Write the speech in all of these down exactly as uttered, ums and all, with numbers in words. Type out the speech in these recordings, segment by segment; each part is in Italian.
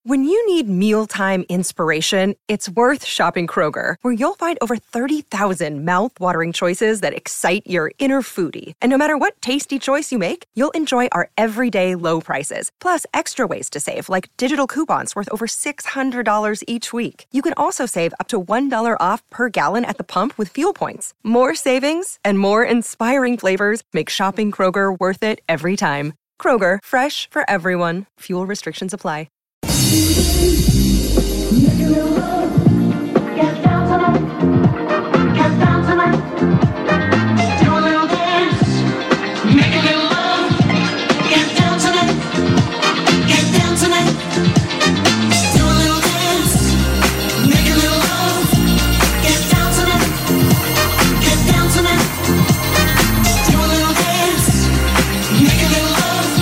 When you need mealtime inspiration, it's worth shopping Kroger, where you'll find over thirty thousand mouth-watering choices that excite your inner foodie. And no matter what tasty choice you make, you'll enjoy our everyday low prices, plus extra ways to save, like digital coupons worth over six hundred dollars each week. You can also save up to one dollar off per gallon at the pump with fuel points. More savings and more inspiring flavors make shopping Kroger worth it every time. Kroger, fresh for everyone. Fuel restrictions apply. Get down tonight, get down tonight, do a little dance, make a little love, get down tonight, get down tonight, do a little dance, make a little love, get down tonight, get down tonight, do a little dance, make a little love.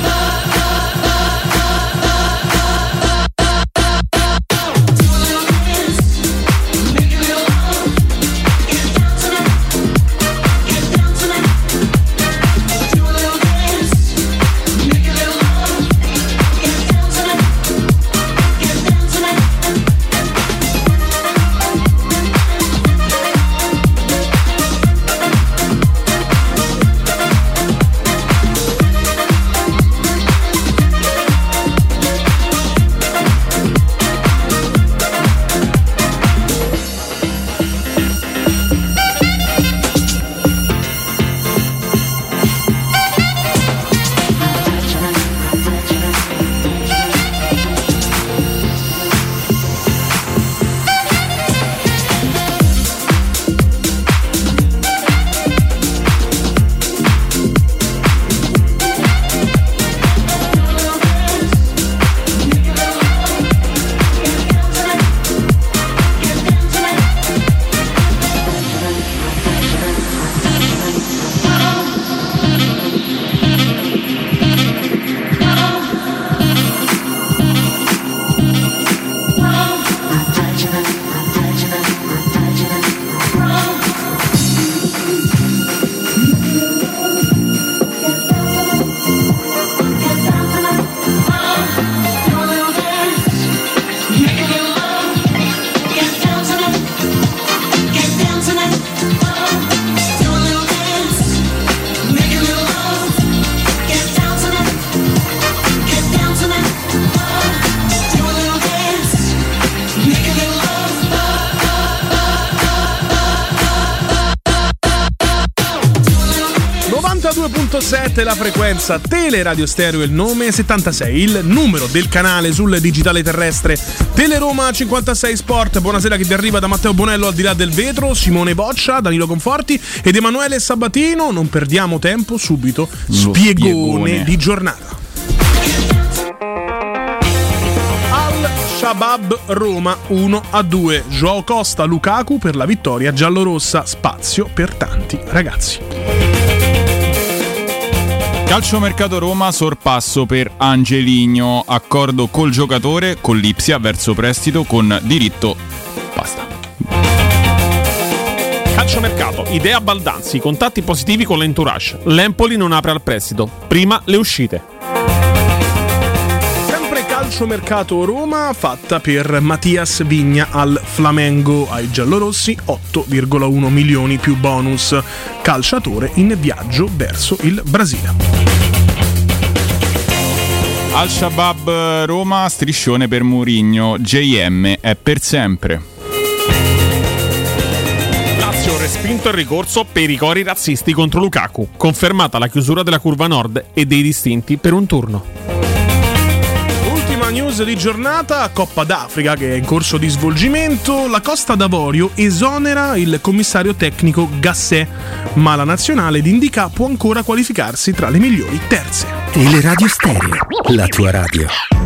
sette la frequenza, Teleradio Stereo il nome, settantasei il numero del canale sul digitale terrestre, Teleroma cinquantasei Sport. Buonasera che vi arriva da Matteo Bonello al di là del vetro, Simone Boccia, Danilo Conforti ed Emanuele Sabatino. Non perdiamo tempo, subito spiegone, spiegone. di giornata. Al-Shabaab Roma uno a due, Joao Costa, Lukaku per la vittoria giallorossa, spazio per tanti ragazzi. Calciomercato Roma, sorpasso per Angeligno, accordo col giocatore, con l'Ipsia verso prestito con diritto. Basta. Calciomercato, idea Baldanzi, contatti positivi con l'entourage. L'Empoli non apre al prestito, prima le uscite. Calciomercato Roma fatta per Mattias Vigna al Flamengo, ai giallorossi otto virgola uno milioni più bonus, calciatore in viaggio verso il Brasile. Al-Shabaab Roma, striscione per Mourinho, J M è per sempre. Lazio respinto il ricorso per i cori razzisti contro Lukaku, confermata la chiusura della curva nord e dei distinti per un turno. News di giornata, Coppa d'Africa che è in corso di svolgimento, la Costa d'Avorio esonera il commissario tecnico Gasset, ma la nazionale d'Indica può ancora qualificarsi tra le migliori terze. Teleradio Stereo, la tua radio.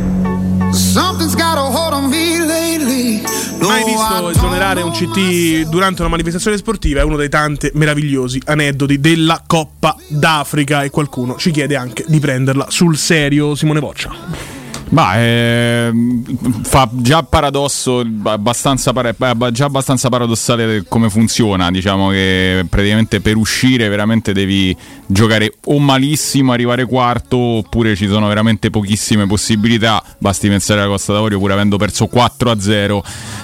Mai visto esonerare un C T durante una manifestazione sportiva? È uno dei tanti meravigliosi aneddoti della Coppa d'Africa e qualcuno ci chiede anche di prenderla sul serio. Simone Boccia. Ma eh, fa già paradosso, abbastanza para- già abbastanza paradossale come funziona. Diciamo che praticamente per uscire veramente devi, giocare o malissimo, arrivare quarto, oppure ci sono veramente pochissime possibilità. Basti pensare alla Costa d'Avorio, pur avendo perso quattro a zero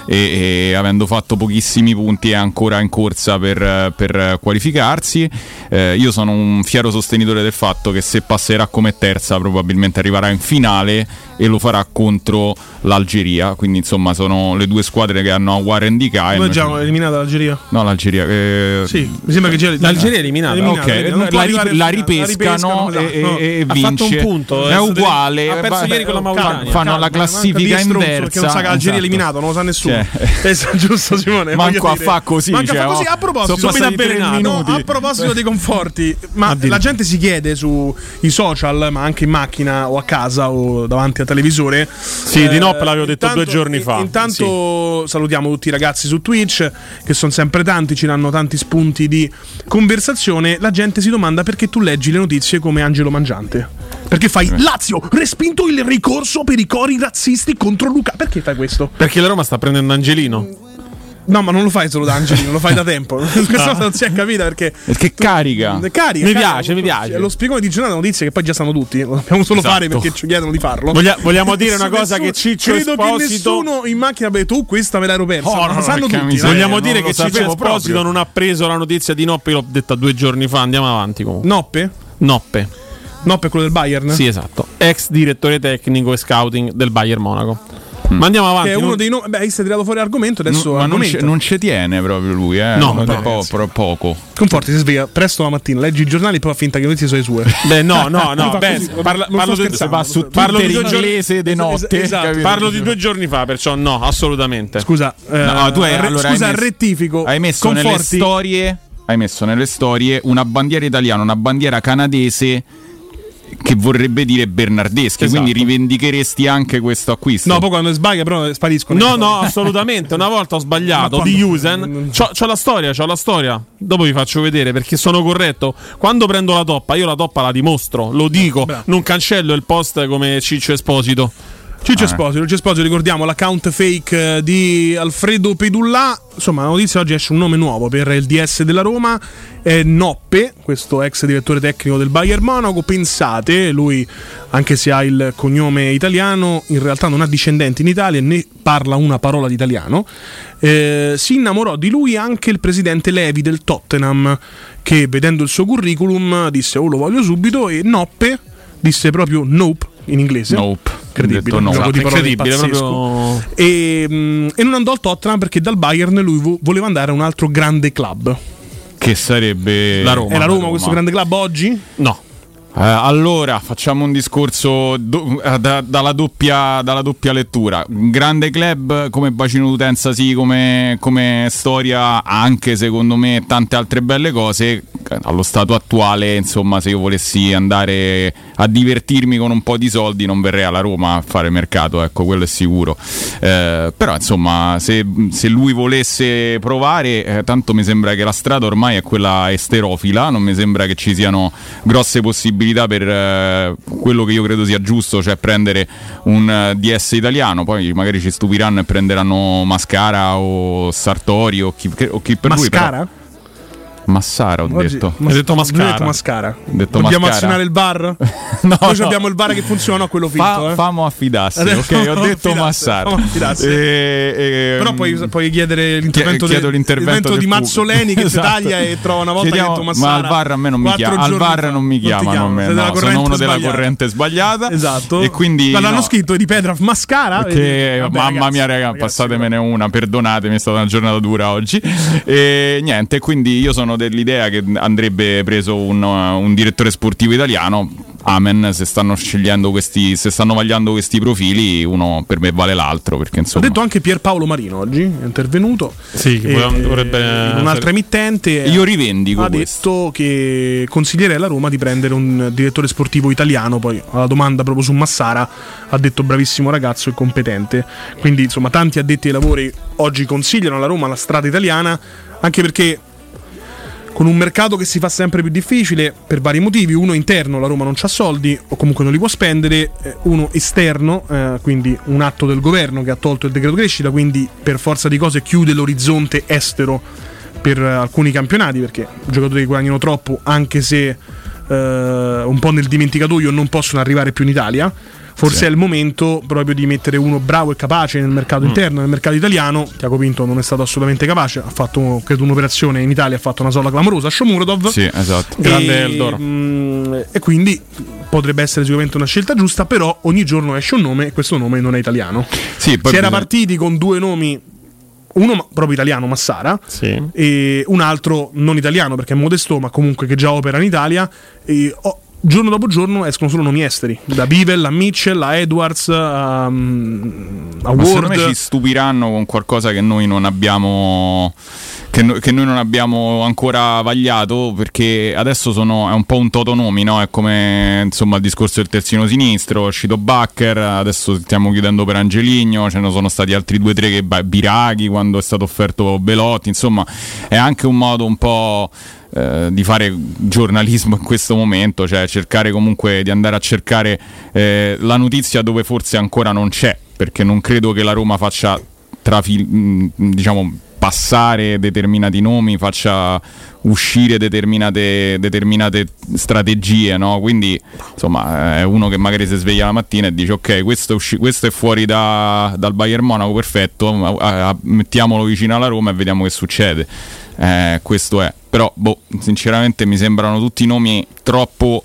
e, e avendo fatto pochissimi punti, è ancora in corsa per, per qualificarsi. Eh, io sono un fiero sostenitore del fatto che se passerà come terza probabilmente arriverà in finale e lo farà contro l'Algeria, quindi insomma sono le due squadre che hanno a Warren di Kai. Come già eliminata l'Algeria? No, l'Algeria eh... sì, mi sembra che già l'Algeria è eliminata, eliminata. Okay. Non la, rip- la ripescano, la ripescano e, no. e, e vince. Ha fatto un punto, è uguale, ha perso ieri con la Mauritania. Fanno la classifica inversa, perché non sa che l'Algeria è eliminato, non lo sa nessuno. Cioè. Giusto Simone, manco a fa così, manco cioè, a fa così. A proposito, no, a proposito dei conforti, ma la gente si chiede sui social, ma anche in macchina o a casa o davanti al televisore. Sì, di Noppe l'avevo detto intanto, due giorni fa. Intanto sì. Salutiamo tutti i ragazzi su Twitch, che sono sempre tanti, ci danno tanti spunti di conversazione. La gente si domanda perché tu leggi le notizie come Angelo Mangiante. Perché fai Lazio, respinto il ricorso per i cori razzisti contro Luca. Perché fai questo? Perché la Roma sta prendendo Angelino. No, ma non lo fai solo da Angelino, lo fai da tempo. Questa cosa non si è capita perché. Perché tu, carica. carica. Mi carica, piace, lo, mi piace. Lo spiegone di giornata notizie che poi già sanno tutti. Lo dobbiamo solo esatto. fare perché ci chiedono di farlo. Voglia, vogliamo dire una cosa nessuno, che Ciccio credo Esposito. Che nessuno in macchina, beh, tu questa me l'ero persa. Oh, no, lo no, sanno tutti. miseria, vogliamo dire non che Ciccio Esposito proprio. Non ha preso la notizia di Noppe, l'ho detta due giorni fa. Andiamo avanti comunque. Noppe? Noppe. Noppe è quello del Bayern? Sì, esatto. Ex direttore tecnico e scouting del Bayern Monaco. Ma andiamo avanti. Che è uno non... dei nomi. Beh, hai tirato fuori argomento. Adesso no, ma non ci tiene proprio lui, eh? No, no, no, po- po- poco. Conforti, si sveglia presto la mattina, leggi i giornali e poi fa finta che le notizie sono le sue. Beh, no, no, no. Beh, così, parla, non parlo sto di, scherzando, su parlo di due inglese di notte. Esatto. Parlo di due giorni fa, perciò no, assolutamente. Scusa, eh, no, tu hai, allora, scusa, hai messo, rettifico. Hai messo Conforti. nelle storie. Hai messo nelle storie una bandiera italiana, una bandiera canadese, che vorrebbe dire bernardeschi, esatto. Quindi rivendicheresti anche questo acquisto? No, poi quando sbaglia però spariscono. No, no, assolutamente. Una volta ho sbagliato di Usen. C'ho, c'ho la storia, c'ho la storia. Dopo vi faccio vedere perché sono corretto. Quando prendo la toppa, io la toppa la dimostro, lo dico, Bravo. Non cancello il post come Ciccio Esposito. Ciccio Ah. Esposito, Ciccio Esposito, ricordiamo l'account fake di Alfredo Pedullà. Insomma, la notizia oggi esce un nome nuovo per il D S della Roma, è Noppe, questo ex direttore tecnico del Bayern Monaco. Pensate, lui, anche se ha il cognome italiano, in realtà non ha discendenti in Italia né parla una parola di italiano. Eh, si innamorò di lui anche il presidente Levi del Tottenham, che vedendo il suo curriculum disse oh, lo voglio subito, e Noppe disse proprio nope in inglese. Nope. Incredibile, no. un gioco di parole Incredibile, pazzesco. proprio... E, mh, e non andò al Tottenham perché dal Bayern lui vo- voleva andare a un altro grande club. Che sarebbe La Roma. È la Roma, questo grande club oggi? No. Eh, allora facciamo un discorso do- eh, da- dalla, doppia, dalla doppia lettura. Un grande club come bacino d'utenza, sì, come, come storia, anche secondo me tante altre belle cose. Allo stato attuale, insomma, se io volessi andare a divertirmi con un po' di soldi non verrei alla Roma a fare mercato, ecco, quello è sicuro. Eh, però insomma, se, se lui volesse provare, eh, tanto mi sembra che la strada ormai è quella esterofila, non mi sembra che ci siano grosse possibilità per eh, quello che io credo sia giusto, cioè prendere un uh, D S italiano. Poi magari ci stupiranno e prenderanno Mascara o Sartori o chi, o chi per Mascara? lui però. Massara ho Oggi- detto. Mas- Hai detto Mascara. Ho detto Mascara. Ho detto Dobbiamo Mascara. azionare il bar? No, Noi no. abbiamo il bar che funziona, quello finto. Fa, eh. famo affidarsi, Adesso ok? Ho famo detto affidarsi, Massara. famo affidarsi. E- e- Però puoi, puoi chiedere l'intervento, chiedo de- l'intervento del di pubblico. Mazzoleni che Esatto. ti taglia e trova una volta Chiediamo- che hai detto Massara. ma al VAR a me non mi quattro chiama, al giorni VAR fa. non mi ti chiamano, a me, Sei della no, sono corrente uno della sbagliata. corrente sbagliata. Esatto. E quindi ma l'hanno no. scritto di Petra Mascara. Perché, e- vabbè, mamma ragazzi, mia, raga, ragazzi, passatemene una, perdonatemi, è stata una giornata dura oggi. E niente, quindi io sono dell'idea che andrebbe preso un, un direttore sportivo italiano. Amen, se stanno scegliendo questi, se stanno vagliando questi profili, uno per me vale l'altro. Perché Ha insomma. detto anche Pierpaolo Marino oggi, è intervenuto. Sì, che E, poi dovrebbe in un'altra emittente. Io rivendico ha questo. detto che consiglierei alla Roma di prendere un direttore sportivo italiano. Poi alla domanda proprio su Massara ha detto bravissimo ragazzo e competente. Quindi insomma tanti addetti ai lavori oggi consigliano alla Roma la strada italiana, anche perché con un mercato che si fa sempre più difficile per vari motivi. Uno interno, la Roma non c'ha soldi o comunque non li può spendere. eh, Uno esterno, eh, quindi un atto del governo che ha tolto il decreto crescita, quindi per forza di cose chiude l'orizzonte estero per eh, alcuni campionati, perché giocatori che guadagnano troppo, anche se eh, un po' nel dimenticatoio, non possono arrivare più in Italia. Forse sì. È il momento proprio di mettere uno bravo e capace nel mercato mm. interno, nel mercato italiano. Tiago Pinto non è stato assolutamente capace, ha fatto credo un'operazione in Italia, ha fatto una sola clamorosa, Shomurodov. Sì, esatto. E, grande Eldor. mh, e quindi potrebbe essere sicuramente una scelta giusta, però ogni giorno esce un nome e questo nome non è italiano. Sì, poi si era bisogna... partiti con due nomi, uno proprio italiano, Massara, sì. e un altro non italiano perché è Modesto, ma comunque che già opera in Italia. E oh, giorno dopo giorno escono solo nomi esteri, da Bivel a Mitchell a Edwards a, um, a ma Ward. secondo me ci stupiranno con qualcosa che noi non abbiamo che, no, che noi non abbiamo ancora vagliato, perché adesso sono, è un po' un totonomi, no? È come insomma il discorso del terzino sinistro, è uscito Bakker, adesso stiamo chiudendo per Angeligno, ce ne sono stati altri due o tre che Biraghi quando è stato offerto Belotti, insomma è anche un modo un po' Eh, di fare giornalismo in questo momento, cioè cercare comunque di andare a cercare eh, la notizia dove forse ancora non c'è, perché non credo che la Roma faccia trafil- diciamo passare determinati nomi, faccia uscire determinate, determinate strategie, no? Quindi insomma è uno che magari si sveglia la mattina e dice ok, questo è, usci- questo è fuori da, dal Bayern Monaco, perfetto, a- a- mettiamolo vicino alla Roma e vediamo che succede. Eh, questo è, però boh, sinceramente mi sembrano tutti nomi troppo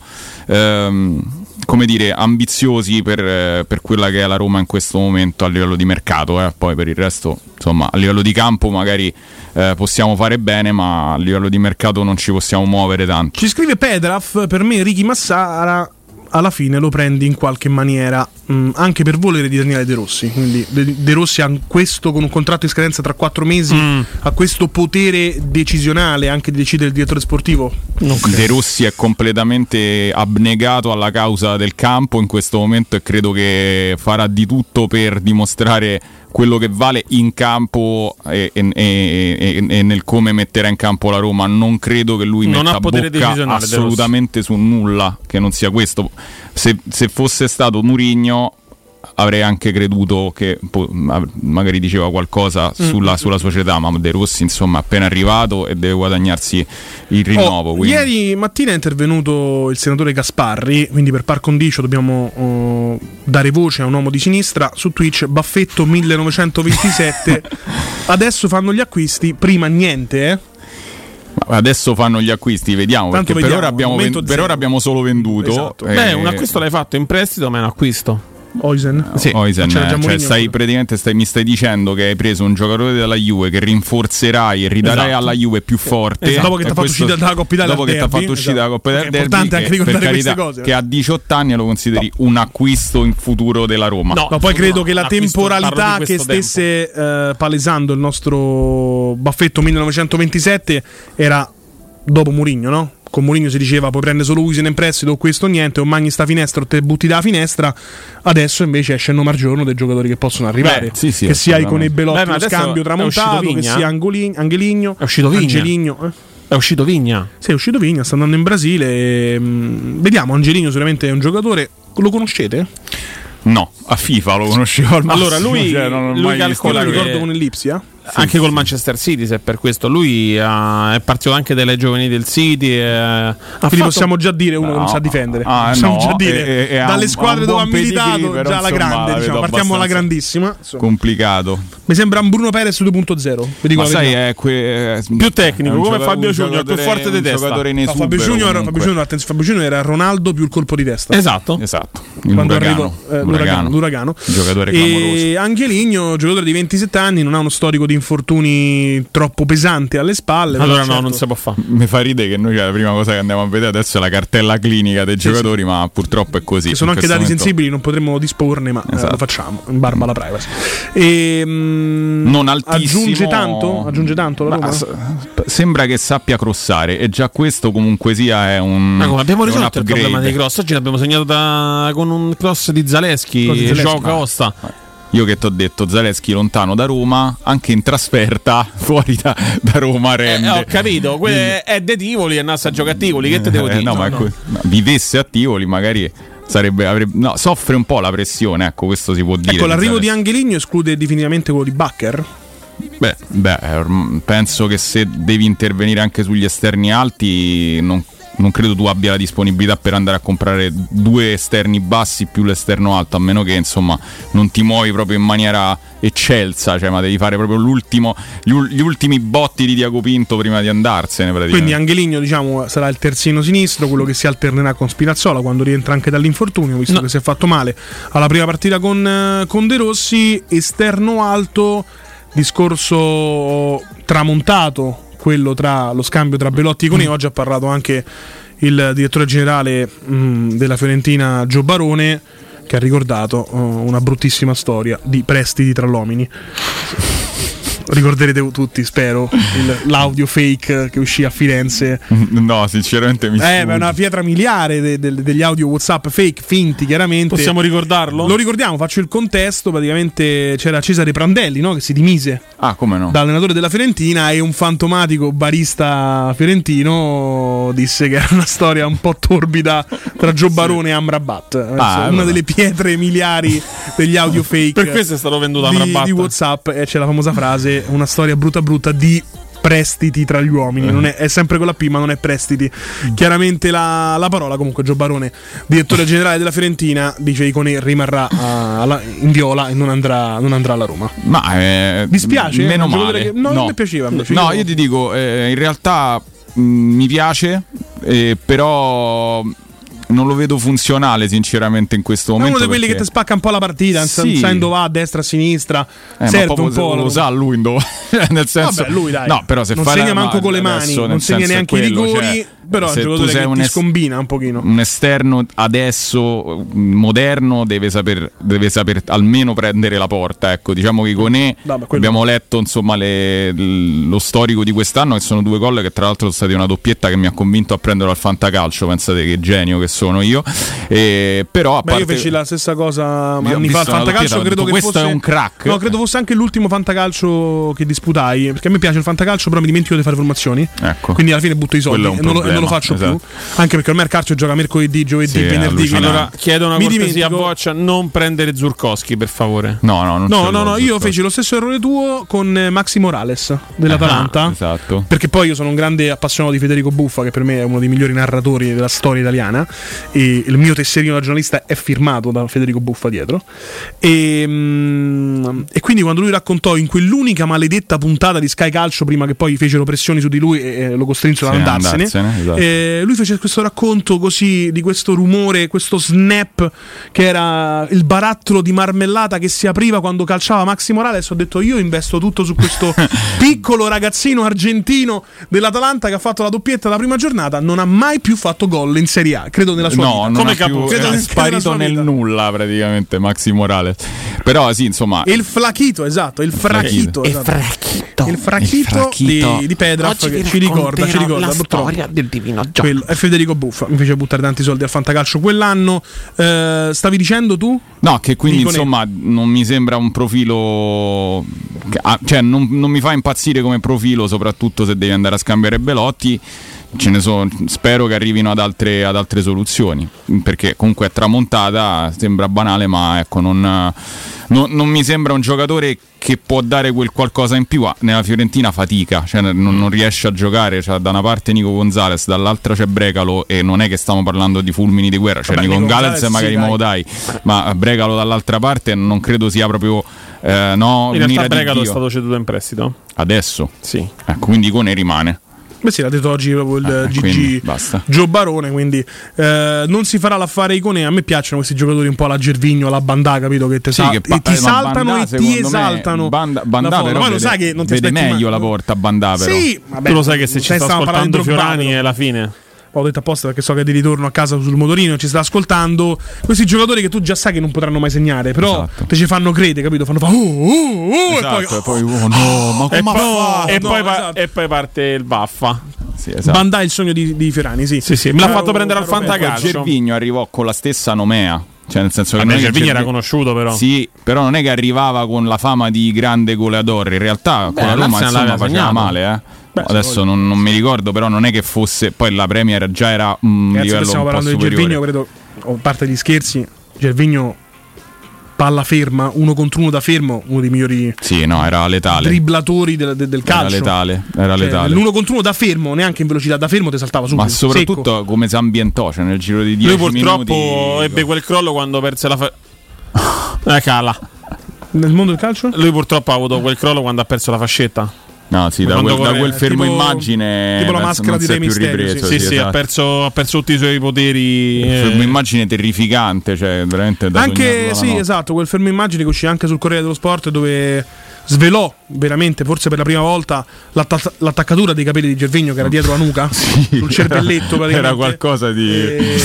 ehm, come dire ambiziosi per, eh, per quella che è la Roma in questo momento a livello di mercato, eh. Poi per il resto insomma a livello di campo magari eh, possiamo fare bene, ma a livello di mercato non ci possiamo muovere tanto. Ci scrive Pedraf, per me Ricky Massara alla fine lo prendi in qualche maniera mh, anche per volere di Daniele De Rossi, quindi De, De Rossi ha questo, con un contratto in scadenza tra quattro mesi, mm. ha questo potere decisionale anche di decidere il direttore sportivo. De Rossi è completamente abnegato alla causa del campo in questo momento e credo che farà di tutto per dimostrare quello che vale in campo e, e, e, e nel come metterà in campo la Roma. Non credo che lui non metta bocca assolutamente su nulla che non sia questo. Se, se fosse stato Mourinho avrei anche creduto che po- magari diceva qualcosa sulla, mm. sulla società, ma De Rossi insomma è appena arrivato e deve guadagnarsi il rinnovo. Oh, ieri mattina è intervenuto il senatore Gasparri, quindi per par condicio dobbiamo oh, dare voce a un uomo di sinistra. Su Twitch Baffetto millenovecentoventisette adesso fanno gli acquisti, prima niente eh adesso fanno gli acquisti, vediamo. Tanto perché vediamo, per, ora abbiamo ven- per ora abbiamo solo venduto. Esatto. eh, Beh, un acquisto l'hai fatto in prestito, ma è un acquisto. Oisen, sì. Oisen, cioè stai praticamente stai, mi stai dicendo che hai preso un giocatore della Juve che rinforzerai e ridarai esatto. alla Juve più forte, esatto. dopo che ti ha fatto uscire dalla Coppa Italia, dopo che ti ha fatto uscire dalla Coppa Italia, è importante anche ricordare per carità, queste cose, che a diciotto anni lo consideri no. un acquisto in futuro della Roma. No, ma poi credo no, che la temporalità che stesse uh, palesando il nostro Baffetto millenovecentoventisette era dopo Mourinho, no? Con Mourinho si diceva puoi prendere solo Uisen in prestito o questo niente, o magni sta finestra o te butti dalla finestra. Adesso invece esce il nome al giorno dei giocatori che possono arrivare. Beh, sì, sì, che sia con i Belotti lo scambio tramontato, che sia Angolin- Angeligno, è uscito Vigna. Angeligno, eh? È uscito Vigna. Sì, è uscito Vigna, sta andando in Brasile. E, mh, vediamo, Angeligno sicuramente è un giocatore. Lo conoscete? No, a FIFA lo conoscevo al massimo. Allora lui, cioè, non lui mai calcola visto, che... ricordo con il Lipsia. Sì, anche sì. col Manchester City, se per questo lui uh, è partito anche dalle giovani del City e, uh, quindi fatto... possiamo già dire uno no. che non sa difendere ah, possiamo no. già dire e, e dalle un, squadre dove ha militato pedigree, già alla grande diciamo. Partiamo alla grandissima insomma. Complicato, mi sembra un Bruno Perez due punto zero. Ma sai è que... più tecnico come Fabio Junior, più forte di testa. No, Fabio Junior, Fabio Junior, attenzione, Fabio Junior era Ronaldo più il colpo di testa. Esatto, esatto. Il quando arrivò eh, l'uragano, l'uragano. Giocatore clamoroso. E Angeligno, giocatore di ventisette anni, non ha uno storico di infortuni troppo pesante alle spalle. Allora no, certo. non si può fare. Mi fa ridere che noi la prima cosa che andiamo a vedere adesso è la cartella clinica dei sì, giocatori, sì. ma purtroppo è così. Che sono anche dati momento... sensibili, non potremmo disporne, ma esatto. eh, lo facciamo in barba alla privacy. E, mh, non altissimo. Aggiunge tanto? Aggiunge tanto la Roma? S- sembra che sappia crossare e già questo comunque sia è un ma come abbiamo risolto il upgrade. problema dei cross? Oggi l'abbiamo segnato da, con un cross di Zaleschi e Joao Costa. Io che ti ho detto Zaleschi lontano da Roma, anche in trasferta fuori da, da Roma rende. Eh, ho capito, que- è De Tivoli e Nassa gioca a Tivoli, che te devo dire? Eh, no, no, ma no. No, vivesse aTivoli magari sarebbe avrebbe, no, soffre un po' la pressione, ecco, questo si può dire. Ecco, l'arrivo di Angeligno esclude definitivamente quello di Bakker? Beh, beh, penso che se devi intervenire anche sugli esterni alti non non credo tu abbia la disponibilità per andare a comprare due esterni bassi più l'esterno alto, a meno che insomma non ti muovi proprio in maniera eccelsa, cioè ma devi fare proprio l'ultimo gli, ul- gli ultimi botti di Tiago Pinto prima di andarsene praticamente. Quindi Angeligno, diciamo, sarà il terzino sinistro, quello che si alternerà con Spinazzola quando rientra anche dall'infortunio, visto no. che si è fatto male alla prima partita con, con De Rossi. Esterno alto, discorso tramontato, quello tra lo scambio tra Belotti e Iconè. Oggi ha parlato anche il direttore generale mh, della Fiorentina, Gio Barone, che ha ricordato uh, una bruttissima storia di prestiti tra uomini. Ricorderete tutti, spero, il, l'audio fake che uscì a Firenze. No, sinceramente mi Eh, è una pietra miliare de, de, degli audio WhatsApp fake, finti chiaramente. Possiamo ricordarlo? Lo ricordiamo, faccio il contesto. Praticamente c'era Cesare Prandelli, no? Che si dimise ah, come no? da allenatore della Fiorentina, e un fantomatico barista fiorentino disse che era una storia un po' torbida tra Gio Barone sì. e Amrabat. Ah, una allora. delle pietre miliari degli audio fake. Per questo è stato venduto di, Amrabat di WhatsApp, e c'è la famosa frase: una storia brutta brutta di prestiti tra gli uomini. Non è, è sempre con la P, ma non è prestiti. Chiaramente la, la parola. Comunque Gio Barone, direttore generale della Fiorentina, dice che Iconè rimarrà a, alla, in viola e non andrà, non andrà alla Roma. Ma eh, mi spiace? Meno male. Che, no, no, non mi piaceva. Invece. No, io ti dico, eh, in realtà mh, mi piace, eh, però non lo vedo funzionale sinceramente in questo momento. È uno di quelli perché... che ti spacca un po' la partita, sì. non sai dove va, a destra, a sinistra. Eh, serve ma un po'. Lo, lo sa lui in dove nel senso. Vabbè, lui dai. No, però se non fai segna la... manco con le mani, adesso, non segna neanche i rigori. Cioè, però è un giocatore che ti es- scombina un pochino. Un esterno adesso moderno deve saper, deve saper almeno prendere la porta. Ecco, diciamo che Iconè, abbiamo letto insomma le, lo storico di quest'anno, che sono due gol che tra l'altro sono stati una doppietta che mi ha convinto a prenderlo al fantacalcio. Pensate che genio che sono io. E, però a Beh, parte... io feci la stessa cosa io anni fa al fantacalcio, credo che questo fosse è un crack. No, credo fosse anche l'ultimo fantacalcio che disputai, perché a me piace il fantacalcio, però mi dimentico di fare formazioni. Ecco. Quindi alla fine butto i soldi e non, lo, e non lo faccio esatto. più. Anche perché ormai il calcio gioca mercoledì, giovedì, sì, venerdì. Allora chiedo una mi cortesia a dimentico... Boccia, non prendere Zurkowski per favore. No, no, non No, no, no, io feci lo stesso errore tuo con Maxi Morales dell'Atalanta. Ah, esatto. Perché poi io sono un grande appassionato di Federico Buffa, che per me è uno dei migliori narratori della storia italiana, e il mio tesserino da giornalista è firmato da Federico Buffa dietro. E, mm, e quindi quando lui raccontò in quell'unica maledetta puntata di Sky Calcio, prima che poi fecero pressioni su di lui e lo costrinsero ad andarsene, andarsene esatto. e lui fece questo racconto così di questo rumore, questo snap che era il barattolo di marmellata che si apriva quando calciava Maxi Morales. Ho detto, io investo tutto su questo piccolo ragazzino argentino dell'Atalanta che ha fatto la doppietta la prima giornata, non ha mai più fatto gol in Serie A, credo nella sua no, vita. Non Come capo, credo è sparito nel vita. nulla praticamente Maxi Morales. Però sì, insomma, il flachito, esatto, il frachito, il esatto. frachito, il frachito di, di Pedraff, che ci ricorda, ci ricorda la storia del divino gioco. Quello è Federico Buffa, mi fece buttare tanti soldi al fantacalcio quell'anno. Eh, stavi dicendo tu? No, che quindi insomma non mi sembra un profilo che, ah, cioè non, non mi fa impazzire come profilo, soprattutto se devi andare a scambiare Belotti. Ce ne sono, spero che arrivino ad altre, ad altre soluzioni, perché comunque è tramontata, sembra banale, ma ecco non, non, non mi sembra un giocatore che può dare quel qualcosa in più. Nella Fiorentina fatica, cioè non, non riesce a giocare, cioè da una parte Nico Gonzalez, dall'altra c'è Brecalo, e non è che stiamo parlando di fulmini di guerra, cioè Vabbè, Nico Gonzalez magari sì, me lo dai, ma Brecalo dall'altra parte non credo sia proprio eh, no, in realtà Brecalo è stato ceduto in prestito adesso, sì. Ecco, quindi Iconè rimane. Beh sì, l'ha detto oggi proprio il ah, G G Gio Barone, quindi eh, non si farà l'affare Iconè. A me piacciono questi giocatori un po' alla Gervinho, alla Bandà, capito? Che, te sì, sa- che ba- ti eh, saltano Bandà, e ti esaltano. Banda, Bandà però ma lo vede, sai che non ti vede meglio mai. La porta Bandà, però. Sì, vabbè, tu lo sai che se ci sta ascoltando Fiorani è la fine. Ho detto apposta perché so che è di ritorno a casa sul motorino, ci sta ascoltando. Questi giocatori che tu già sai che non potranno mai segnare, però esatto. te ci fanno credere, capito? Fanno fa, oh, oh, oh, esatto, e poi, e poi oh, no, ma come e, poi, e, no, poi pa- esatto. e poi parte il Baffa. Sì, esatto. Bandà è il sogno di, di Ferrani, sì. Sì, sì, me l'ha fatto prendere al fantacalcio. Gervinho arrivò con la stessa nomea. Cioè nel senso che Vabbè, non è Gervinho che era conosciuto però. Sì, però non è che arrivava con la fama di grande goleador. In realtà Beh, con la Roma insomma faceva segnato. male, eh. Beh, adesso non, non mi ricordo, però non è che fosse. Poi la Premier già era un Ragazzi, livello stiamo un po' parlando di superiore. Gervinho, credo, a parte gli scherzi, Gervinho palla ferma, uno contro uno da fermo, uno dei migliori sì, no, era letale. dribblatori del, del, del calcio. Era letale, era cioè, letale. l'uno contro uno da fermo, neanche in velocità, da fermo ti saltava subito. Ma soprattutto secco. come si ambientò, cioè nel giro di dieci Lui purtroppo minuti ebbe quel crollo quando perse la fa- eh, cala. Nel mondo del calcio? Lui purtroppo ha avuto quel crollo quando ha perso la fascetta. No, sì, da Quando quel, da corre- quel fermo tipo- immagine tipo la penso maschera non di si è Re più Mysterio, ripreso. Sì, sì, ha esatto. perso, ha perso tutti i suoi poteri. Un eh. fermo immagine terrificante, cioè veramente da Anche sognarlo la sì, notte. esatto, quel fermo immagine che uscì anche sul Corriere dello Sport, dove svelò veramente, forse per la prima volta, l'atta- l'attaccatura dei capelli di Gervinho che era dietro la nuca, sul cervelletto praticamente. Era qualcosa di E-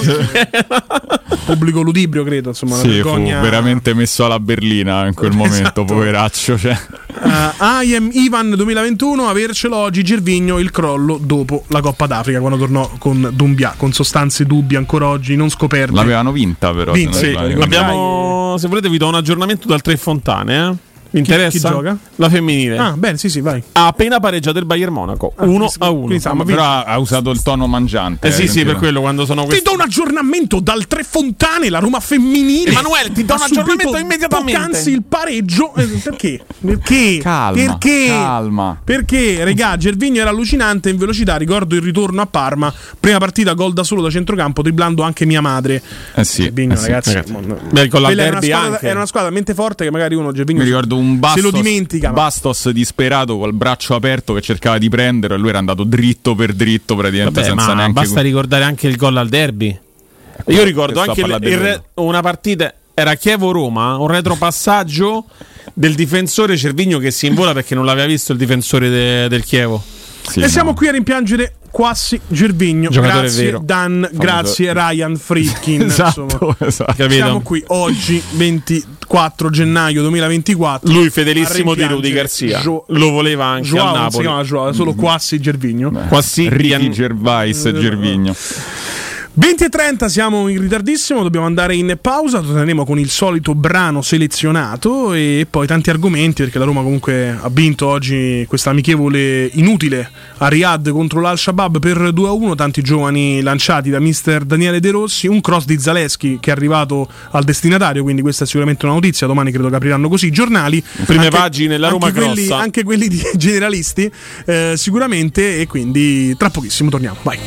pubblico ludibrio, credo, insomma, una sì, vergogna. fu veramente messo alla berlina in quel momento, Esatto. poveraccio, cioè. Uh, I am Ivan duemilaventuno, avercelo oggi Gervinho, il crollo dopo la Coppa d'Africa, quando tornò con Doumbia, con sostanze dubbie ancora oggi non scoperte. L'avevano vinta però. se Vinta, non sì, sbaglio. ricordiamo. Abbiamo, se volete, vi do un aggiornamento dal Tre Fontane. Eh? Vi Chi- interessa? chi gioca? La femminile. Ah, bene, sì, sì, vai. Ha appena pareggiato il Bayern Monaco uno a uno. quindi stiamo- Ma però ha usato il tono mangiante. Eh sì, sì, sentito? per quello quando sono Ti questi. do un aggiornamento dal Tre Fontane, la Roma femminile. Emanuele, ti do Ha un aggiornamento subito immediatamente. Poc'anzi il pareggio. Eh, Perché? Perché? Calma, Perché? calma. Perché, regà, Gervinho era allucinante in velocità. Ricordo il ritorno a Parma. Prima partita, gol da solo da centrocampo, driblando anche mia madre. Eh sì, Gervinho, eh sì. ragazzi. ragazzi. mo- no. Beh, con la Quella era una, derby squadra, anche. era una squadra talmente forte che magari uno Gervinho Mi ricordo un se Bastos, lo dimentica. ma- Bastos disperato col braccio aperto che cercava di prendere e lui era andato dritto per dritto praticamente Vabbè, senza ma neanche basta ricordare anche il gol al derby. Io ricordo sto a anche il, parlare di il re- una partita, era Chievo-Roma, un retropassaggio del difensore Cervigno che si invola perché non l'aveva visto il difensore de- del Chievo. Sì, e no. siamo qui a rimpiangere Quassi Gervinho. Giocatore Grazie vero. Dan, grazie Ryan Friedkin. Esatto, insomma. esatto. Capito? Siamo qui oggi ventiquattro gennaio duemilaventiquattro. Lui fedelissimo a di Rudy rimpiangere Garcia. Gio- Lo voleva anche Joao, al non si Napoli. chiama Joao, solo Quassi Gervinho. Qua sì, Ricky Ian- Gervais Gervigno. venti e trenta, siamo in ritardissimo, dobbiamo andare in pausa, torneremo con il solito brano selezionato e poi tanti argomenti, perché la Roma comunque ha vinto oggi questa amichevole inutile a Riyadh contro l'Al-Shabaab per due a uno, tanti giovani lanciati da mister Daniele De Rossi, un cross di Zaleschi che è arrivato al destinatario, quindi questa è sicuramente una notizia, domani credo che apriranno così i giornali. Prime pagine, la Roma anche quelli, grossa. anche quelli di generalisti eh, sicuramente, e quindi tra pochissimo torniamo, vai.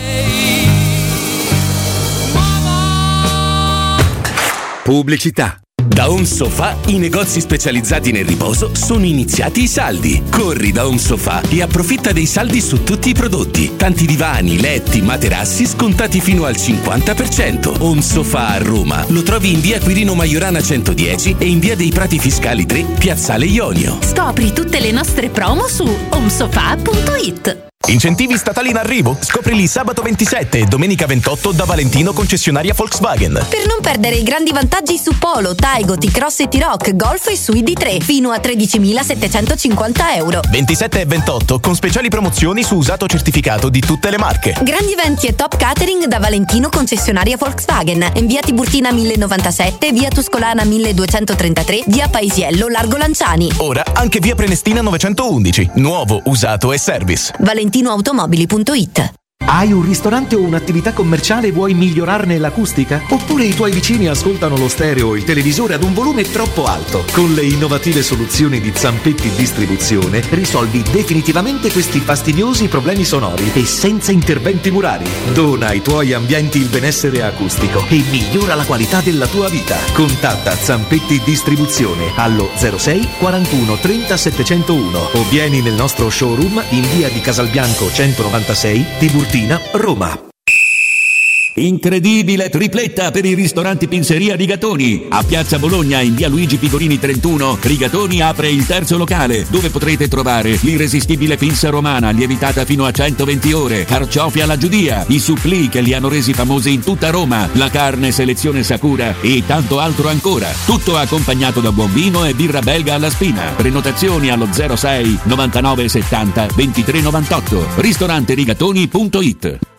Pubblicità. Da Home Sofa i negozi specializzati nel riposo sono iniziati i saldi. Corri da Home Sofa e approfitta dei saldi su tutti i prodotti. Tanti divani, letti, materassi scontati fino al cinquanta per cento. Home Sofa a Roma lo trovi in via Quirino Maiorana centodieci e in via dei Prati Fiscali tre, piazzale Ionio. Scopri tutte le nostre promo su homesofa punto it. Incentivi statali in arrivo? Scoprili sabato ventisette e domenica ventotto da Valentino concessionaria Volkswagen. Per non perdere i grandi vantaggi su Polo, Taigo, T-Cross e T-Roc, Golf e Sui D tre fino a tredicimilasettecentocinquanta euro. ventisette e ventotto con speciali promozioni su usato certificato di tutte le marche. Grandi eventi e top catering da Valentino concessionaria Volkswagen. In via Tiburtina mille novantasette, via Tuscolana milleduecentotrentatré, via Paisiello, Largo Lanciani. Ora anche via Prenestina novecentoundici. Nuovo, usato e service. valentinoautomobili punto it. Hai un ristorante o un'attività commerciale e vuoi migliorarne l'acustica? Oppure i tuoi vicini ascoltano lo stereo o il televisore ad un volume troppo alto? Con le innovative soluzioni di Zampetti Distribuzione risolvi definitivamente questi fastidiosi problemi sonori e senza interventi murari. Dona ai tuoi ambienti il benessere acustico e migliora la qualità della tua vita. Contatta Zampetti Distribuzione allo zero sei quarantuno trenta settecentouno o vieni nel nostro showroom in via di Casalbianco centonovantasei, Tiburtina, Roma. Incredibile tripletta per i ristoranti Pinzeria Rigatoni. A Piazza Bologna in via Luigi Pigorini trentuno, Rigatoni apre il terzo locale, dove potrete trovare l'irresistibile pinza romana lievitata fino a centoventi ore, carciofi alla giudia, i supplì che li hanno resi famosi in tutta Roma, la carne selezione Sakura e tanto altro ancora. Tutto accompagnato da buon vino e birra belga alla spina. Prenotazioni allo zero sei novantanove settanta ventitré novantotto. ristorante rigatoni punto it.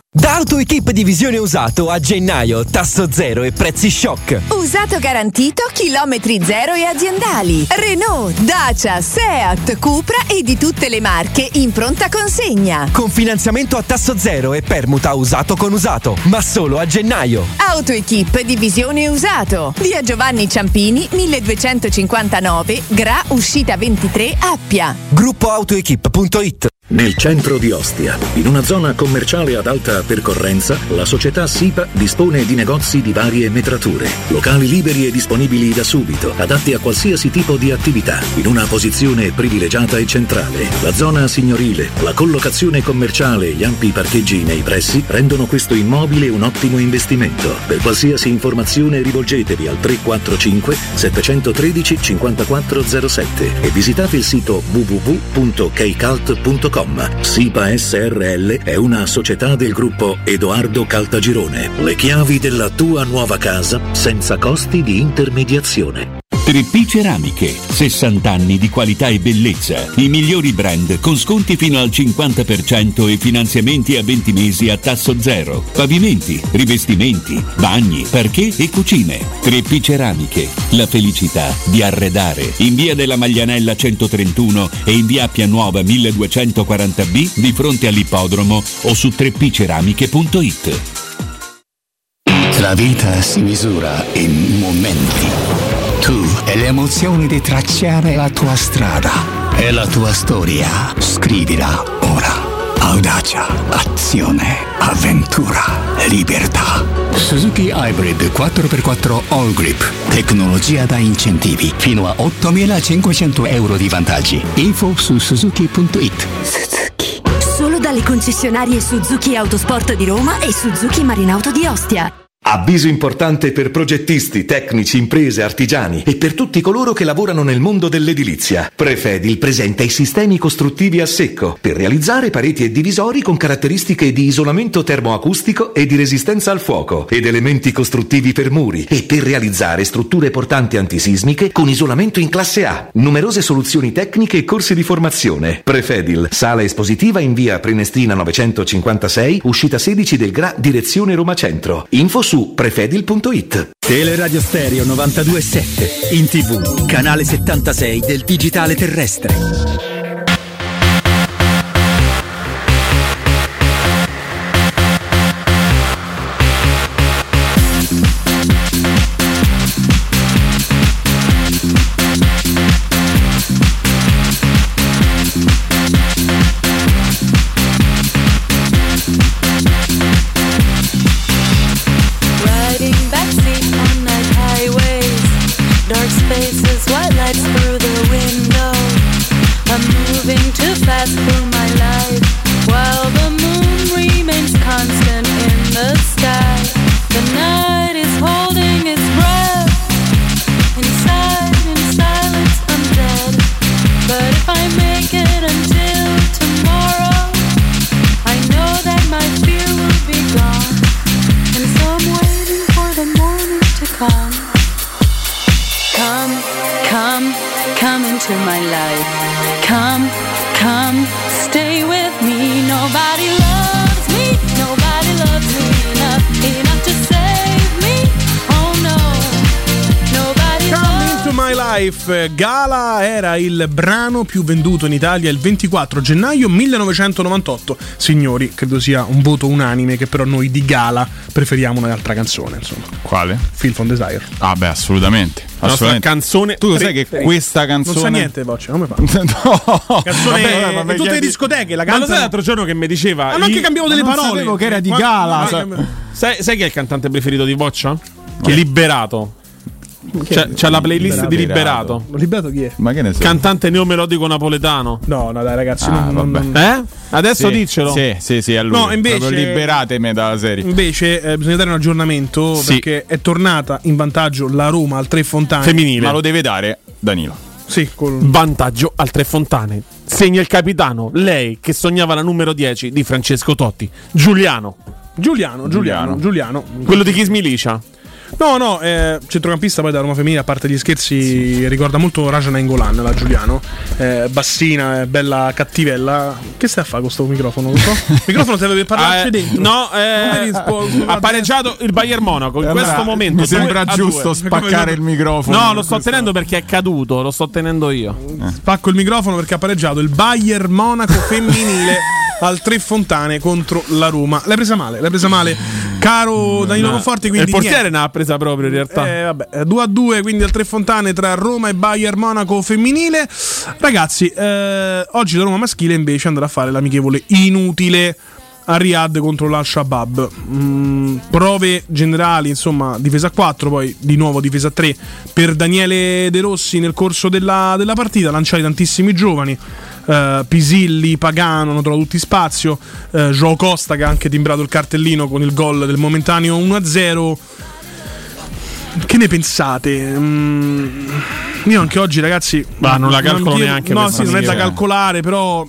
Da AutoEquip Divisione Usato a gennaio, tasso zero e prezzi shock. Usato garantito, chilometri zero e aziendali. Renault, Dacia, Seat, Cupra e di tutte le marche in pronta consegna. Con finanziamento a tasso zero e permuta usato con usato, ma solo a gennaio. AutoEquip Divisione Usato. Via Giovanni Ciampini, milleduecentocinquantanove, Gra, uscita ventitré, Appia. Gruppo autoequip punto it. Nel centro di Ostia, in una zona commerciale ad alta percorrenza, la società SIPA dispone di negozi di varie metrature, locali liberi e disponibili da subito, adatti a qualsiasi tipo di attività, in una posizione privilegiata e centrale. La zona signorile, la collocazione commerciale e gli ampi parcheggi nei pressi rendono questo immobile un ottimo investimento. Per qualsiasi informazione rivolgetevi al tre quattro cinque sette uno tre cinquantaquattro zero sette e visitate il sito w w w punto keicalt punto com. SIPA S R L è una società del gruppo Edoardo Caltagirone. Le chiavi della tua nuova casa senza costi di intermediazione. tre P Ceramiche, sessanta anni di qualità e bellezza. I migliori brand con sconti fino al cinquanta per cento e finanziamenti a venti mesi a tasso zero. Pavimenti, rivestimenti, bagni, parquet e cucine. tre P Ceramiche, la felicità di arredare. In via della Maglianella centotrentuno e in via Appia Nuova milleduecentoquaranta B di fronte all'ippodromo o su tre p ceramiche punto it. La vita si misura in momenti. Tu e le emozioni di tracciare la tua strada e la tua storia. Scrivila ora. Audacia, azione, avventura, libertà. Suzuki Hybrid quattro per quattro All Grip. Tecnologia da incentivi. Fino a ottomilacinquecento euro di vantaggi. Info su suzuki punto it. Suzuki. Solo dalle concessionarie Suzuki Autosport di Roma e Suzuki Marinauto di Ostia. Avviso importante per progettisti, tecnici, imprese, artigiani e per tutti coloro che lavorano nel mondo dell'edilizia. Prefedil presenta i sistemi costruttivi a secco per realizzare pareti e divisori con caratteristiche di isolamento termoacustico e di resistenza al fuoco ed elementi costruttivi per muri e per realizzare strutture portanti antisismiche con isolamento in classe A. Numerose soluzioni tecniche e corsi di formazione. Prefedil, sala espositiva in via Prenestina novecentocinquantasei, uscita sedici del Gra, direzione Roma Centro. Info su prefedil punto it. Teleradio Stereo novantadue virgola sette. In tivù, canale settantasei del digitale terrestre. Gala era il brano più venduto in Italia il ventiquattro gennaio millenovecentonovantotto. Signori, credo sia un voto unanime che però noi di Gala preferiamo un'altra canzone, insomma. Quale? Feel from Desire. Ah beh, assolutamente. La nostra canzone. Tu lo sai che questa canzone non sa niente, Boccia, come fa? No. Canzone vabbè, vabbè, in tutte le discoteche la cantano. Ma lo sai l'altro giorno che mi diceva? Ma non che cambiamo delle non parole. Sapevo che era di Gala. Sa... Sai, sai chi è il cantante preferito di Boccia? Chi è? Liberato. C'è, c'è la playlist liberato. di Liberato. Liberato chi è? Ma che ne so? Cantante neomelodico napoletano. No, no, dai, ragazzi. Ah, non, non... Eh? Adesso sì, diccelo. Sì, sì, sì, a lui. No, invece. Proprio liberatemi dalla serie. Invece, eh, bisogna dare un aggiornamento sì. perché è tornata in vantaggio la Roma al Tre Fontane. Femminile. Ma lo deve dare Danilo. Sì, col... vantaggio al Tre Fontane. Segna il capitano, lei che sognava la numero dieci di Francesco Totti. Giuliano. Giuliano, Giuliano, Giuliano. Quello di Kiss Milicia. No, no, eh, centrocampista poi da Roma femminile, a parte gli scherzi, sì. ricorda molto Raja Nainggolan, la Giuliano. Eh, bassina, eh, bella cattivella. Che stai a fare con sto microfono? Il microfono serve per parlarci ah, eh, dentro. No, eh, ha pareggiato il Bayern Monaco in allora, questo momento. Mi sembra giusto spaccare il microfono. No, lo sto tenendo perché è caduto, lo sto tenendo io. Eh. Spacco il microfono perché ha pareggiato il Bayern Monaco femminile al Tre Fontane contro la Roma. L'hai presa male, l'hai presa male, caro Danilo no. Conforti. Quindi il portiere niente. Ne ha presa proprio in realtà. Eh, vabbè, due a due quindi al Tre Fontane tra Roma e Bayern Monaco femminile. Ragazzi, eh, oggi la Roma maschile invece andrà a fare l'amichevole inutile a Riyadh contro l'Al-Shabaab. Mm, prove generali, insomma, difesa a quattro, poi di nuovo difesa a tre per Daniele De Rossi nel corso della, della partita, lanciati tantissimi giovani. Uh, Pisilli, Pagano hanno trovato tutti spazio. uh, Joao Costa che ha anche timbrato il cartellino con il gol del momentaneo uno a zero. Che ne pensate? Mm, io anche oggi, ragazzi, ma non la calcolo non neanche. No, sì, non è da calcolare, però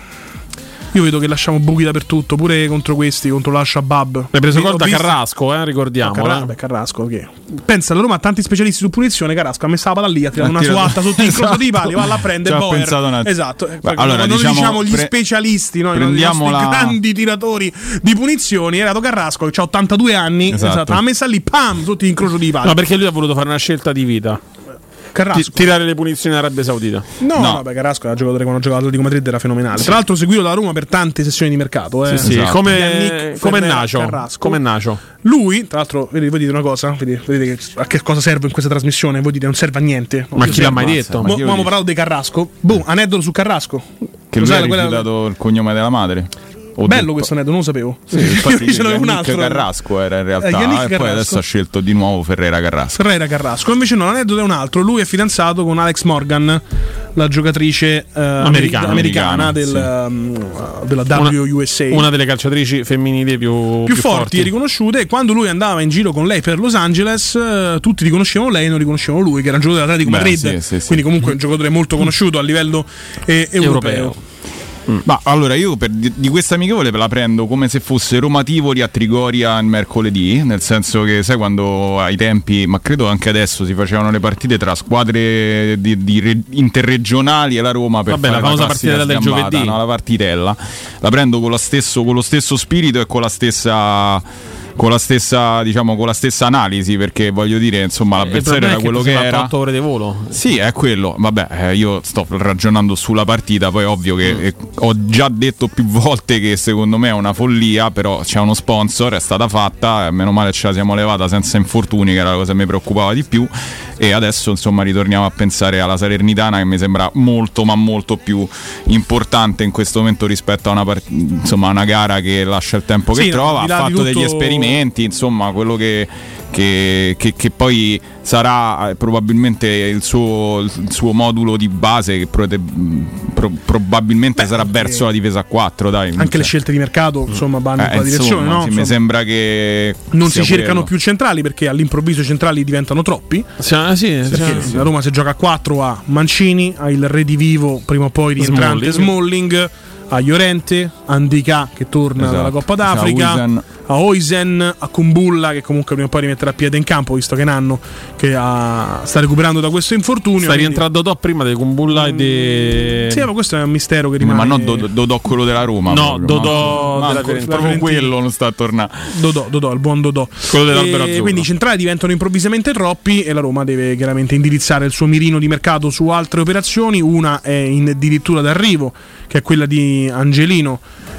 io vedo che lasciamo buchi dappertutto, pure contro questi, contro l'Al-Shabaab. Hai preso gol da Carrasco, eh, ricordiamo. No, Carra- eh. beh, Carrasco, che pensa, la Roma ha tanti specialisti su punizione. Carrasco ha messo la palla lì, ha tirato una tirato... suatta sotto il crocio di pali, va là a prendere Boer. Pensato un attimo. Esatto. Beh, allora, non diciamo, diciamo gli pre- specialisti, no, prendiamo i nostri la... grandi tiratori di punizioni. Era Carrasco che ha ottantadue anni, esatto. esatto, ha messa lì, pam, sotto il crocio di pali. No, perché lui ha voluto fare una scelta di vita. Carrasco. Tirare le punizioni in Arabia Saudita. No, no, no beh, Carrasco era giocatore quando ha giocato all'Atletico Madrid, era fenomenale. Sì. Tra l'altro seguito da Roma per tante sessioni di mercato, eh. Sì, sì. Esatto. Come come Nacio. Come Nacio. Lui, tra l'altro, vedete, voi dite una cosa, vedete, vedete che, a che cosa serve in questa trasmissione, voi dite non serve a niente. Ma chi l'ha mai detto? Mo, abbiamo parlato di Carrasco. Boh, aneddoto su Carrasco. Che lui ha rifiutato quella... il cognome della madre. O bello detto... questo aneddoto, non lo sapevo. Sì, infatti io ce l'avevo un altro. Carrasco era in realtà, eh, e poi adesso ha scelto di nuovo Ferreira Carrasco. Ferreira Carrasco. Invece no, l'aneddoto è un altro. Lui è fidanzato con Alex Morgan, la giocatrice uh, americana, americana del, sì. um, della W U S A, una, una delle calciatrici femminili più, più, più forti, forti e riconosciute. E quando lui andava in giro con lei per Los Angeles, uh, tutti riconoscevano lei e non riconoscevano lui, che era un giocatore dell'Atletico Madrid, sì, sì, quindi sì. comunque un giocatore molto conosciuto a livello eh, europeo. europeo. Mm. Ma allora io per, di, di questa amichevole la prendo come se fosse Roma Tivoli a Trigoria il mercoledì, nel senso che sai quando ai tempi, ma credo anche adesso, si facevano le partite tra squadre di, di re, interregionali e la Roma per Vabbè, fare la famosa la partita del giovedì, no, la partitella. La prendo con, la stesso, con lo stesso spirito e con la stessa con la stessa diciamo con la stessa analisi, perché voglio dire, insomma, l'avversario era quello che, che era. otto ore di volo. Sì, è quello. Vabbè, eh, io sto ragionando sulla partita, poi ovvio che mm. eh, ho già detto più volte che secondo me è una follia, però c'è uno sponsor, è stata fatta, eh, meno male ce la siamo levata senza infortuni, che era la cosa che mi preoccupava di più, e adesso insomma ritorniamo a pensare alla Salernitana, che mi sembra molto ma molto più importante in questo momento rispetto a una part- insomma una gara che lascia il tempo che sì, trova, ha fatto tutto... degli esperimenti, insomma quello che Che, che, che poi sarà eh, probabilmente il suo, il suo modulo di base, che pro, pro, probabilmente Beh, sarà anche, verso la difesa a quattro, dai. Anche cioè. le scelte di mercato insomma vanno eh, in quella insomma, direzione, no? Sì, insomma, mi sembra che non si cercano quello. più centrali, perché all'improvviso i centrali diventano troppi. Sì, sì, perché sì, la Roma se gioca a quattro ha Mancini, ha il redivivo prima o poi rientrante Smalling, Smalling a Llorente, a Ndicà che torna esatto. dalla Coppa d'Africa, a Oisen, a Kumbulla che comunque prima o poi rimetterà piede in campo, visto che è un anno che ha, sta recuperando da questo infortunio. Sta quindi... rientrando Dodò prima di Kumbulla e di... Sì, ma questo è un mistero che rimane. Ma non Dodò, Dodò quello della Roma. No, proprio, Dodò ma... della Manco, della proprio quello non sta a tornare. Dodò, Dodò, il buon Dodò. Quello dell'albero azzurro. Quindi i centrali diventano improvvisamente troppi e la Roma deve chiaramente indirizzare il suo mirino di mercato su altre operazioni. Una è in addirittura d'arrivo, che è quella di Angelino,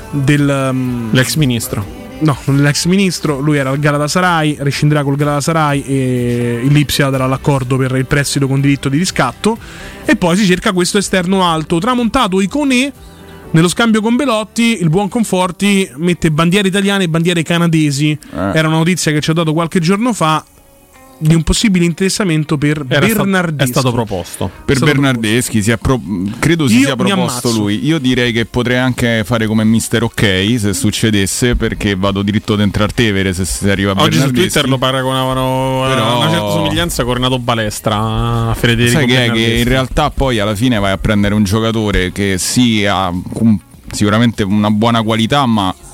del um... l'ex ministro. No, non l'ex ministro, lui era al Galatasaray, rescinderà col Galatasaray e il Lipsia darà l'accordo per il prestito con diritto di riscatto. E poi si cerca questo esterno alto, tramontato Iconè. Nello scambio con Belotti, il buon Conforti mette bandiere italiane e bandiere canadesi. Eh. Era una notizia che ci ha dato qualche giorno fa di un possibile interessamento per Era Bernardeschi. È stato proposto. Per stato Bernardeschi si è pro- credo si Io sia proposto lui. Io direi che potrei anche fare come mister Ok se succedesse, perché vado dritto dentro al Tevere se si arriva a Oggi Bernardeschi. su Twitter lo paragonavano Però... a una certa somiglianza con Renato Balestra a Federico. Sai che è che in realtà poi alla fine vai a prendere un giocatore che sì ha sicuramente una buona qualità, ma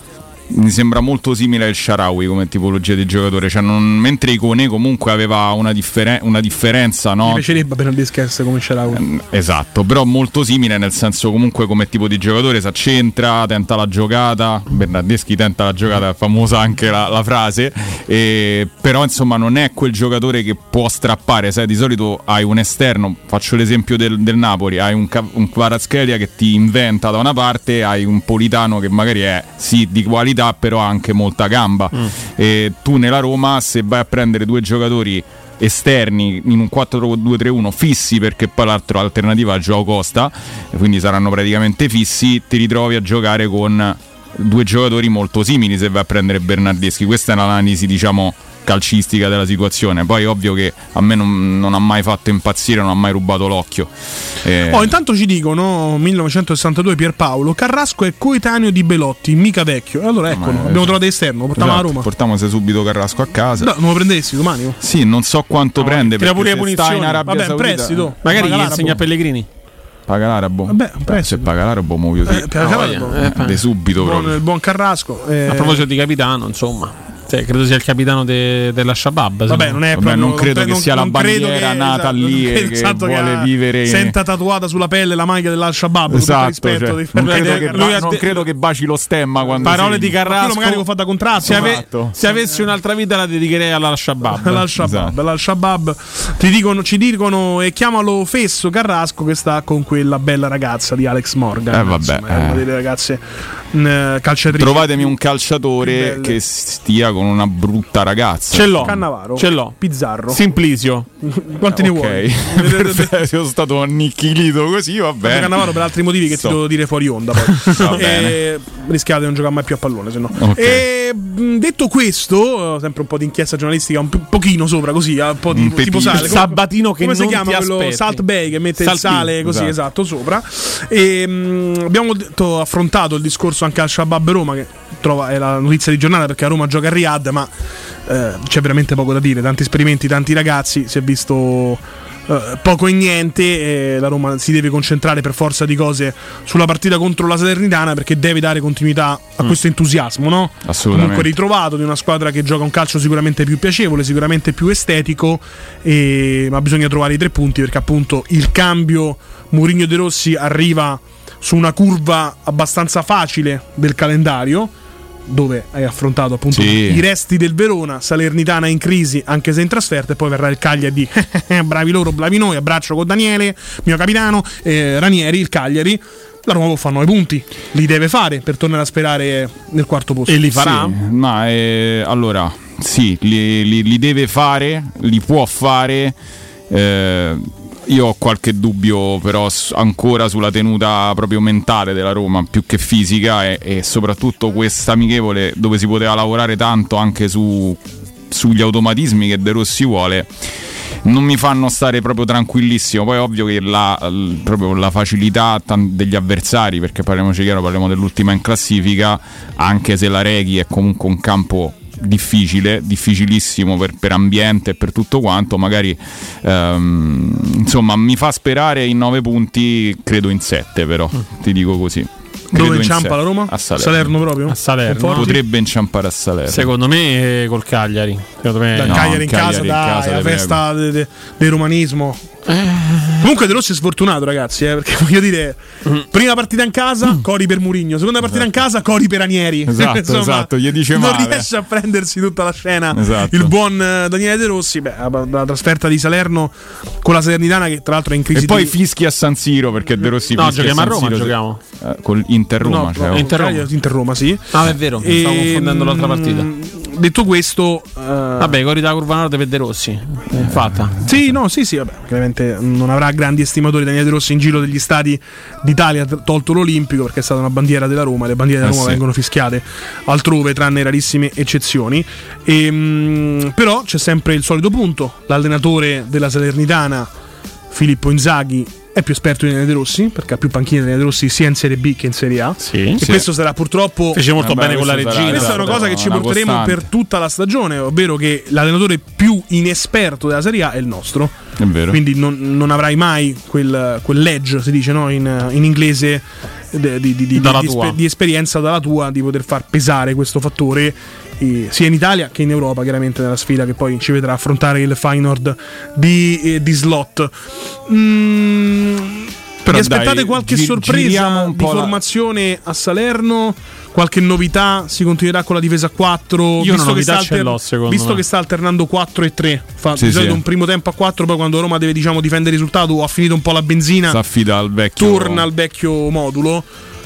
mi sembra molto simile al Shaarawy come tipologia di giocatore, cioè non, mentre Ikoné comunque aveva una, differen- una differenza, no? Mi piacerebbe Bernardeschi essere come Shaarawy. Esatto, però molto simile, nel senso comunque come tipo di giocatore si accentra, tenta la giocata. Bernardeschi tenta la giocata, è famosa anche la, la frase, e, però insomma non è quel giocatore che può strappare, sai, di solito hai un esterno, faccio l'esempio del, del Napoli, hai un, un Kvaratskhelia che ti inventa da una parte, hai un Politano che magari è sì di qualità però ha anche molta gamba, mm. e tu nella Roma se vai a prendere due giocatori esterni in un quattro due tre uno fissi, perché poi l'altro alternativa è Joao Costa, e quindi saranno praticamente fissi, ti ritrovi a giocare con due giocatori molto simili se vai a prendere Bernardeschi. Questa è l'analisi, diciamo, calcistica della situazione. Poi ovvio che a me non, non ha mai fatto impazzire, non ha mai rubato l'occhio. eh... Oh, intanto ci dicono millenovecentosessantadue Pierpaolo, Carrasco è coetaneo di Belotti, mica vecchio. E allora eccolo, Ma, abbiamo trovato esterno, lo portiamo esatto, a Roma. Portiamo subito Carrasco a casa. No, non lo prendessi domani? Oh? Sì, non so quanto no, prende, tira perché pure se sta in Arabia Vabbè, Saudita, prestito. Magari gli Paga insegna l'arabo. Pellegrini. Paga l'Arabo. Vabbè, un prestito. Se paga l'Arabo muoio sì. Eh, paga l'Arabo. eh, eh, de subito buon, proprio. il buon Carrasco. Eh... A proposito di capitano, insomma. Cioè, credo sia il capitano de- della Shabab. Vabbè, non è Vabbè, proprio, non credo che non, sia non la bandiera che, nata esatto, lì e che esatto, vuole che vivere. Senta tatuata sulla pelle la maglia dell'Al-Shabaab. Esatto, Rispetto, cioè, di non, credo che, lui ba- non de- credo che baci lo stemma quando parole segni. di Carrasco. Ma magari lo fa da contratto. Se, ave- esatto. se avessi un'altra vita la dedicherei all'Al-Shabaab. L'Al-Shabaab, esatto. l'Al-Shabaab. Ti dicono, ci dicono e chiamalo Fesso Carrasco, che sta con quella bella ragazza di Alex Morgan. Eh, vabbè, Insomma, è eh. una delle ragazze mh, calciatrici. Trovatemi un calciatore che stia con una brutta ragazza. Ce l'ho. Cannavaro, Ce l'ho. Pizzarro, Simplisio. Quanti ne Ok, vuoi? perfetto, sono stato annichilito così, va bene. Cannavaro per altri motivi che So. ti devo dire fuori onda. Poi. Va e rischiate di non giocare mai più a pallone, se no. Ok. E mh, detto questo, sempre un po' di inchiesta giornalistica, un p- pochino sopra così, un po' di Un tipo pepino. sale. Il sabatino che come si non chiama ti quello aspetti. Salt Bay che mette Saltino, il sale così esatto. esatto sopra. E mh, abbiamo detto, affrontato il discorso anche al Shabab Roma, che trova è la notizia di giornata perché a Roma gioca a Riyadh, ma eh, c'è veramente poco da dire, tanti esperimenti, tanti ragazzi, si è visto eh, poco e niente, e la Roma si deve concentrare per forza di cose sulla partita contro la Salernitana, perché deve dare continuità a Mm. questo entusiasmo, no? Assolutamente. Comunque ritrovato, di una squadra che gioca un calcio sicuramente più piacevole, sicuramente più estetico, e... ma bisogna trovare i tre punti, perché appunto il cambio Mourinho De Rossi arriva su una curva abbastanza facile del calendario, dove hai affrontato appunto Sì. i resti del Verona, Salernitana in crisi anche se in trasferta, e poi verrà il Cagliari di bravi loro, bravi noi, abbraccio con Daniele, mio capitano, eh, Ranieri, il Cagliari. La Roma può fare nove punti, li deve fare per tornare a sperare nel quarto posto. E li farà? Sì, ma eh, allora sì, li, li- li deve fare, li può fare. eh, Io ho qualche dubbio però s- ancora sulla tenuta proprio mentale della Roma, più che fisica, e, e soprattutto questa amichevole dove si poteva lavorare tanto anche su, sugli automatismi che De Rossi vuole, non mi fanno stare proprio tranquillissimo. Poi è ovvio che la, l- proprio la facilità tan- degli avversari, perché parliamoci chiaro, parliamo dell'ultima in classifica, anche se la Reghi è comunque un campo difficile, difficilissimo per, per ambiente e per tutto quanto, magari ehm, insomma mi fa sperare in nove punti, credo in sette però, ti dico così. Credo Dove in inciampa sette. la Roma? A Salerno. Salerno proprio? A Salerno. Conforti? Potrebbe inciampare a Salerno. Secondo me eh, col Cagliari. Secondo me Dal No, Cagliari in Cagliari casa, in dai, casa, la te festa de- de- del romanismo. Comunque De Rossi è sfortunato, ragazzi, eh, perché voglio dire, prima partita in casa, Cori per Mourinho, seconda partita in casa, Cori per Ranieri. Esatto, Insomma, esatto, gli dice non male. riesce a prendersi tutta la scena. Esatto. Il buon eh, Daniele De Rossi, beh, la, la trasferta di Salerno con la Salernitana, che tra l'altro è in crisi E poi di... fischi a San Siro, perché De Rossi No, fischia giochiamo a San Roma, Siro, giochiamo. eh, con Inter Roma, No, cioè, no, Inter Roma. Inter, Inter Roma, sì. Ah, è vero, E, stavo confondendo l'altra partita. Detto questo, eh, Vabbè, corri da curva nord per De Rossi. È fatta. sì, no, sì, sì, vabbè, ovviamente non avrà grandi estimatori Daniele De Rossi in giro degli stadi d'Italia, t- tolto l'Olimpico, perché è stata una bandiera della Roma, le bandiere della Eh, Roma sì. vengono fischiate altrove, tranne rarissime eccezioni. E, mh, però c'è sempre il solito punto, l'allenatore della Salernitana, Filippo Inzaghi, è più esperto di Daniele De Rossi, perché ha più panchine di Daniele De Rossi sia in Serie B che in Serie A. Sì. E Sì. questo sarà purtroppo... Fece molto Vabbè, bene con la questo sarà- regina. Questa è una Esatto, cosa che ci una porteremo costante. per tutta la stagione, ovvero che l'allenatore più inesperto della Serie A è il nostro. È vero. Quindi non, non avrai mai quel, quel ledge, si dice, no? in, in inglese, di, di, di, di, Dalla di, tua. esper- di esperienza dalla tua, di poter far pesare questo fattore eh, sia in Italia che in Europa, chiaramente nella sfida che poi ci vedrà affrontare il Feyenoord di, eh, di Slot. Mm, Però vi aspettate dai, qualche gi- sorpresa giriamo un di po' la- formazione a Salerno? Qualche novità? Si continuerà con la difesa a quattro? Io una visto che novità sta ce l'ho, secondo visto me. che sta alternando quattro e tre, fa Sì, di solito sì. un primo tempo a quattro, poi quando Roma deve diciamo difendere il risultato o ha finito un po' la benzina, Si affida al vecchio. torna al vecchio modulo.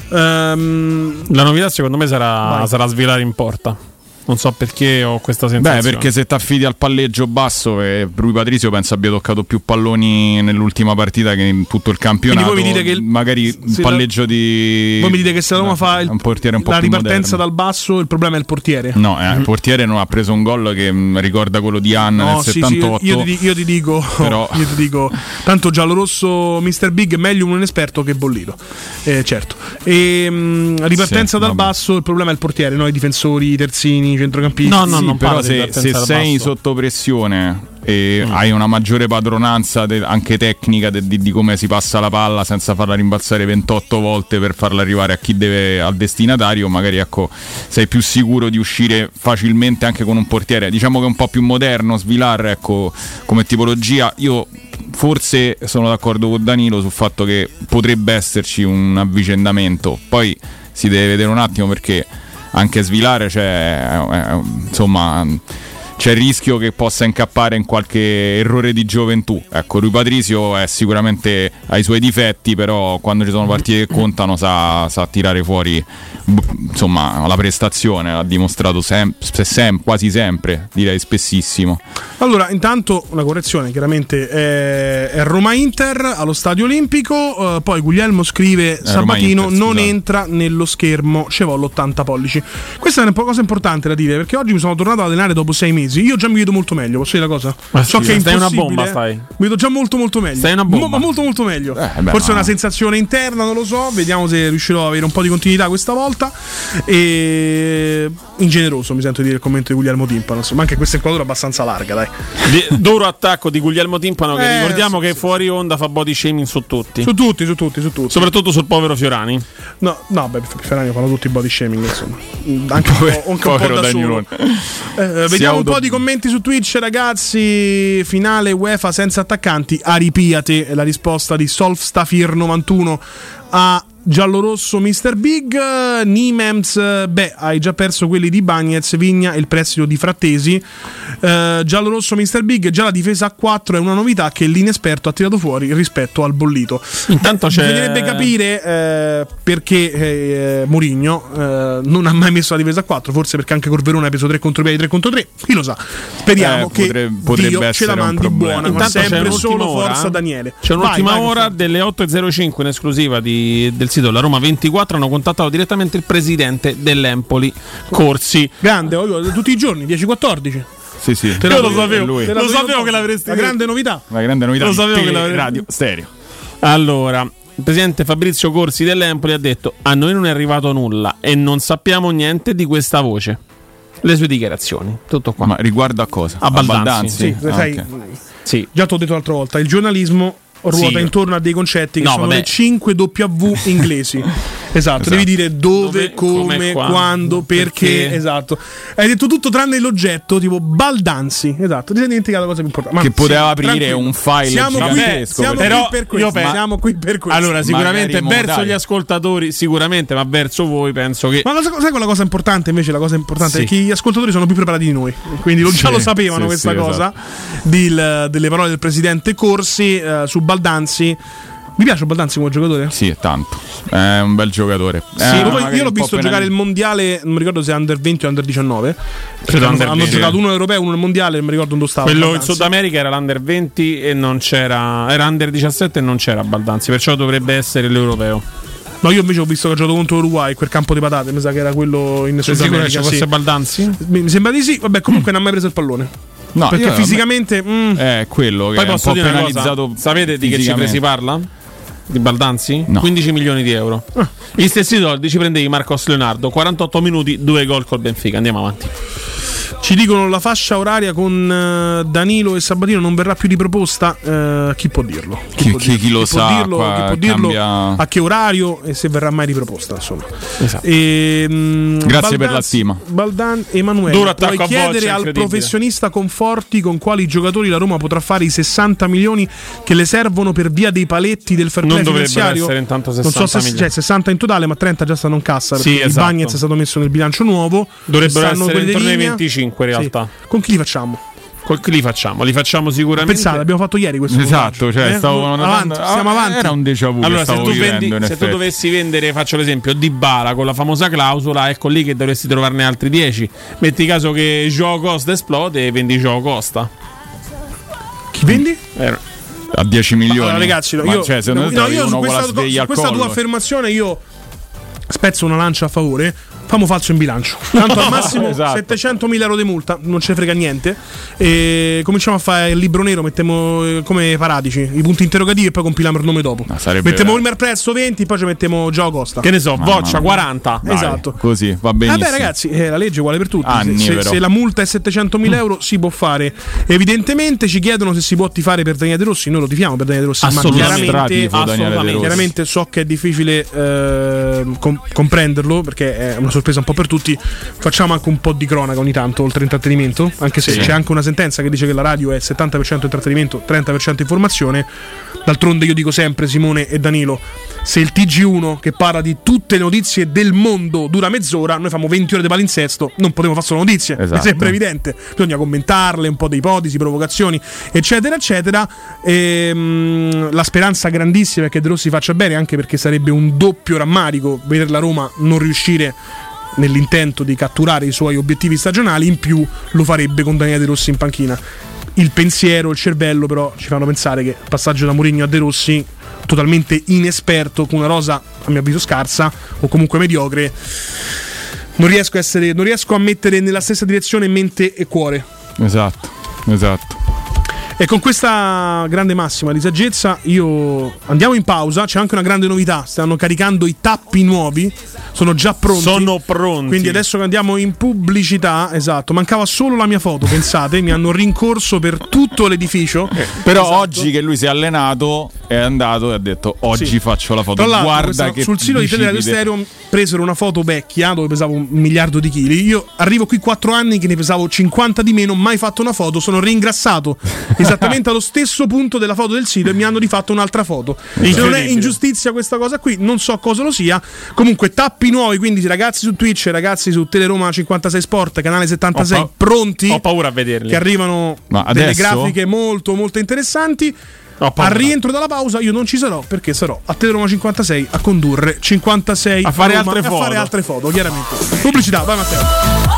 Ehm, La novità secondo me sarà, Vai. sarà Svilare in porta. Non so perché ho questa sensazione. Beh, perché se ti affidi al palleggio basso, e Rui Patrizio penso abbia toccato più palloni nell'ultima partita che in tutto il campionato. Quindi voi mi dite che il- magari sì, il palleggio di. voi mi dite che se la Roma Beh, fa il- un portiere un po' la più ripartenza moderno. dal basso, il problema è il portiere. No, eh, il portiere non ha preso un gol che mh, ricorda quello di Anna No, nel sì, sì, settantotto. io, ti, io ti dico, Però- io ti dico, tanto giallorosso mister Big, meglio un inesperto che bollito. Eh, certo. E, mh, ripartenza Sì, dal vabbè. basso, il problema è il portiere, no? I difensori, i terzini, i centrocampisti. No, no, Sì, non però parlo di se, partenza se dal sei basso. sotto pressione e Mm. hai una maggiore padronanza de- anche tecnica de- di, di come si passa la palla senza farla rimbalzare ventotto volte per farla arrivare a chi deve, al destinatario, magari ecco sei più sicuro di uscire facilmente anche con un portiere diciamo che è un po' più moderno, Svilar, ecco, come tipologia. Io forse sono d'accordo con Danilo sul fatto che potrebbe esserci un avvicendamento, poi si deve vedere un attimo perché anche Svilare c'è, eh, insomma, c'è il rischio che possa incappare in qualche errore di gioventù. Ecco, Rui Patrizio è sicuramente ha i suoi difetti, però quando ci sono partite che contano sa, sa tirare fuori b- insomma la prestazione, l'ha dimostrato sem- sem- quasi sempre, direi spessissimo. Allora, intanto una correzione, chiaramente è, è Roma-Inter allo Stadio Olimpico, eh, poi Guglielmo scrive Sabatino Roma-Inter, non scusate. entra nello schermo, ci vuole ottanta pollici. Questa è una po- cosa importante da dire, perché oggi mi sono tornato ad allenare dopo sei mesi, io già mi vedo molto meglio, posso dire la cosa? Ma So sì, che è stai una impossibile, bomba, stai. Mi vedo già molto molto meglio. Stai una bomba. Mo- molto molto meglio. Eh, beh, Forse è ma- una sensazione interna, non lo so, vediamo se riuscirò ad avere un po' di continuità questa volta. E ingeneroso mi sento dire il commento di Guglielmo Timpano, insomma, anche questa inquadratura abbastanza larga, dai. Di- duro attacco di Guglielmo Timpano che Eh, ricordiamo sì, che sì, fuori onda fa body shaming su tutti. Su tutti, su tutti, su tutti. Soprattutto sul povero Fiorani. No, no, beh, Ferrari fanno tutti body shaming, insomma. Anche un po', anche un po' Povero da solo. Danielone. Eh, Si vediamo auto- un po' di commenti su Twitch, ragazzi. Finale UEFA senza attaccanti. Aripiate è la risposta di Solfstafir novantuno a giallorosso mister Big. Nimems, beh, hai già perso quelli di Bagnez, Vigna e il prestito di Frattesi. Eh, giallorosso mister Big, già la difesa a quattro è una novità che l'inesperto ha tirato fuori rispetto al bollito. Intanto c'è Bisognerebbe capire eh, perché eh, Mourinho eh, non ha mai messo la difesa a quattro, forse perché anche col Verona ha preso tre contro piedi, tre contro tre, chi lo sa. Speriamo Eh, che potrebbe- potrebbe Dio ce essere la un mandi problema. buona, ma Intanto c'è sempre un'ultima solo ora, forza Daniele. C'è un'ultima Vai, vai, ora Constantino. delle otto e zero cinque in esclusiva di- del sito La Roma ventiquattro. Hanno contattato direttamente il presidente dell'Empoli, Corsi. Grande, voglio- tutti i giorni, dieci quattordici. Sì, sì. Te Io lo dico- sapevo, te lo dico sapevo dopo. che l'avresti La detto. grande novità. La grande novità Lo di sapevo che tele- l'avrei- radio stereo. Allora, il presidente Fabrizio Corsi dell'Empoli ha detto: a noi non è arrivato nulla e non sappiamo niente di questa voce. Le sue dichiarazioni, tutto qua. Ma riguardo a cosa? A Baldanzi. Sì, Ah, sai, ok. Sì. già ti ho detto l'altra volta, il giornalismo ruota Sì. intorno a dei concetti che No, sono vabbè. le cinque W inglesi. Esatto, Esatto. devi dire Dove, dove, come, come, quando, quando, perché, perché. esatto. Hai detto tutto tranne l'oggetto, tipo Baldanzi, esatto, ti sei dimenticato la cosa più importante. Ma Che poteva sì, aprire tranquillo. un file siamo qui, gigantesco, siamo però qui per questo, io pe- siamo qui per questo. Allora, sicuramente Magari verso dai. gli ascoltatori, sicuramente, ma verso voi penso che. Ma cosa, sai quella cosa importante invece? La cosa importante Sì. è che gli ascoltatori sono più preparati di noi, quindi lo- già Sì, lo sapevano sì, questa sì, cosa del- delle parole del presidente Corsi eh, su Baldanzi. Vi piace Baldanzi come giocatore? Sì, è tanto. È un bel giocatore. Sì, Eh, poi magari io l'ho un po' visto giocare il penalizzato. mondiale, non mi ricordo se under venti o under diciannove. Credo hanno, under hanno venti. giocato uno europeo, uno nel mondiale, non mi ricordo dove stava. Quello in Baldanzi. Sud America era l'Under venti e non c'era. Era Under diciassette e non c'era Baldanzi, perciò dovrebbe essere l'europeo. No, io invece ho visto che ha giocato contro l'Uruguay, quel campo di patate, mi sa che era quello in Sei Sud sicuro che America. ci fosse Sì. Baldanzi? Mi mi sembra di sì, vabbè, comunque non ha mai preso il pallone. No, Perché io- fisicamente mm, È quello che Poi è un posso po' dire una penalizzato. cosa? Sapete di che cifre si parla? Di Baldanzi? No. quindici milioni di euro. Gli stessi soldi ci prendevi Marcos Leonardo, quarantotto minuti, due gol col Benfica. Andiamo avanti. Ci dicono la fascia oraria con uh, Danilo e Sabatino non verrà più riproposta. Uh, chi può dirlo? Chi, chi, chi, chi lo chi sa? Può dirlo, chi può dirlo cambia... a che orario e se verrà mai riproposta? Insomma. Esatto. E, mh, Grazie Baldan, per la stima. Baldan Emanuele, Duro puoi attacco a chiedere Boccia, al professionista Conforti con quali giocatori la Roma potrà fare i sessanta milioni che le servono per via dei paletti del fair play non dovrebbero finanziario? essere intanto sessanta Non so se milioni. cioè, sessanta in totale, ma trenta già stanno in cassa perché Sì, il esatto. Bagnez è stato messo nel bilancio nuovo. Dovrebbero stanno essere quelli intorno ai di linea. venticinque in realtà. Sì. Con chi li facciamo? Con chi li facciamo? Li facciamo sicuramente. Pensate, abbiamo fatto ieri questo Esatto, cioè eh? stavo avanti, stiamo avanti. Era un déjà vu. Allora, che se, stavo tu, vivendo, vendi, in se tu effetti. dovessi vendere, faccio l'esempio, Dybala con la famosa clausola, ecco lì che dovresti trovarne altri dieci. Metti caso che Joao Costa esplode e vendi Joao Costa. Chi vendi? Eh, A dieci milioni. Allora, ragazzi, no, Ma io, cioè, se no, non no, io su uno con la questa, sveglia su al questa tua collo. affermazione io spezzo una lancia a favore. Famo falso in bilancio. Tanto al massimo Esatto. settecentomila euro di multa, non ce ne frega niente. E cominciamo a fare il libro nero, mettiamo eh, come paratici i punti interrogativi e poi compiliamo il nome dopo. No, sarebbe mettiamo vero. Wilmer Prezzo venti, poi ci mettiamo Joao Costa. che ne so, Mamma Boccia mia. quaranta. Dai, esatto. Così va benissimo. Vabbè ragazzi, eh, la legge è uguale per tutti. Anni, se, se, però. se la multa è settecentomila euro si può fare. Evidentemente ci chiedono se si può tifare per Daniele De Rossi. Noi lo tifiamo per Daniele De Rossi, ma Assolutamente. chiaramente, Stratifo Daniele De Rossi. chiaramente so che è difficile eh, com- comprenderlo perché è una sorpresa un po' per tutti. Facciamo anche un po' di cronaca ogni tanto, oltre intrattenimento, anche se Sì. c'è anche una sentenza che dice che la radio è settanta per cento intrattenimento, trenta per cento informazione. D'altronde io dico sempre, Simone e Danilo, se il T G uno che parla di tutte le notizie del mondo dura mezz'ora, noi facciamo venti ore di palinsesto, non potremo fare solo notizie, Esatto. mi sembra evidente. Bisogna commentarle, un po' di ipotesi, provocazioni, eccetera, eccetera. Ehm, la speranza grandissima è che De Rossi faccia bene, anche perché sarebbe un doppio rammarico vedere la Roma non riuscire nell'intento di catturare i suoi obiettivi stagionali. In più lo farebbe con Daniele De Rossi in panchina. Il pensiero, il cervello però ci fanno pensare che il passaggio da Mourinho a De Rossi, totalmente inesperto, con una rosa a mio avviso scarsa o comunque mediocre, non riesco a essere, non riesco a mettere nella stessa direzione mente e cuore. Esatto, esatto. E con questa grande massima di saggezza io andiamo in pausa. C'è anche una grande novità, stanno caricando i tappi nuovi, sono già pronti. Sono pronti. Quindi adesso che andiamo in pubblicità, esatto, mancava solo la mia foto, pensate, mi hanno rincorso per tutto l'edificio. Eh, però Esatto. oggi che lui si è allenato è andato e ha detto oggi Sì. faccio la foto. Tra l'altro, Guarda questa- che sul sito di Teleradio bicipite. Stereo presero una foto vecchia dove pesavo un miliardo di chili. Io arrivo qui quattro anni che ne pesavo cinquanta di meno, mai fatto una foto, sono ringrassato esattamente allo stesso punto della foto del sito e mi hanno rifatto un'altra foto. Se non è Incredibile. ingiustizia questa cosa qui, non so cosa lo sia. Comunque tappi nuovi, quindi ragazzi su Twitch, ragazzi su Teleroma cinquantasei Sport, canale settantasei, Ho pa- pronti, Ho paura a vederli. che arrivano Ma delle adesso? grafiche molto molto interessanti. Ho Al paura. rientro dalla pausa io non ci sarò perché sarò a Teleroma cinquantasei a condurre cinquantasei A fare Roma altre e a foto. fare altre foto, chiaramente. Pubblicità, vai Matteo.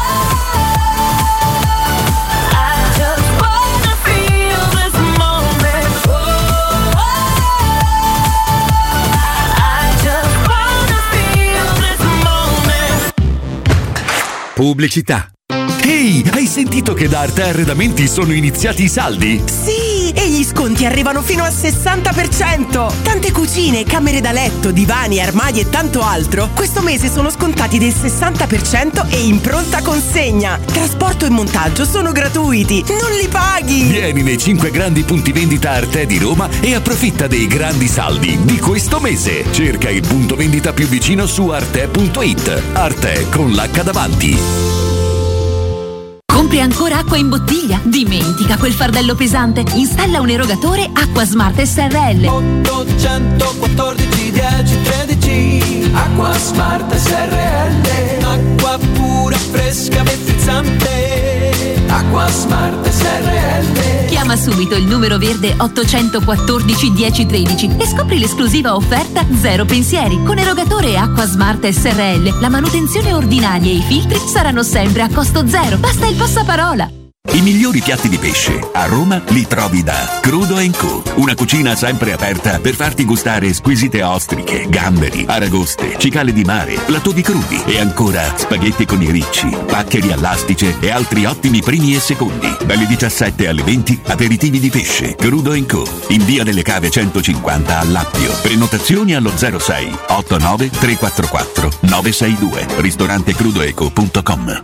Pubblicità. Ehi, hai sentito che da Arte Arredamenti sono iniziati i saldi? Sì, e gli sconti arrivano fino al sessanta per cento. Tante cucine, camere da letto, divani, armadi e tanto altro questo mese sono scontati del sessanta per cento e in pronta consegna. Trasporto e montaggio sono gratuiti, non li paghi. Vieni nei cinque grandi punti vendita Arte di Roma e approfitta dei grandi saldi di questo mese. Cerca il punto vendita più vicino su arte punto it. Arte con l'H davanti. Compri ancora acqua in bottiglia? Dimentica quel fardello pesante. Installa un erogatore Acqua Smart S R L. ottocentoquattordici dieci tredici Acqua Smart S R L. Acqua pura, fresca, frizzante. Acqua Smart S R L. Chiama subito il numero verde ottocentoquattordici dieci tredici e scopri l'esclusiva offerta Zero Pensieri. Con erogatore Acqua Smart S R L la manutenzione ordinaria e i filtri saranno sempre a costo zero. Basta il passaparola. I migliori piatti di pesce a Roma li trovi da Crudo and Co. Una cucina sempre aperta per farti gustare squisite ostriche, gamberi, aragoste, cicale di mare, platoni crudi e ancora spaghetti con i ricci, paccheri all'astice e altri ottimi primi e secondi. Dalle diciassette alle venti aperitivi di pesce. Crudo and Co. In via delle Cave centocinquanta a Lappio. Prenotazioni allo zero sei ottantanove trecentoquarantaquattro nove sei due. ristorante crudoeco punto com.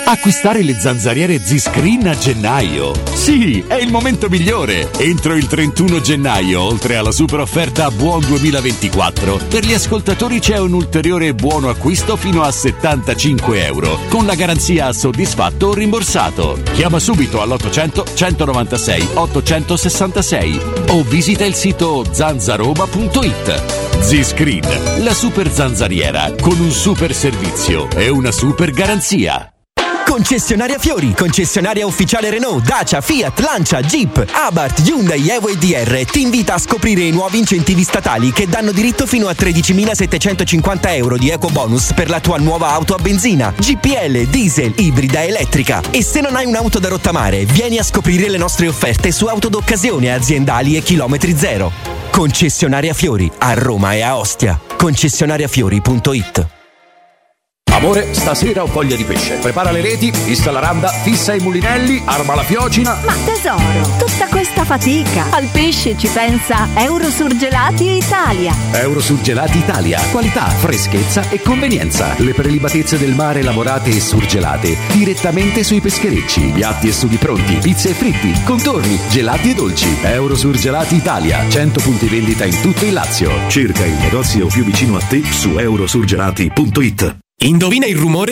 Acquistare le zanzariere Z-Screen a gennaio. Sì, è il momento migliore. Entro il trentuno gennaio, oltre alla super offerta Buon duemilaventiquattro, per gli ascoltatori c'è un ulteriore buono acquisto fino a settantacinque euro, con la garanzia soddisfatto o rimborsato. Chiama subito all'ottocento centonovantasei ottocentosessantasei o visita il sito zanzaroma punto it. Z-Screen, la super zanzariera con un super servizio e una super garanzia. Concessionaria Fiori, concessionaria ufficiale Renault, Dacia, Fiat, Lancia, Jeep, Abarth, Hyundai, Evo e D R ti invita a scoprire i nuovi incentivi statali che danno diritto fino a tredicimilasettecentocinquanta euro di eco bonus per la tua nuova auto a benzina, G P L, diesel, ibrida, elettrica. E se non hai un'auto da rottamare, vieni a scoprire le nostre offerte su auto d'occasione, aziendali e chilometri zero. Concessionaria Fiori, a Roma e a Ostia. concessionariafiori punto it. Amore, stasera ho voglia di pesce. Prepara le reti, fissa la randa, fissa i mulinelli, arma la fiocina. Ma tesoro, tutta questa fatica. Al pesce ci pensa Eurosurgelati Italia. Eurosurgelati Italia. Qualità, freschezza e convenienza. Le prelibatezze del mare lavorate e surgelate direttamente sui pescherecci. Piatti e sughi pronti, pizze e fritti, contorni, gelati e dolci. Eurosurgelati Italia. cento punti vendita in tutto il Lazio. Cerca il negozio più vicino a te su eurosurgelati punto it. Indovina il rumore?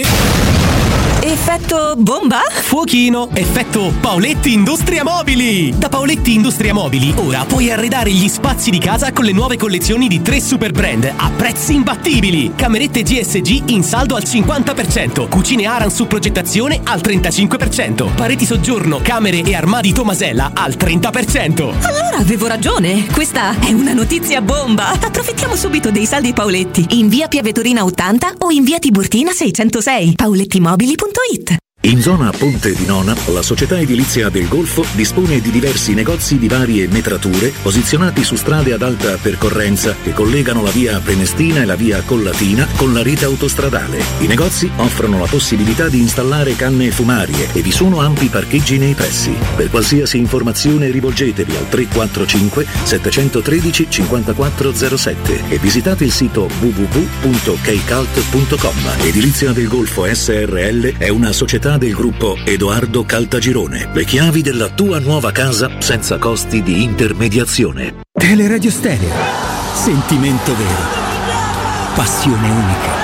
Effetto bomba? Fuochino, effetto Paoletti Industria Mobili. Da Paoletti Industria Mobili ora puoi arredare gli spazi di casa con le nuove collezioni di tre super brand a prezzi imbattibili. Camerette G S G in saldo al cinquanta per cento, cucine Aran su progettazione al trentacinque per cento, pareti soggiorno, camere e armadi Tomasella al trenta per cento. Allora avevo ragione, questa è una notizia bomba. Approfittiamo subito dei saldi Paoletti in via Piavetorina ottanta o in via Tiburtina seicentosei. paolettimobili punto it. In zona Ponte di Nona, la società edilizia del Golfo dispone di diversi negozi di varie metrature posizionati su strade ad alta percorrenza che collegano la via Prenestina e la via Collatina con la rete autostradale. I negozi offrono la possibilità di installare canne fumarie e vi sono ampi parcheggi nei pressi. Per qualsiasi informazione rivolgetevi al tre quattro cinque sette uno tre cinque zero sette e visitate il sito w w w punto keicalt punto com. Edilizia del Golfo S R L è una società del gruppo Edoardo Caltagirone. Le chiavi della tua nuova casa senza costi di intermediazione. Teleradio Stereo. Sentimento vero. Passione unica.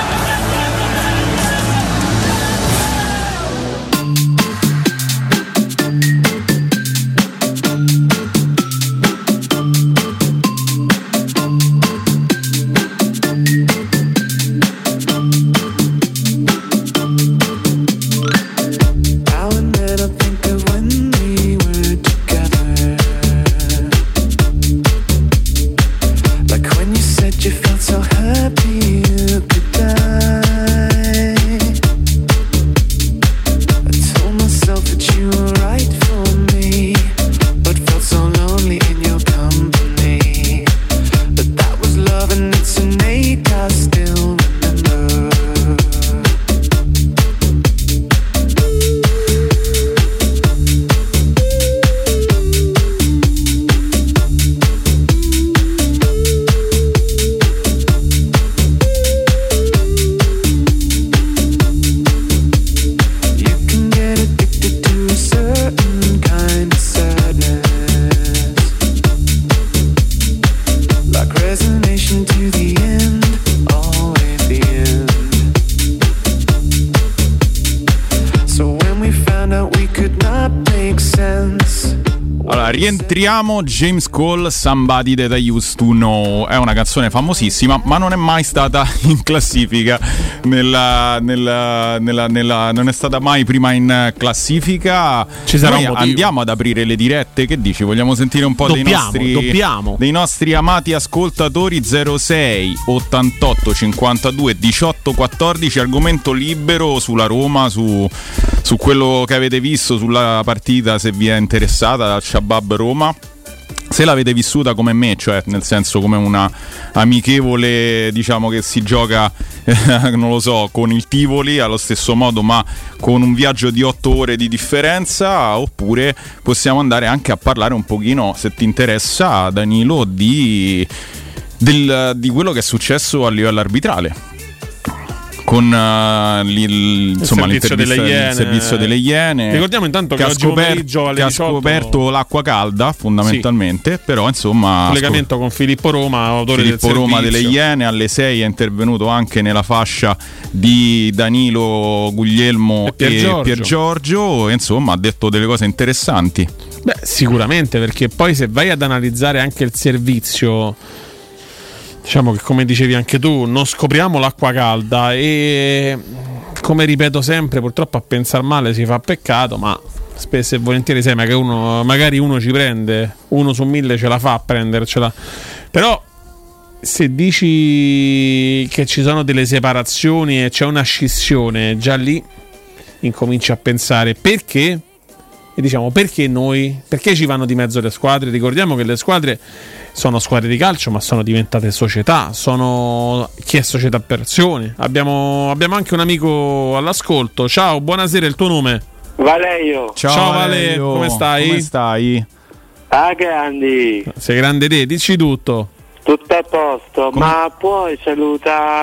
Rientriamo, James Cole, Somebody That I Used To Know. È una canzone famosissima, ma non è mai stata in classifica nella, nella, nella, nella, non è stata mai prima in classifica. Ci sarà Noi un motivo. Andiamo ad aprire le dirette. Che dici? Vogliamo sentire un po' Dobbiamo, dei nostri dobbiamo. dei nostri amati ascoltatori. Zero sei ottantotto cinquantadue diciotto quattordici. Argomento libero sulla Roma, su, su quello che avete visto sulla partita, se vi è interessata, al Shabab Roma, se l'avete vissuta come me, cioè nel senso come una amichevole, diciamo, che si gioca eh, non lo so, con il Tivoli allo stesso modo ma con un viaggio di otto ore di differenza, oppure possiamo andare anche a parlare un pochino, se ti interessa Danilo, di, del, di quello che è successo a livello arbitrale. con uh, il, insomma, il servizio delle Iene. Il servizio delle Iene. Ricordiamo intanto che, che, ha, oggi scoper- alle che ha diciotto scoperto l'acqua calda fondamentalmente, sì. Però insomma collegamento scop- con Filippo Roma, autore Filippo del Roma servizio. delle Iene. Alle sei è intervenuto anche nella fascia di Danilo Guglielmo e Pier, e Giorgio. Pier Giorgio, e insomma ha detto delle cose interessanti. Beh, sicuramente, perché poi se vai ad analizzare anche il servizio, diciamo che, come dicevi anche tu, non scopriamo l'acqua calda e, come ripeto sempre, purtroppo a pensar male si fa peccato, ma spesso e volentieri sai, ma che uno, magari uno ci prende, uno su mille ce la fa a prendercela. Però se dici che ci sono delle separazioni e c'è una scissione, già lì incominci a pensare perché, e diciamo perché noi, perché ci vanno di mezzo le squadre. Ricordiamo che le squadre sono squadre di calcio, ma sono diventate società, sono chi è società per azione. Abbiamo, abbiamo anche un amico all'ascolto. Ciao, buonasera, il tuo nome? Valerio. Ciao, Ciao Valerio, Vale, come stai? Come stai? Ah, grandi. Sei grande te, dici tutto. Tutto a posto, come? Ma puoi salutare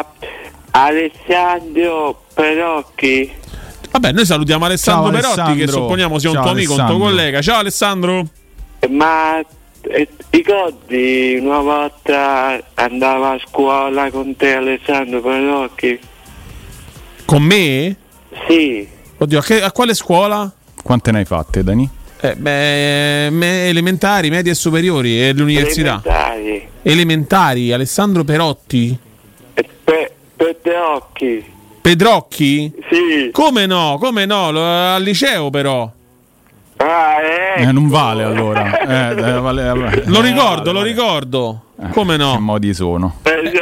Alessandro Perocchi? Vabbè, noi salutiamo Alessandro Ciao, Perotti, Alessandro. che supponiamo sia un Ciao, tuo amico, Alessandro. un tuo collega. Ciao Alessandro. Ma eh, ricordi una volta andava a scuola con te, Alessandro Perocchi? Con me? Sì. Oddio, a, che, a quale scuola? Quante ne hai fatte, Dani? Eh, beh, me, elementari, medie e superiori e l'università. Elementari. Elementari, Alessandro Perotti. Pe- Petrocchi. Pedrocchi? Sì. Come no? Come no? Lo- Al liceo però. Ah, ecco. Eh, non vale allora. Eh, eh, vale, vale. Lo ricordo, Eh, lo vale. ricordo. Come no? Che modi sono?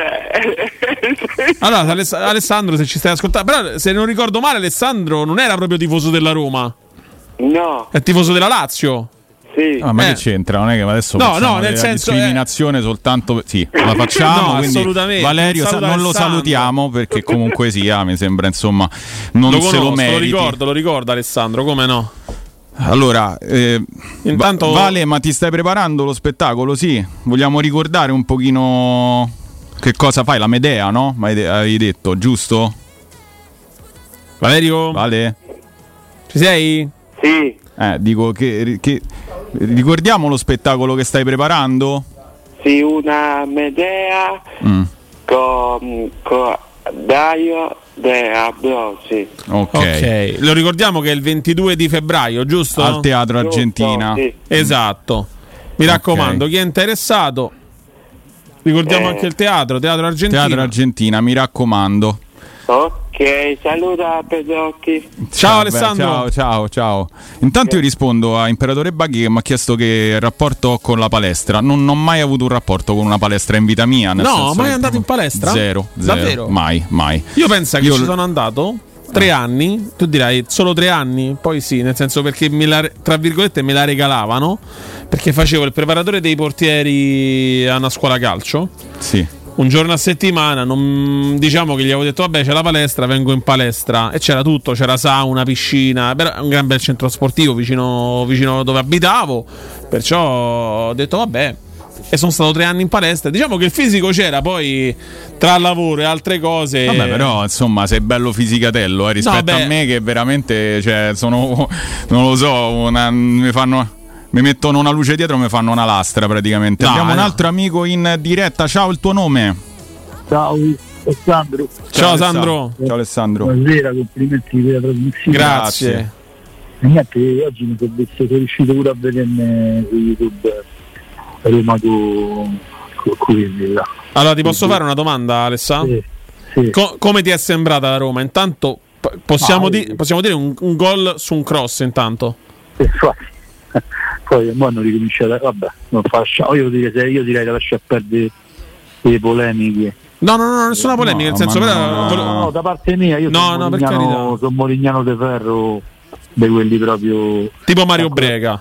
Allora, Aless- Alessandro, se ci stai ascoltando, però se non ricordo male, Alessandro non era proprio tifoso della Roma. No. È tifoso della Lazio. Sì. Ah, ma Eh. che c'entra? Non è che adesso No, facciamo no, nel della senso, discriminazione soltanto per- sì, la facciamo, No, quindi assolutamente. Valerio Un sa- saluto non lo Alessandro. salutiamo perché comunque sia, mi sembra insomma non lo se conosco, lo lo meriti. ricordo, lo ricordo Alessandro, come no? Allora, eh, Intanto- Va- Vale, ma ti stai preparando lo spettacolo? Sì, vogliamo ricordare un pochino che cosa fai, la Medea, no? Ma hai detto, giusto? Valerio? Vale? Ci sei? Sì. Eh, dico che, che ricordiamo lo spettacolo che stai preparando? Sì, una Medea Mm. con, con Dario De Ambrosi. Ok. Ok, lo ricordiamo che è il ventidue di febbraio, giusto? Al Teatro Argentina. Sì. Esatto. Mi raccomando, chi è interessato, ricordiamo Eh. anche il teatro, Teatro Argentina. Teatro Argentina, mi raccomando. Ok, saluta Pedrocchi. Ciao Vabbè, Alessandro. Ciao, ciao, ciao. Intanto io rispondo a Imperatore Baghi che mi ha chiesto che rapporto ho con la palestra. Non ho mai avuto un rapporto con una palestra in vita mia. Nel No, senso mai che andato proprio- in palestra? Zero, zero. Davvero? Mai, mai. Io penso che Io ci l- sono andato tre anni, tu dirai solo tre anni, poi sì, nel senso perché me la, tra virgolette me la regalavano, perché facevo il preparatore dei portieri a una scuola calcio. Sì. Un giorno a settimana, non, diciamo che gli avevo detto vabbè c'è la palestra, vengo in palestra e c'era tutto, c'era sauna, piscina, però è un gran bel centro sportivo vicino, vicino dove abitavo, perciò ho detto vabbè, e sono stato tre anni in palestra. Diciamo che il fisico c'era, poi tra lavoro e altre cose. Vabbè, però insomma sei bello fisicatello eh, rispetto No, beh. a me che veramente cioè, sono, non lo so, una, mi fanno... Mi mettono una luce dietro e mi fanno una lastra praticamente. No, Abbiamo no. un altro amico in diretta. Ciao, il tuo nome? Ciao Alessandro. Ciao Sandro. Ciao Alessandro. Buonasera, complimenti per la trasmissione. Grazie. E niente, oggi mi sono visto, sono riuscito pure a vedermi su YouTube Roma con Curitiba. Allora ti posso fare una domanda, Alessandro? Sì, sì. Co- come ti è sembrata la Roma? Intanto p- possiamo, Ah, di- sì. possiamo dire un, un gol su un cross intanto. Infatti, poi mo hanno ricominciato, vabbè, non facciamo, io direi, se- io direi da lasciare perdere le polemiche. No, no, no, nessuna polemica, nel senso ma però no, volevo- no, no, da parte mia io No, sono no, per Morignano, carità. sono Morignano de Ferro, di quelli proprio tipo Mario Brega.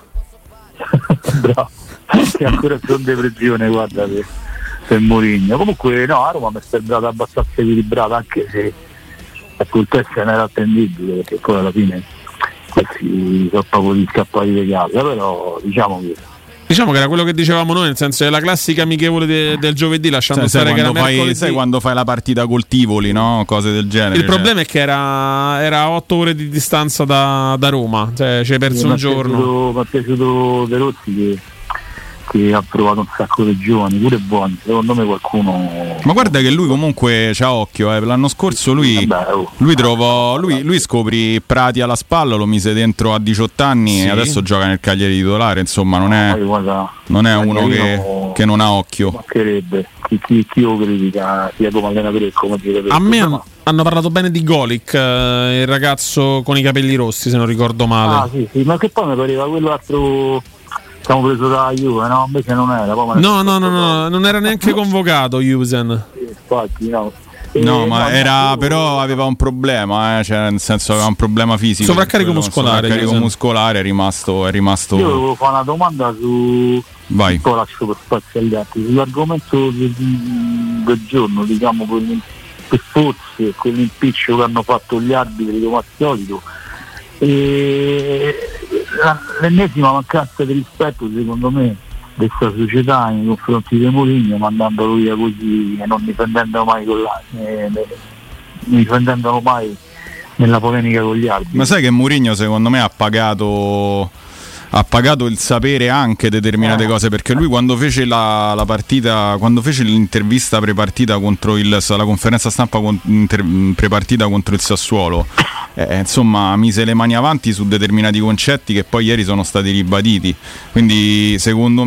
bravo, che ancora sono in depressione, guarda, per, per Mourinho. Comunque no, a Roma mi è sembrata abbastanza equilibrata, anche se ecco, il test non era attendibile, perché poi alla fine questi sono proprio gli scappati di casa, però diciamo che Diciamo che era quello che dicevamo noi, nel senso è la classica amichevole de- del giovedì, lasciando sai, stare sai che era quando fai, mercoledì. sai quando fai la partita col Tivoli, no? Cose del genere. Il cioè. problema è che era, era a otto ore di distanza da, da Roma, cioè ci hai perso Sì, un mi è giorno. piaciuto- Mi è piaciuto De Rossi che, che ha provato un sacco di giovani, pure buoni. Secondo me qualcuno. Ma guarda che lui comunque c'ha occhio, eh. L'anno scorso lui, lui trovò lui, lui scoprì Prati alla spalla, lo mise dentro a diciotto anni Sì. e adesso gioca nel Cagliari titolare, insomma non è, Poi, guarda, non è uno che, Cagliarino- che non ha occhio. mancherebbe chi, chi, chi lo critica sia come allenatore che come giocatore. A me han- hanno parlato bene di Golic, eh, il ragazzo con i capelli rossi, se non ricordo male. Ah sì, sì, ma che poi mi pareva quell'altro che abbiamo preso da Juve, no? Invece non era. Poi me ne- No, no, no, no, non era neanche convocato Jusen. Infatti, no. No, Eh, ma no, era no, però aveva un problema, eh, cioè nel senso aveva un problema fisico. Sovraccarico Quello, muscolare, Sovraccarico Jusen. muscolare, è rimasto, è rimasto. Io volevo fare una domanda su. Vai. Poi lascio per spazio agli altri. Sull'argomento del, del giorno, diciamo, quel- che forse quell'impiccio che hanno fatto gli arbitri come al solito. E la- l'ennesima mancanza di rispetto, secondo me, di questa società nei confronti di Mourinho, mandandolo via così e non difendendolo mai con la, eh, non difendendolo mai nella polemica con gli arbitri. Ma sai che Mourinho secondo me ha pagato ha pagato il sapere anche determinate Eh. cose, perché lui quando fece la, la partita, quando fece l'intervista prepartita contro il la conferenza stampa con, inter, prepartita contro il Sassuolo, eh, insomma mise le mani avanti su determinati concetti che poi ieri sono stati ribaditi. Quindi secondo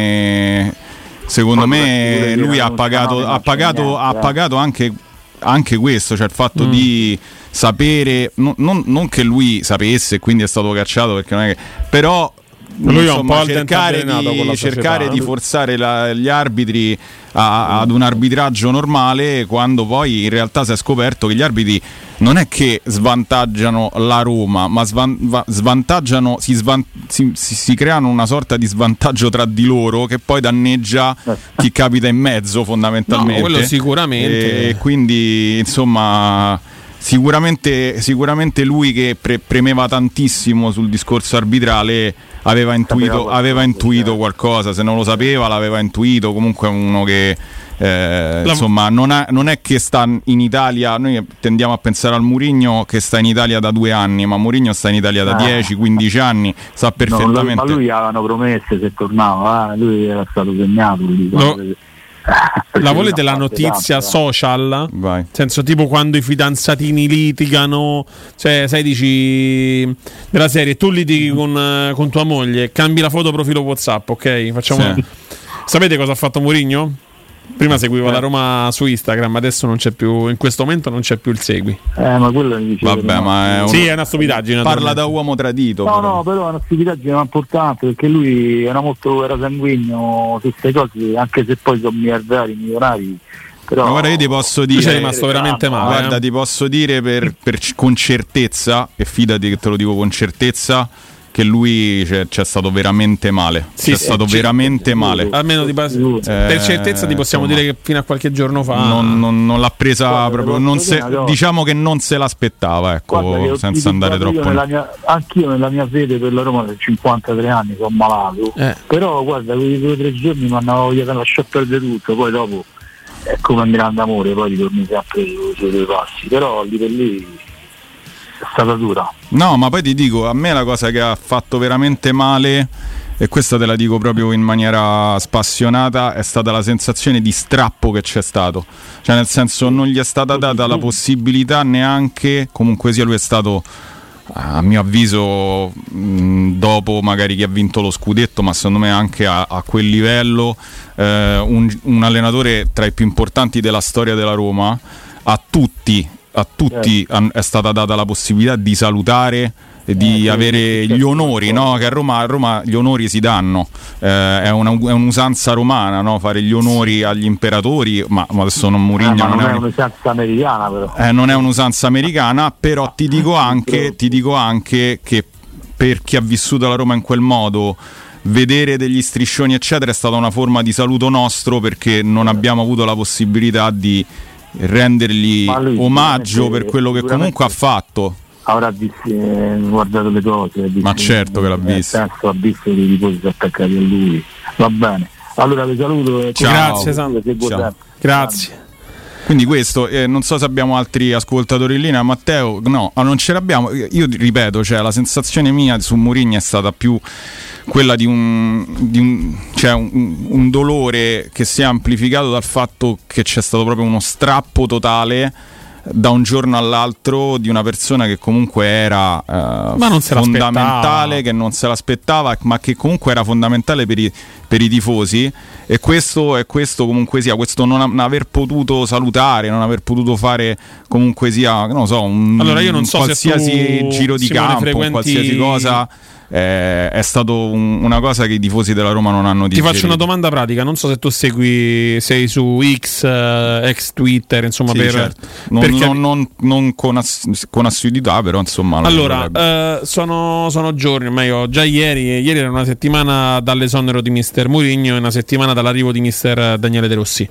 me secondo me lui ha pagato ha pagato ha pagato anche anche questo, cioè il fatto Mm. di sapere, non, non, non che lui sapesse e quindi è stato cacciato, perché non è che, però Lui è un insomma, po' al cercare, dente avvelenato con la di, cercare società. di forzare la- gli arbitri a- ad un arbitraggio normale, quando poi in realtà si è scoperto che gli arbitri non è che svantaggiano la Roma, ma svan- va- svantaggiano si, svan- si, si- si creano una sorta di svantaggio tra di loro che poi danneggia chi capita in mezzo, fondamentalmente. No, quello sicuramente. E quindi insomma sicuramente, sicuramente lui che pre- premeva tantissimo sul discorso arbitrale aveva intuito, aveva intuito qualcosa, se non lo sapeva l'aveva intuito. Comunque è uno che eh, insomma non, ha- non è che sta in Italia, noi tendiamo a pensare al Mourinho che sta in Italia da due anni, ma Mourinho sta in Italia da Eh. dieci quindici anni, sa No, perfettamente. ma lui avevano promesse se tornava, eh, lui era stato segnato. Lui, No. perché La volete lui la ha fatto notizia tanto, eh. social? Vai. Nel senso tipo quando i fidanzatini litigano, cioè sai dici della serie tu litighi con, eh, con tua moglie, cambi la foto profilo WhatsApp, ok? Facciamo Sì. Sapete cosa ha fatto Mourinho? Prima seguiva Eh. la Roma su Instagram, adesso non c'è più, in questo momento non c'è più il segui. Eh, ma quello mi dice Vabbè, ma è un- Sì, è una stupidaggine. parla da uomo tradito. No, però. no, però è una stupidaggine importante perché lui era molto era sanguigno su queste cose, anche se poi sono miliardari, milionari. Però Ma guarda, io ti posso dire, Tu sei rimasto veramente male, Guarda, eh. ti posso dire per, per- con certezza, e fidati che te lo dico con certezza, che lui c'è, c'è stato veramente male. Sì, c'è sì, stato sì. veramente male. Almeno di base, Eh, per certezza ti possiamo insomma, dire che fino a qualche giorno fa non, non- non l'ha presa Guarda, proprio. te Non posso se- dire una cosa. diciamo che non se l'aspettava, ecco, guarda che ho senza andare utilizzato troppo. io nella mia, anch'io nella mia fede per la Roma per cinquantatré anni sono malato, Eh. però guarda quei due o tre giorni mi hanno voglia di lasciare perdere tutto, poi dopo è come un grande amore, poi ritorni sempre su- sui due passi, però lì per lì è stata dura. No, ma poi ti dico, a me la cosa che ha fatto veramente male, e questa te la dico proprio in maniera spassionata, è stata la sensazione di strappo che c'è stato. Cioè, nel senso, non gli è stata data la possibilità neanche, comunque sia lui è stato, a mio avviso, mh, dopo magari chi ha vinto lo scudetto, ma secondo me anche a, a quel livello, eh, un, un allenatore tra i più importanti della storia della Roma. A tutti a tutti han- è stata data la possibilità di salutare e di avere gli onori, no? Che a Roma, a Roma gli onori si danno, eh, è, una, è un'usanza romana, no? Fare gli onori agli imperatori, ma, ma adesso non Mourinho Eh, ma non, non è è un- un'usanza americana però. eh, non è un'usanza americana, però ti dico anche, ti dico anche che per chi ha vissuto la Roma in quel modo, vedere degli striscioni eccetera è stata una forma di saluto nostro, perché non abbiamo avuto la possibilità di rendergli Ma lui omaggio sicuramente- per quello che sicuramente- comunque ha fatto. avrà visto, eh, guardato le cose, ha visto, Ma certo che l'ha visto. Penso ha visto che i tifosi sono attaccati a lui. Va bene. Allora vi saluto e Grazie Sandro. Ciao. Grazie. Quindi questo, eh, non so se abbiamo altri ascoltatori in linea. Matteo, no, ah, non ce l'abbiamo. Io ripeto, cioè, la sensazione mia su Mourinho è stata più quella di un, di un, cioè un, un dolore che si è amplificato dal fatto che c'è stato proprio uno strappo totale da un giorno all'altro di una persona che comunque era eh, ma non se fondamentale, che non se l'aspettava, ma che comunque era fondamentale per i, per i tifosi. E questo è questo comunque sia, questo non, non aver potuto salutare, non aver potuto fare comunque sia, non lo so, un, allora io non so un qualsiasi se tu, giro di Simone, campo, frequenti... qualsiasi cosa. Eh, è stato un, una cosa che i tifosi della Roma non hanno digerito. Ti faccio una domanda pratica, non so se tu segui, sei su X, eh, ex Twitter, insomma, sì, per, certo. non, perché... non, non, non con, ass- con assiduità, però insomma. Allora, eh, sono, sono giorni, ormai io, già ieri, ieri era una settimana dall'esonero di mister Mourinho e una settimana dall'arrivo di mister Daniele De Rossi.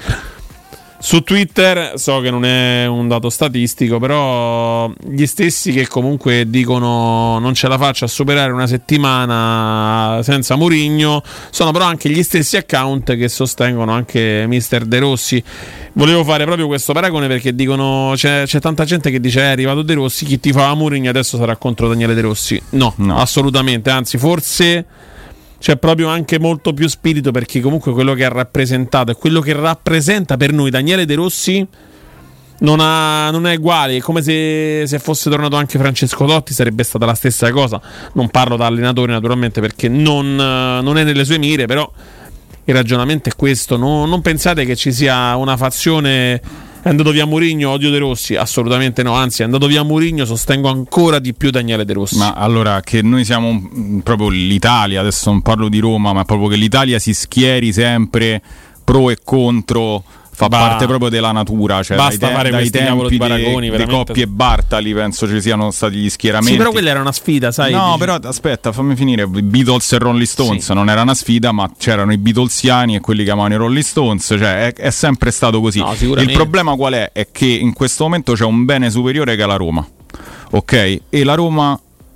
Su Twitter so che non è un dato statistico, però gli stessi che comunque dicono non ce la faccio a superare una settimana senza Mourinho sono però anche gli stessi account che sostengono anche mister De Rossi. Volevo fare proprio questo paragone perché dicono c'è, c'è tanta gente che dice è arrivato De Rossi, chi ti fa Mourinho adesso sarà contro Daniele De Rossi. No, no, assolutamente, anzi forse c'è proprio anche molto più spirito, perché comunque quello che ha rappresentato e quello che rappresenta per noi Daniele De Rossi non, ha, non è uguale. È come se, se fosse tornato anche Francesco Totti, sarebbe stata la stessa cosa. Non parlo da allenatore naturalmente perché non, non è nelle sue mire, però il ragionamento è questo. No, non pensate che ci sia una fazione è andato via Mourinho, odio De Rossi, assolutamente no, anzi è andato via Mourinho, sostengo ancora di più Daniele De Rossi. Ma allora che noi siamo mh, proprio l'Italia, adesso non parlo di Roma, ma proprio che l'Italia si schieri sempre pro e contro, fa bah, parte proprio della natura, cioè basta dai, fare dai questi tempi di paragoni, di Coppi e Bartali penso ci siano stati gli schieramenti. Sì, però quella era una sfida, sai? No, dici... però aspetta, fammi finire. Beatles e Rolling Stones sì. Non era una sfida, ma c'erano i Beatlesiani e quelli che amavano i Rolling Stones, cioè è, è sempre stato così. No, il problema qual è? È che in questo momento c'è un bene superiore che è la Roma, ok? E la Roma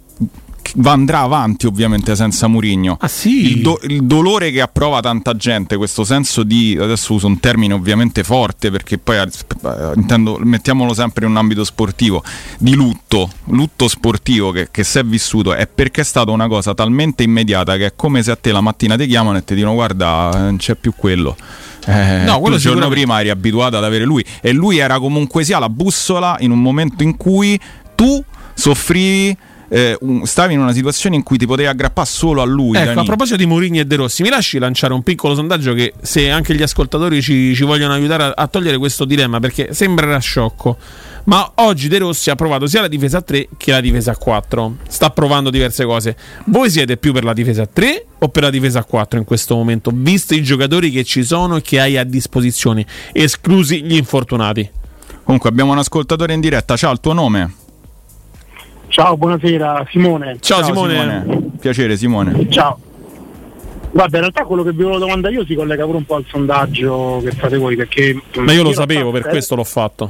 andrà avanti ovviamente senza Mourinho. Ah, sì. il, do- il dolore che approva tanta gente, questo senso di, adesso uso un termine ovviamente forte perché poi eh, intendo, mettiamolo sempre in un ambito sportivo, di lutto lutto sportivo che, che si è vissuto, è perché è stata una cosa talmente immediata che è come se a te la mattina ti chiamano e ti dicono guarda non c'è più quello. Eh, no, quello il giorno prima eri abituato ad avere lui e lui era comunque sia la bussola in un momento in cui tu soffrivi. Eh, un, stavi in una situazione in cui ti potevi aggrappare solo a lui. Ecco, Dani. A proposito di Mourinho e De Rossi, mi lasci lanciare un piccolo sondaggio che se anche gli ascoltatori ci, ci vogliono aiutare a, a togliere questo dilemma, perché sembrerà sciocco, ma oggi De Rossi ha provato sia la difesa a tre che la difesa a quattro, sta provando diverse cose. Voi siete più per la difesa a tre o per la difesa a quattro in questo momento, visti i giocatori che ci sono e che hai a disposizione, esclusi gli infortunati? Comunque abbiamo un ascoltatore in diretta. Ciao, il tuo nome? Ciao, buonasera, Simone. Ciao, Ciao Simone. Simone. Piacere Simone. Ciao. Guarda, in realtà quello che vi volevo domandare io si collega pure un po' al sondaggio che fate voi, perché ma io lo io sapevo, per questo l'ho fatto.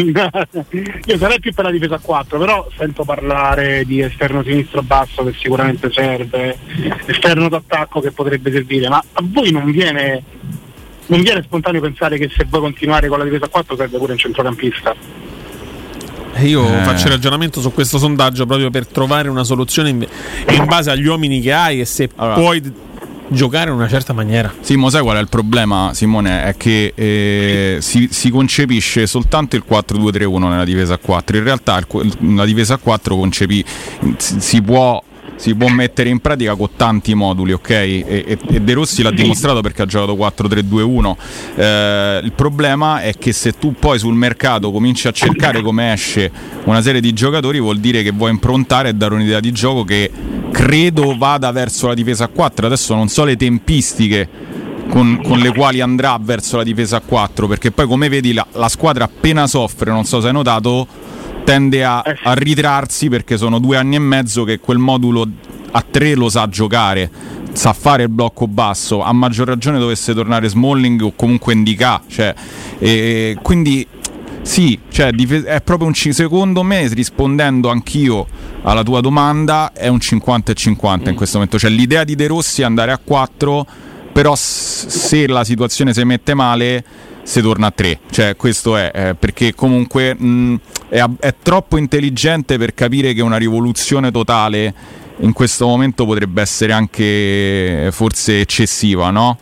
Io sarei più per la difesa a quattro, però sento parlare di esterno sinistro basso che sicuramente serve, esterno d'attacco che potrebbe servire, ma a voi non viene non viene spontaneo pensare che se vuoi continuare con la difesa a quattro serve pure un centrocampista? Io eh. faccio ragionamento su questo sondaggio proprio per trovare una soluzione in, in base agli uomini che hai e se allora. puoi giocare in una certa maniera. Sì, ma sai qual è il problema, Simone? È che eh, si, si concepisce soltanto il quattro due tre uno nella difesa a quattro. In realtà il, la difesa a quattro concepì, si, si può si può mettere in pratica con tanti moduli, ok? E, e, e De Rossi l'ha dimostrato perché ha giocato quattro tre due uno. Eh, il problema è che se tu poi sul mercato cominci a cercare come esce una serie di giocatori, vuol dire che vuoi improntare e dare un'idea di gioco che credo vada verso la difesa a quattro. Adesso non so le tempistiche con, con le quali andrà verso la difesa a quattro, perché poi come vedi la, la squadra appena soffre, non so se hai notato, tende a, a ritrarsi, perché sono due anni e mezzo che quel modulo a tre lo sa giocare, sa fare il blocco basso. A maggior ragione dovesse tornare Smalling o comunque Ndicà, cioè, e quindi Sì, cioè dife- è proprio un c- secondo me, rispondendo anch'io alla tua domanda, è un cinquanta e cinquanta mm. in questo momento. Cioè l'idea di De Rossi è andare a quattro, però s- se la situazione si mette male si torna a tre. Cioè questo è, eh, perché comunque mh, è, è troppo intelligente per capire che una rivoluzione totale in questo momento potrebbe essere anche forse eccessiva, no?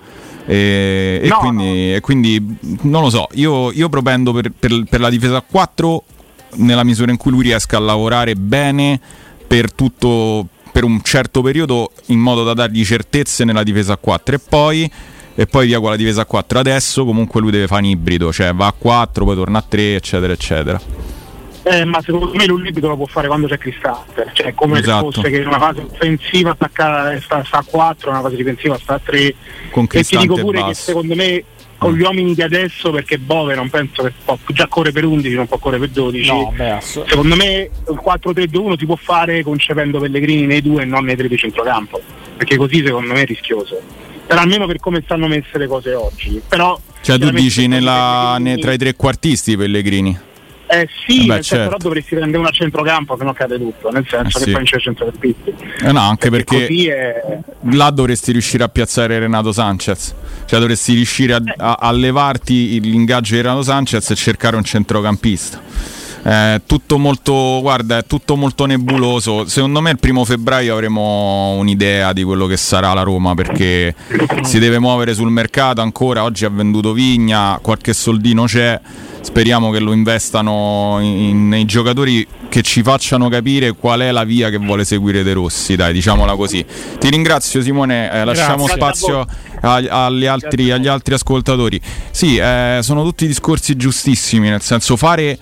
E, no, e, quindi, e quindi non lo so, io, io propendo per, per, per la difesa a quattro nella misura in cui lui riesca a lavorare bene per tutto, per un certo periodo, in modo da dargli certezze nella difesa a quattro e poi e poi via con la difesa a quattro. Adesso comunque lui deve fare un ibrido, cioè va a quattro, poi torna a tre, eccetera eccetera. Eh, ma secondo me lui l'ibrido lo può fare quando c'è Cristante, cioè come esatto. se fosse che in una fase offensiva sta, sta, sta a quattro, in una fase difensiva sta a tre. Con e ti dico pure basso. che secondo me con gli uomini di adesso, perché Bove non penso che può, già corre per undici, non può correre per dodici. No, beh, ass- secondo me il quattro tre due uno si può fare concependo Pellegrini nei due e non nei tre di centrocampo, perché così secondo me è rischioso. Però almeno per come stanno messe le cose oggi. Però cioè tu dici nella, ne, tra i trequartisti Pellegrini? Eh sì, eh beh, nel senso, certo. però dovresti prendere una a centrocampo, se no cade tutto, nel senso eh che sì. poi non c'è centrocampisti. Eh no, anche perché, perché così è... là dovresti riuscire a piazzare Renato Sanchez, cioè dovresti riuscire a, a, a levarti l'ingaggio di Renato Sanchez e cercare un centrocampista. Eh, tutto molto, guarda, è tutto molto nebuloso. Secondo me il primo febbraio avremo un'idea di quello che sarà la Roma, perché si deve muovere sul mercato ancora. Oggi ha venduto Vigna, qualche soldino c'è. Speriamo che lo investano in, in, nei giocatori che ci facciano capire qual è la via che vuole seguire De Rossi, dai, diciamola così. Ti ringrazio Simone, eh, lasciamo spazio a, agli, altri, agli altri ascoltatori. Sì, eh, sono tutti discorsi giustissimi, nel senso fare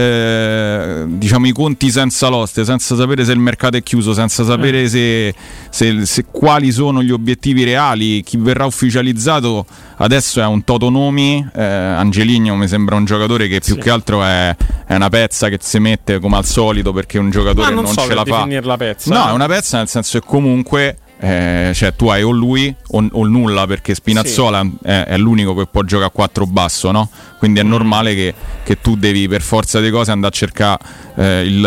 eh, diciamo i conti senza l'oste, senza sapere se il mercato è chiuso, senza sapere se, se, se quali sono gli obiettivi reali, chi verrà ufficializzato. Adesso è un toto nomi, eh, Angelino mi sembra un giocatore che più sì. che altro è, è una pezza che si mette come al solito, perché un giocatore non, non so ce la fa. La pezza, no, eh. è una pezza nel senso che comunque eh, cioè tu hai o lui o, o nulla, perché Spinazzola sì. è, è l'unico che può giocare a quattro basso, no? Quindi è mm. normale che, che tu devi per forza di cose andare a cercare eh, il,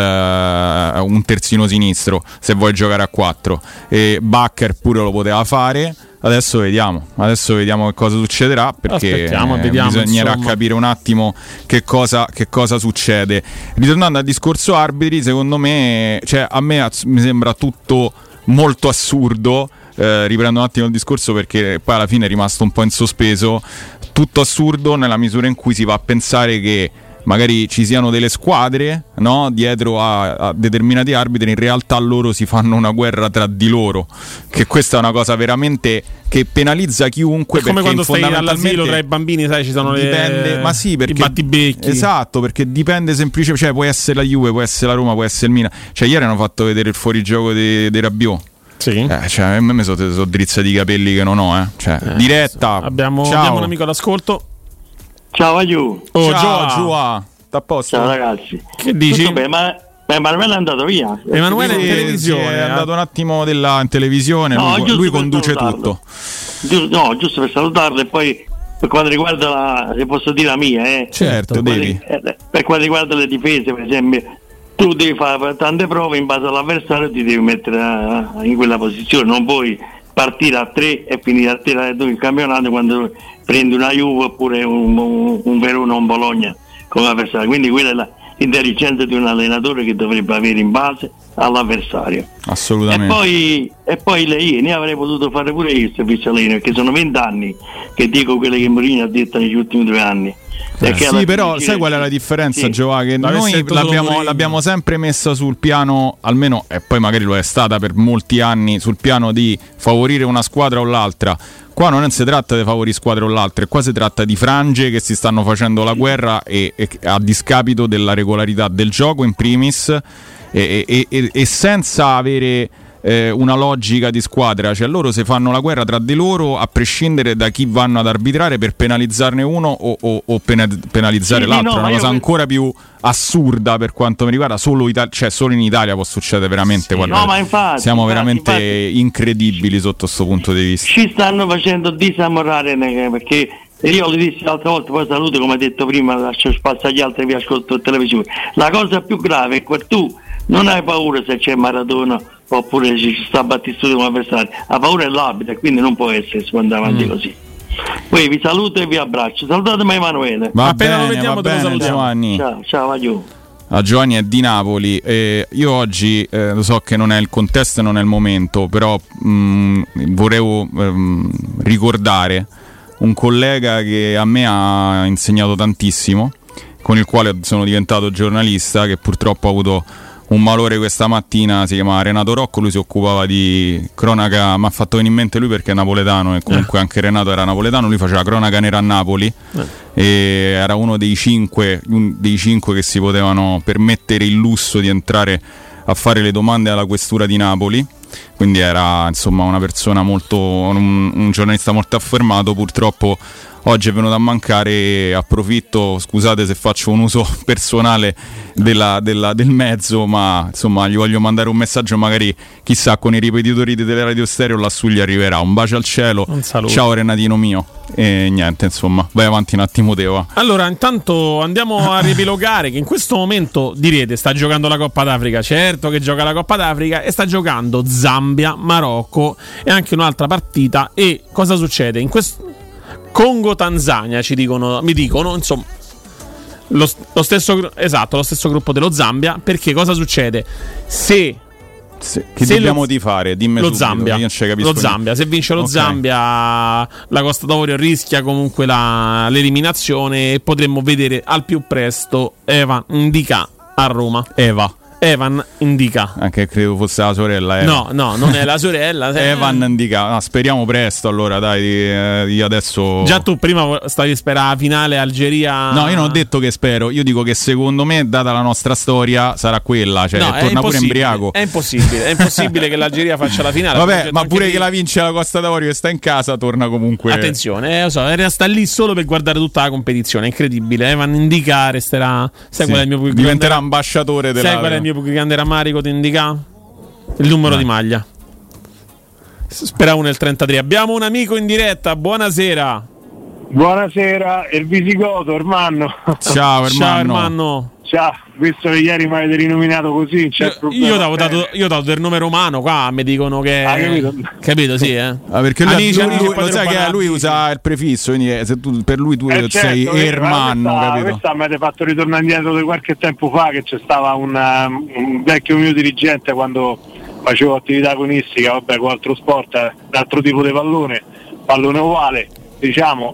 uh, un terzino sinistro se vuoi giocare a quattro, e Bakker pure lo poteva fare. Adesso vediamo, adesso vediamo che cosa succederà, perché Aspettiamo, eh, vediamo, bisognerà insomma. capire un attimo che cosa, che cosa succede. Ritornando al discorso arbitri, secondo me, cioè a me mi sembra tutto molto assurdo. Eh, riprendo un attimo il discorso perché poi alla fine è rimasto un po' in sospeso. Tutto assurdo nella misura in cui si va a pensare che magari ci siano delle squadre, no, dietro a, a determinati arbitri, in realtà loro si fanno una guerra tra di loro, che questa è una cosa veramente che penalizza chiunque. È come perché quando stai fondamentalmente all'asilo tra i bambini, sai, ci sono dipende, le... ma sì, perché, i battibecchi. Esatto, perché dipende semplicemente, cioè può essere la Juve, può essere la Roma, può essere il Milan. Cioè ieri hanno fatto vedere il fuorigioco di Rabiot. Sì. Eh, cioè, a me mi sono so drizzati i capelli che non ho, eh. Cioè, eh, diretta. Abbiamo, Ciao. abbiamo un amico all'ascolto. Ciao Aiu. Oh, ciao Giua. T'à posto? Ciao ragazzi. Che dici? Tutto bene, ma ma Emanuele è andato via. Emanuele sì, in televisione. Sì, è eh. andato un attimo della, in televisione. No, lui lui conduce salutarlo. tutto. Giusto, no, giusto per salutarlo. E poi per quanto riguarda la, se posso dire la mia, eh, Certo, per devi. quanto, eh, per quanto riguarda le difese, per esempio, tu devi fare tante prove in base all'avversario, ti devi mettere a, in quella posizione, non puoi partire a tre e finire a tre il campionato quando prendi una Juve oppure un, un, un Verona o un Bologna come avversario. Quindi quella è la, l'intelligenza di un allenatore che dovrebbe avere in base all'avversario. Assolutamente. E poi, e poi lei ne avrei potuto fare pure io questo Vizzalino, perché sono vent'anni che dico quelle che Mourinho ha detto negli ultimi due anni. Eh, sì, però sai qual è la differenza, sì. Giova? Che noi l'abbiamo, l'abbiamo sempre messa sul piano, almeno, e poi magari lo è stata per molti anni, sul piano di favorire una squadra o l'altra. Qua non si tratta di favorire squadre o l'altra, qua si tratta di frange che si stanno facendo la guerra e, e a discapito della regolarità del gioco in primis, e, e, e, e senza avere eh, una logica di squadra. Cioè loro si fanno la guerra tra di loro a prescindere da chi vanno ad arbitrare per penalizzarne uno o, o, o pena, penalizzare sì, l'altro. sì, no, è una cosa io... ancora più assurda per quanto mi riguarda. Solo, Ita- cioè, solo in Italia può succedere veramente. Sì, guarda, no, ma infatti, siamo infatti, veramente infatti, incredibili sotto questo punto di vista. Ci stanno facendo disamorare perché E io lo dissi l'altra volta, poi saluto, come hai detto prima, lascio spazio agli altri, vi ascolto in televisione. La cosa più grave è che tu non hai paura se c'è Maradona oppure ci sta Battistuta come avversario, la paura è l'arbitro, quindi non può essere si può andare avanti mm. così. Poi vi saluto e vi abbraccio. Salutatemi Emanuele. Va appena bene, lo vediamo te lo salutiamo. Giovanni. Ciao, ciao, va giù. A Giovanni è di Napoli e io oggi eh, lo so che non è il contesto e non è il momento, però mh, volevo mh, ricordare un collega che a me ha insegnato tantissimo, con il quale sono diventato giornalista, che purtroppo ha avuto un malore questa mattina. Si chiama Renato Rocco, lui si occupava di cronaca, mi ha fatto venire in mente lui perché è napoletano e comunque eh. anche Renato era napoletano, lui faceva cronaca nera a Napoli eh. e era uno dei cinque, un, dei cinque che si potevano permettere il lusso di entrare a fare le domande alla questura di Napoli, quindi era insomma una persona molto, un, un giornalista molto affermato. Purtroppo oggi è venuto a mancare. Approfitto, scusate se faccio un uso personale della, della, del mezzo, ma insomma gli voglio mandare un messaggio, magari chissà con i ripetitori di Teleradio Stereo lassù gli arriverà. Un bacio al cielo, ciao Renatino mio. E niente, insomma, vai avanti un attimo Teo. Allora, intanto andiamo a riepilogare che in questo momento direte sta giocando la Coppa d'Africa. Certo che gioca la Coppa d'Africa e sta giocando Zambia, Marocco e anche un'altra partita. E cosa succede? In questo Congo-Tanzania ci dicono, mi dicono, insomma, lo, lo stesso esatto, lo stesso gruppo dello Zambia. Perché cosa succede? Se Se, che se dobbiamo di fare? Dimmi lo subito, Zambia, io non ci capisco lo Zambia. Se vince lo okay. Zambia, la Costa d'Avorio rischia comunque la, l'eliminazione e potremmo vedere al più presto Evan Ndika a Roma. Eva Evan Ndika, anche credo fosse la sorella Eva. No, no, non è la sorella. Evan Ndika, no, speriamo presto allora, dai, io adesso. Già tu prima stavi sperando la finale Algeria. No, io non ho detto che spero, io dico che secondo me, data la nostra storia, sarà quella, cioè no, torna pure embriaco. È impossibile, è impossibile che l'Algeria faccia la finale. Vabbè, ma pure che la vince la Costa d'Avorio che sta in casa, torna comunque. Attenzione, eh, lo so, sta lì solo per guardare tutta la competizione, è incredibile. Evan Ndika resterà, sai sì, qual è il mio più diventerà grande... ambasciatore della. Sai qual è il mio più grande rammarico di Ndika? Il numero no. di maglia. Speravo nel trentatré. Abbiamo un amico in diretta, buonasera. Buonasera, il Visigoto, Ermanno. Ciao Ermanno. Ciao Ermanno. Ciao, visto che ieri mi avete rinominato così, c'è io, io, ho dato, io ho dato del nome romano, qua mi dicono che. Ah, capito? Capito, sì, eh. Ah, perché lui, amici, lui, amici, lui, lo sai che lui usa il prefisso, quindi se tu, per lui tu eh sei certo, Ermanno, questa, capito? Questa mi avete fatto ritornare indietro di qualche tempo fa, che c'è stava un, um, un vecchio mio dirigente quando facevo attività agonistica, vabbè, con altro sport, eh, altro tipo di pallone, pallone ovale, diciamo.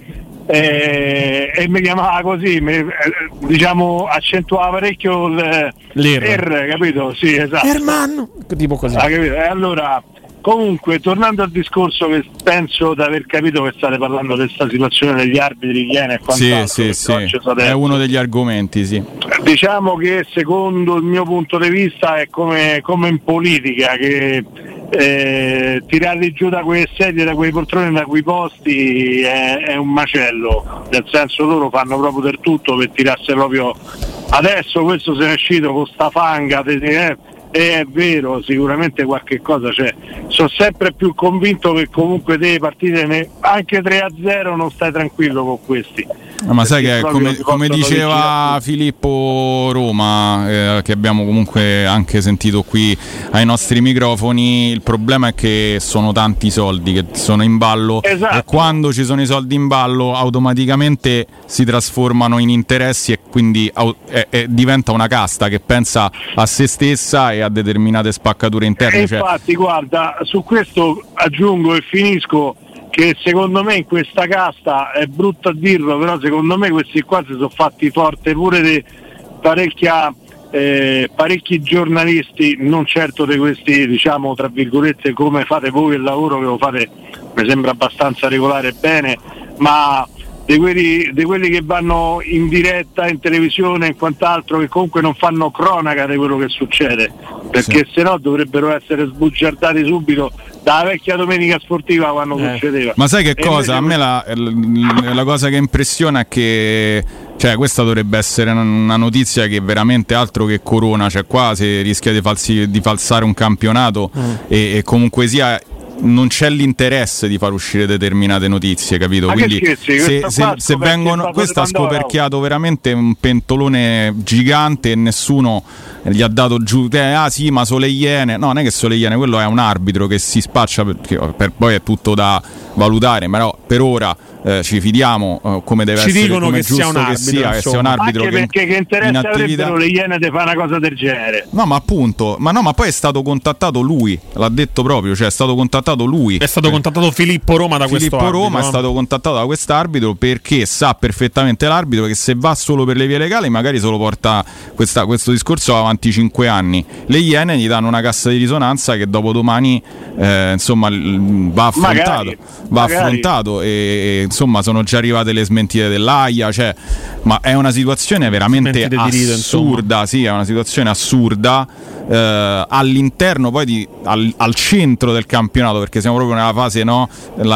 E, e mi chiamava così, mi, eh, diciamo accentuava parecchio il, l'R, capito? Sì, esatto. Ermanno, tipo così. Ah, capito? E allora, comunque, tornando al discorso che penso di aver capito che state parlando di questa situazione degli arbitri, Iene e quant'altro. Sì, sì, sì. È uno degli argomenti, sì. Diciamo che secondo il mio punto di vista è come, come in politica, che eh, tirarli giù da quelle sedie, da quei poltroni, da quei posti è, è un macello, nel senso loro fanno proprio del tutto per tirarsi proprio. Adesso questo se ne è uscito con sta fanga, eh, e è vero, sicuramente qualche cosa c'è. Sono sempre più convinto che comunque delle partite ne, anche tre a zero non stai tranquillo con questi. Ma sai che come, come diceva Filippo Roma, eh, che abbiamo comunque anche sentito qui ai nostri microfoni, il problema è che sono tanti soldi che sono in ballo, esatto. E quando ci sono i soldi in ballo automaticamente si trasformano in interessi e quindi au- e, e diventa una casta che pensa a se stessa e a determinate spaccature interne. E infatti cioè... guarda, su questo aggiungo e finisco che secondo me in questa casta, è brutto a dirlo, però secondo me questi qua si sono fatti forte pure di parecchia eh, parecchi giornalisti, non certo di questi, diciamo tra virgolette, come fate voi il lavoro che lo fate, mi sembra abbastanza regolare e bene, ma di quelli, di quelli che vanno in diretta in televisione e quant'altro, che comunque non fanno cronaca di quello che succede, perché sì. Se no dovrebbero essere sbugiardati subito dalla vecchia domenica sportiva quando eh. succedeva. Ma sai che e cosa? A me la, la cosa che impressiona è che, cioè, questa dovrebbe essere una notizia che veramente altro che corona, cioè qua si rischia di, falsi, di falsare un campionato mm. e, e comunque sia non c'è l'interesse di far uscire determinate notizie, capito? Ma Quindi che scherzi, se, questo se, qua se scoperchia vengono, il questo ha vaso di Pandora, scoperchiato veramente un pentolone gigante e nessuno gli ha dato giù, eh, ah sì, ma sono le Iene. No, non è che sono le Iene, quello è un arbitro che si spaccia, perché per poi è tutto da valutare, però per ora eh, ci fidiamo eh, come deve ci essere, dicono come che sia un arbitro, che sia, che sia un Anche arbitro che perché che interesse in attività... avrebbero le Iene di fare una cosa del genere? No, ma appunto, ma no, ma poi è stato contattato lui, l'ha detto proprio, cioè è stato contattato lui. È stato contattato Filippo Roma da Filippo questo Roma arbitro, è stato contattato da quest'arbitro perché sa perfettamente l'arbitro che se va solo per le vie legali magari se lo porta questa, questo discorso avanti cinque anni. Le Iene gli danno una cassa di risonanza che dopo domani eh, insomma va affrontato, Magari, va magari. affrontato e, e insomma sono già arrivate le smentite dell'Aia, cioè, ma è una situazione veramente Smentite di rito, assurda, sì, è una situazione assurda eh, all'interno poi di, al, al centro del campionato, perché siamo proprio nella fase, no,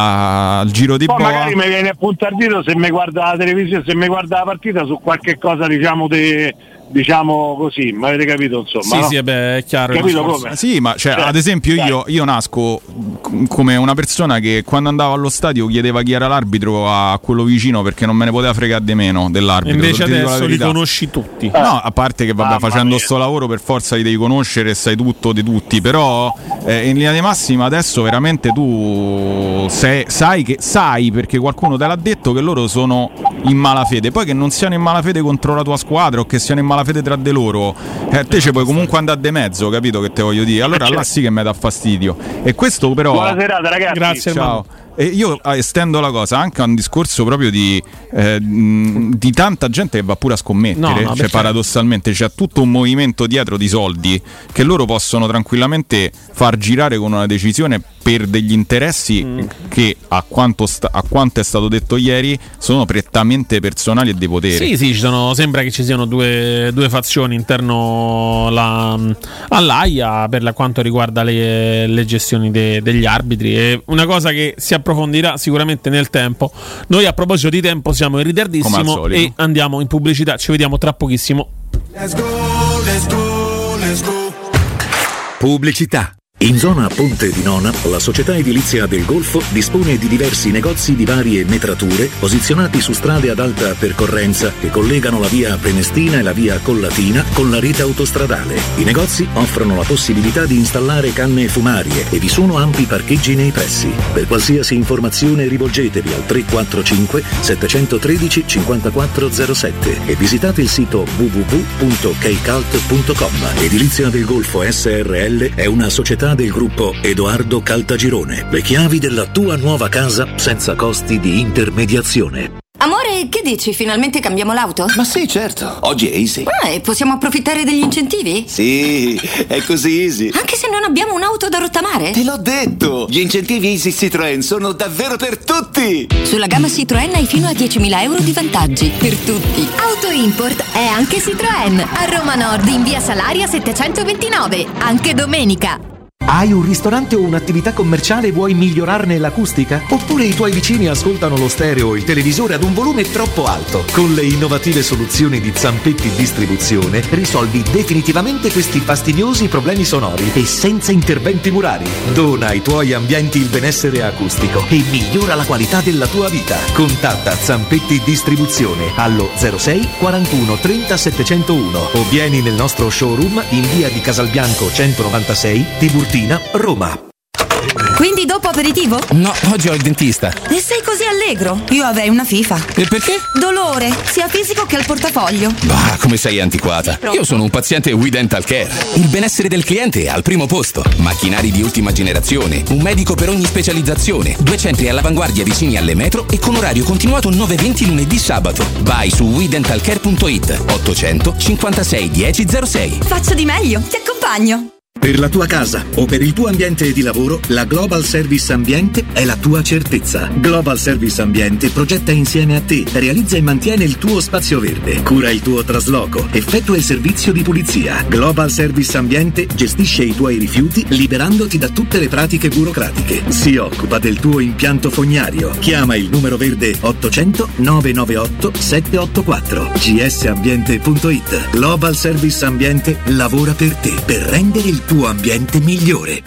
la, il giro di Poi boa. magari mi viene a puntare il dito se mi guarda la televisione, se mi guarda la partita su qualche cosa diciamo di, diciamo così, ma avete capito insomma? Sì, no? sì, beh, è chiaro. Capito come? Sì, ma cioè, Cioè, ad esempio dai. io, io nasco come una persona che quando andavo allo stadio chiedeva chi era l'arbitro a quello vicino perché non me ne poteva fregare di meno dell'arbitro. Invece ti dico la adesso li verità. conosci tutti. No, a parte che vabbè, Mamma facendo mia. sto lavoro per forza li devi conoscere e sai tutto di tutti, però eh, in linea di massima adesso veramente tu sei, sai che sai perché qualcuno te l'ha detto che loro sono in malafede, poi che non siano in malafede contro la tua squadra o che siano in malafede tra di loro, eh, te ci puoi comunque andare de mezzo, capito che te voglio dire? Allora là sì che mi dà fastidio. E questo però Buona serata ragazzi. Grazie, ciao. E io eh, estendo la cosa anche a un discorso proprio di, eh, mh, di tanta gente che va pure a scommettere, No, no, cioè perché- paradossalmente c'è tutto un movimento dietro di soldi che loro possono tranquillamente far girare con una decisione per degli interessi Mm. che a quanto, sta- a quanto è stato detto ieri sono prettamente personali e di potere. Sì, sì, ci sono, sembra che ci siano due, due fazioni interno la, all'Aia per la, quanto riguarda le, le gestioni de- degli arbitri. È una cosa che si approfondirà sicuramente nel tempo. Noi a proposito di tempo siamo in Come ritardissimo al solito. e andiamo in pubblicità. Ci vediamo tra pochissimo. Pubblicità. In zona Ponte di Nona, la società edilizia del Golfo dispone di diversi negozi di varie metrature posizionati su strade ad alta percorrenza che collegano la via Prenestina e la via Collatina con la rete autostradale. I negozi offrono la possibilità di installare canne fumarie e vi sono ampi parcheggi nei pressi. Per qualsiasi informazione rivolgetevi al tre quattro cinque sette uno tre cinque zero sette e visitate il sito w w w punto keicalt punto com. Edilizia del Golfo S R L è una società del gruppo Edoardo Caltagirone. Le chiavi della tua nuova casa senza costi di intermediazione. Amore, che dici? Finalmente cambiamo l'auto? Ma sì, certo. Oggi è easy. Ah, e possiamo approfittare degli incentivi? Sì, è così easy. Anche se non abbiamo un'auto da rottamare? Te l'ho detto! Gli incentivi Easy Citroën sono davvero per tutti! Sulla gamma Citroën hai fino a diecimila euro di vantaggi. Per tutti. Auto Import è anche Citroën. A Roma Nord in via Salaria settecentoventinove. Anche domenica. Hai un ristorante o un'attività commerciale e vuoi migliorarne l'acustica? Oppure i tuoi vicini ascoltano lo stereo o il televisore ad un volume troppo alto? Con le innovative soluzioni di Zampetti Distribuzione risolvi definitivamente questi fastidiosi problemi sonori e senza interventi murari. Dona ai tuoi ambienti il benessere acustico e migliora la qualità della tua vita. Contatta Zampetti Distribuzione allo zero sei quarantuno trenta settecentouno o vieni nel nostro showroom in via di Casalbianco centonovantasei, Tiburtina, Roma. Quindi dopo aperitivo? No, oggi ho il dentista. E sei così allegro? Io avrei una FIFA. E perché? Dolore, sia fisico che al portafoglio. Bah, come sei antiquata. Io sono un paziente We Dental Care. Il benessere del cliente è al primo posto. Macchinari di ultima generazione, un medico per ogni specializzazione, due centri all'avanguardia vicini alle metro e con orario continuato nove venti lunedì sabato. Vai su we dental care punto it ottocento cinquantasei dieci zero sei. Faccio di meglio, ti accompagno. Per la tua casa o per il tuo ambiente di lavoro, la Global Service Ambiente è la tua certezza. Global Service Ambiente progetta insieme a te, realizza e mantiene il tuo spazio verde, cura il tuo trasloco, effettua il servizio di pulizia. Global Service Ambiente gestisce i tuoi rifiuti liberandoti da tutte le pratiche burocratiche. Si occupa del tuo impianto fognario. Chiama il numero verde ottocento nove nove otto sette otto quattro. g s ambiente punto it. Global Service Ambiente lavora per te, per rendere il tuo ambiente migliore.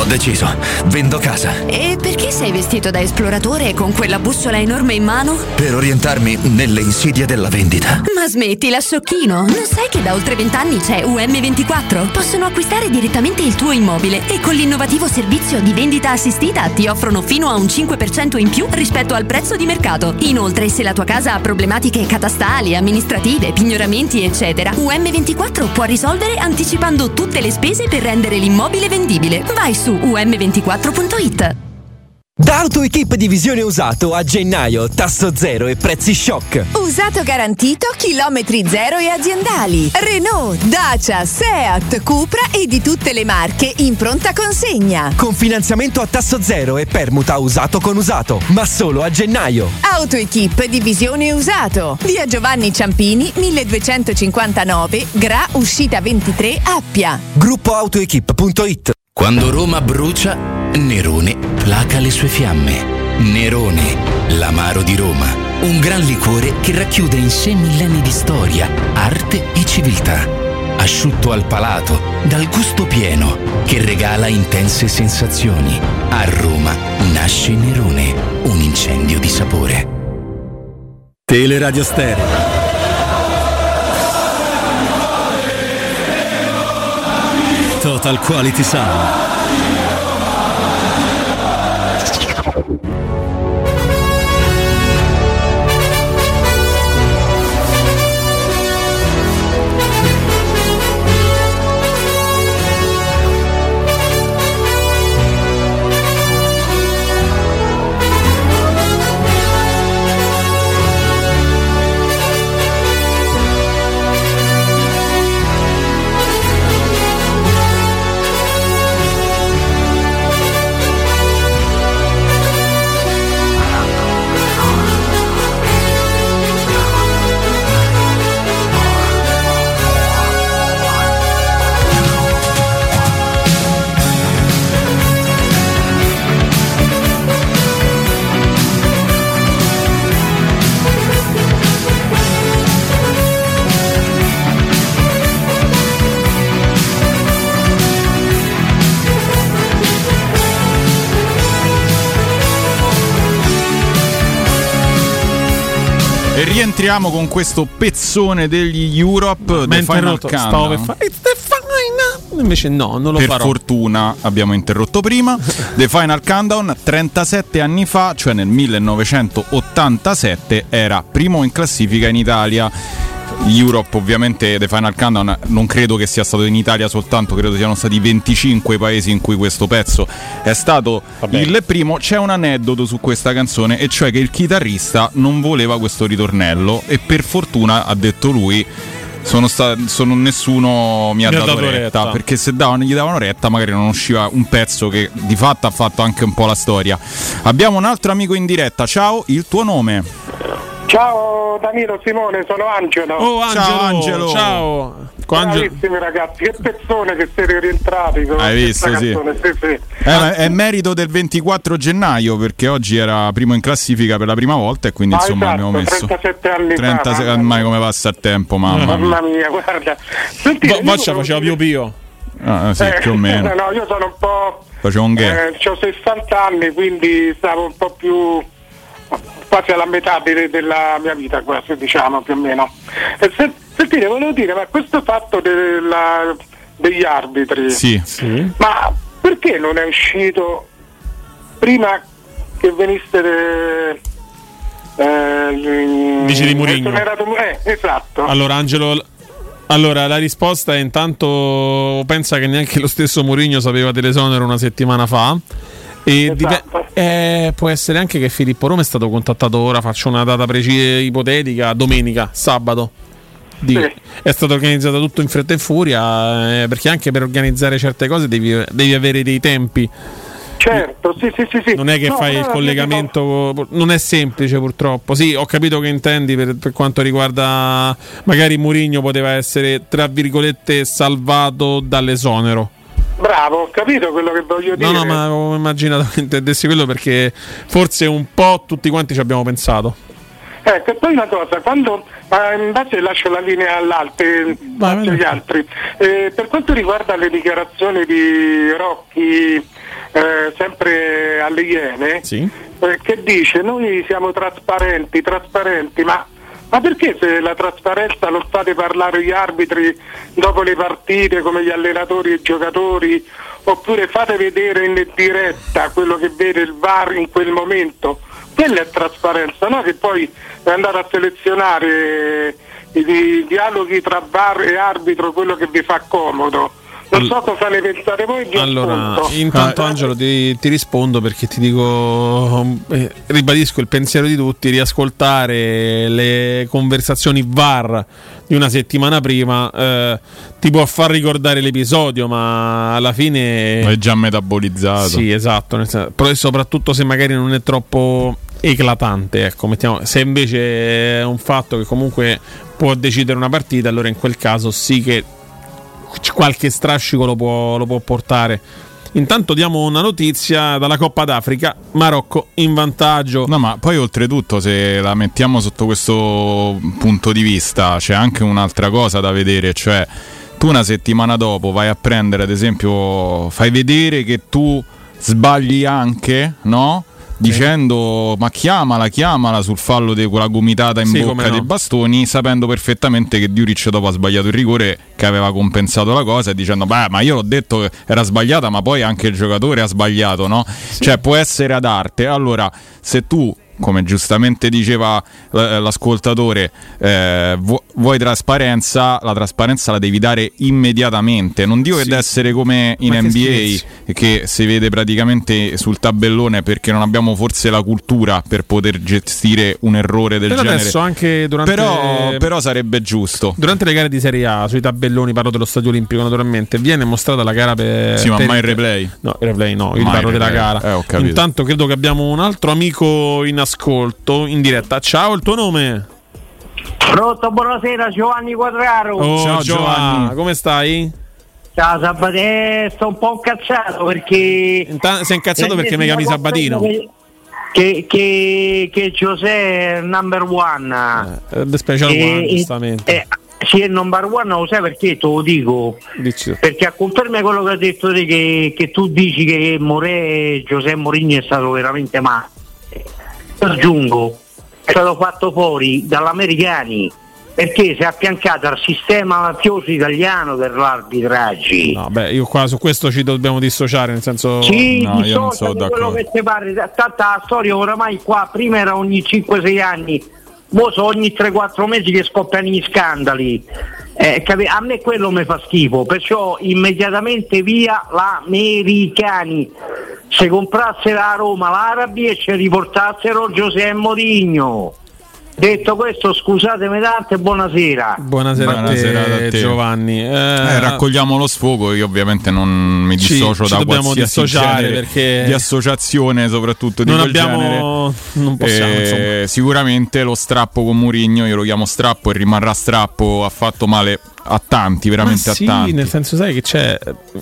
L'ho deciso, vendo casa. E perché sei vestito da esploratore con quella bussola enorme in mano? Per orientarmi nelle insidie della vendita. Ma smettila, sciocchino! Non sai che da oltre vent'anni c'è U M ventiquattro? Possono acquistare direttamente il tuo immobile e con l'innovativo servizio di vendita assistita ti offrono fino a un cinque per cento in più rispetto al prezzo di mercato. Inoltre, se la tua casa ha problematiche catastali, amministrative, pignoramenti, eccetera, U M ventiquattro può risolvere anticipando tutte le spese per rendere l'immobile vendibile. Vai su u m ventiquattro punto it. Da AutoEquip Divisione Usato a gennaio, tasso zero e prezzi shock. Usato garantito, chilometri zero e aziendali. Renault, Dacia, Seat, Cupra e di tutte le marche in pronta consegna. Con finanziamento a tasso zero e permuta usato con usato, ma solo a gennaio. AutoEquip Divisione Usato. Via Giovanni Ciampini, milleduecentocinquantanove, Gra, uscita ventitré, Appia. Gruppo autoequip punto it. Quando Roma brucia, Nerone placa le sue fiamme. Nerone, l'amaro di Roma. Un gran liquore che racchiude in sé millenni di storia, arte e civiltà. Asciutto al palato, dal gusto pieno, che regala intense sensazioni. A Roma nasce Nerone, un incendio di sapore. Teleradio Stereo. Total Quality Sound. E rientriamo con questo pezzone degli Europe. Ma The Final stavo Countdown. per fare It's the final. Invece no, non lo per farò. fortuna abbiamo interrotto prima. The Final Countdown trentasette anni fa, cioè nel millenovecentottantasette, era primo in classifica in Italia. Europe, ovviamente, The Final Countdown non credo che sia stato in Italia soltanto, credo siano stati venticinque i paesi in cui questo pezzo è stato Vabbè. il primo. C'è un aneddoto su questa canzone, e cioè che il chitarrista non voleva questo ritornello e per fortuna, ha detto lui, sono sta- sono nessuno mi ha, mi dato, dato retta, retta, perché se davano, gli davano retta magari non usciva un pezzo che di fatto ha fatto anche un po' la storia. Abbiamo un altro amico in diretta. Ciao, il tuo nome? Ciao Danilo, Simone, sono Angelo. Oh Angelo, ciao Angelo. Ciao. Bravissimi ragazzi, che pezzone che siete rientrati con Hai visto, sì. Canzone, sì, sì. Eh, è merito del ventiquattro gennaio, perché oggi era primo in classifica per la prima volta e quindi ah, insomma esatto, abbiamo messo trentasette anni trentasei, fa. Ormai come passa il tempo, mamma mia. Mamma mia, guarda. Sentite, Faccia, faceva Pio Pio. Ah, sì, eh, più o meno. No, io sono un po'. Facevo un gay. Eh, ho sessanta anni, quindi stavo un po' più. Quasi alla metà de- della mia vita, quasi, diciamo, più o meno. E se, sentite, volevo dire, ma questo fatto della, degli arbitri, sì. Sì. ma perché non è uscito prima che veniste de, eh, Dici di Mourinho? Eh, esatto. Allora Angelo, allora la risposta è intanto pensa che neanche lo stesso Mourinho sapeva dell'esonero una settimana fa. E esatto. dip- eh, può essere anche che Filippo Roma è stato contattato ora, faccio una data precisa ipotetica, domenica, sabato. Di, sì. È stato organizzato tutto in fretta e furia, eh, perché anche per organizzare certe cose devi, devi avere dei tempi. Certo, sì, sì, sì, sì. Non è che no, fai il collegamento, dico... non è semplice purtroppo. Sì, ho capito che intendi per, per quanto riguarda magari Mourinho poteva essere tra virgolette salvato dall'esonero. Bravo, ho capito quello che voglio dire. No, no, ma ho immaginato che intendessi quello, perché forse un po' tutti quanti ci abbiamo pensato. Ecco, e poi una cosa, quando eh, in base lascio la linea all'altro, agli altri, eh, per quanto riguarda le dichiarazioni di Rocchi, eh, sempre alle Iene, sì. eh, che dice noi siamo trasparenti, trasparenti, ma, ma perché se la trasparenza lo fate parlare gli arbitri dopo le partite come gli allenatori e i giocatori, oppure fate vedere in diretta quello che vede il V A R in quel momento? Quella è trasparenza, no? Che poi andare a selezionare i dialoghi tra V A R e arbitro, quello che vi fa comodo. Non so cosa ne pensate voi. Allora, intanto Angelo ti, ti rispondo perché ti dico, eh, ribadisco il pensiero di tutti, riascoltare le conversazioni V A R di una settimana prima eh, ti può far ricordare l'episodio, ma alla fine è già metabolizzato. Sì, esatto, nel senso, però soprattutto se magari non è troppo eclatante, ecco, mettiamo, se invece è un fatto che comunque può decidere una partita, allora in quel caso sì che qualche strascico lo può, lo può portare. Intanto diamo una notizia dalla Coppa d'Africa, Marocco in vantaggio. No, ma poi oltretutto, se la mettiamo sotto questo punto di vista, c'è anche un'altra cosa da vedere, cioè tu una settimana dopo vai a prendere, ad esempio, fai vedere che tu sbagli anche, no? Dicendo ma chiamala, chiamala sul fallo di quella gomitata in sì, bocca no. dei bastoni, sapendo perfettamente che Djuric dopo ha sbagliato il rigore che aveva compensato la cosa, e dicendo beh, ma io l'ho detto che era sbagliata, ma poi anche il giocatore ha sbagliato, no? Sì. Cioè può essere ad arte. Allora, se tu, come giustamente diceva l'ascoltatore, eh, vuoi trasparenza, la trasparenza la devi dare immediatamente. Non dico sì. che deve essere come in Ma N B A che, che si vede praticamente sul tabellone, perché non abbiamo forse la cultura per poter gestire un errore del però genere. Adesso anche durante però, però sarebbe giusto. Durante le gare di Serie A, sui tabelloni, parlo dello Stadio Olimpico naturalmente, viene mostrata la gara per... Sì, ma per mai il replay? No, il replay no, io parlo della gara. Eh, ho capito. Intanto credo che abbiamo un altro amico in ascolto in diretta. Ciao, il tuo nome? Pronto, buonasera, Giovanni Quadraro. Oh, ciao Giovanni, Giovanni, come stai? Ciao Sabatino, sto un po' incazzato perché Intanto, sei incazzato perché mi chiami Sabatino? Che, che, che, che Giuseppe è number one, eh, the special e, one, giustamente. Eh, sì, è number one, lo sai perché te lo dico? Dici. Perché a conferma quello che ha detto te, che, che tu dici che Morè, Giuseppe Mourinho è stato veramente male. Aggiungo, è stato fatto fuori dall'americani perché si è affiancato al sistema mafioso italiano per l'arbitraggi. No, beh, io qua su questo ci dobbiamo dissociare, nel senso sì, no, io non sono quello d'accordo. che ti pare, tanta la storia oramai qua, prima era ogni cinque sei anni, mo so ogni tre quattro mesi che scoppiano gli scandali. Eh, capi- a me quello mi fa schifo, perciò immediatamente via l'americani. Se comprassero a Roma l'Arabi e ci riportassero Giuseppe Mourinho. Detto questo, scusatemi tanto e buonasera. Buonasera, buonasera a te, a te. Giovanni. Eh, eh, raccogliamo lo sfogo. Io ovviamente non mi dissocio ci, da ci qualsiasi genere perché di associazione, soprattutto di non quel abbiamo, genere. Non possiamo, eh, sicuramente lo strappo con Mourinho, io lo chiamo strappo e rimarrà strappo, ha fatto male a tanti, veramente Ma a sì, tanti. Nel senso, sai che c'è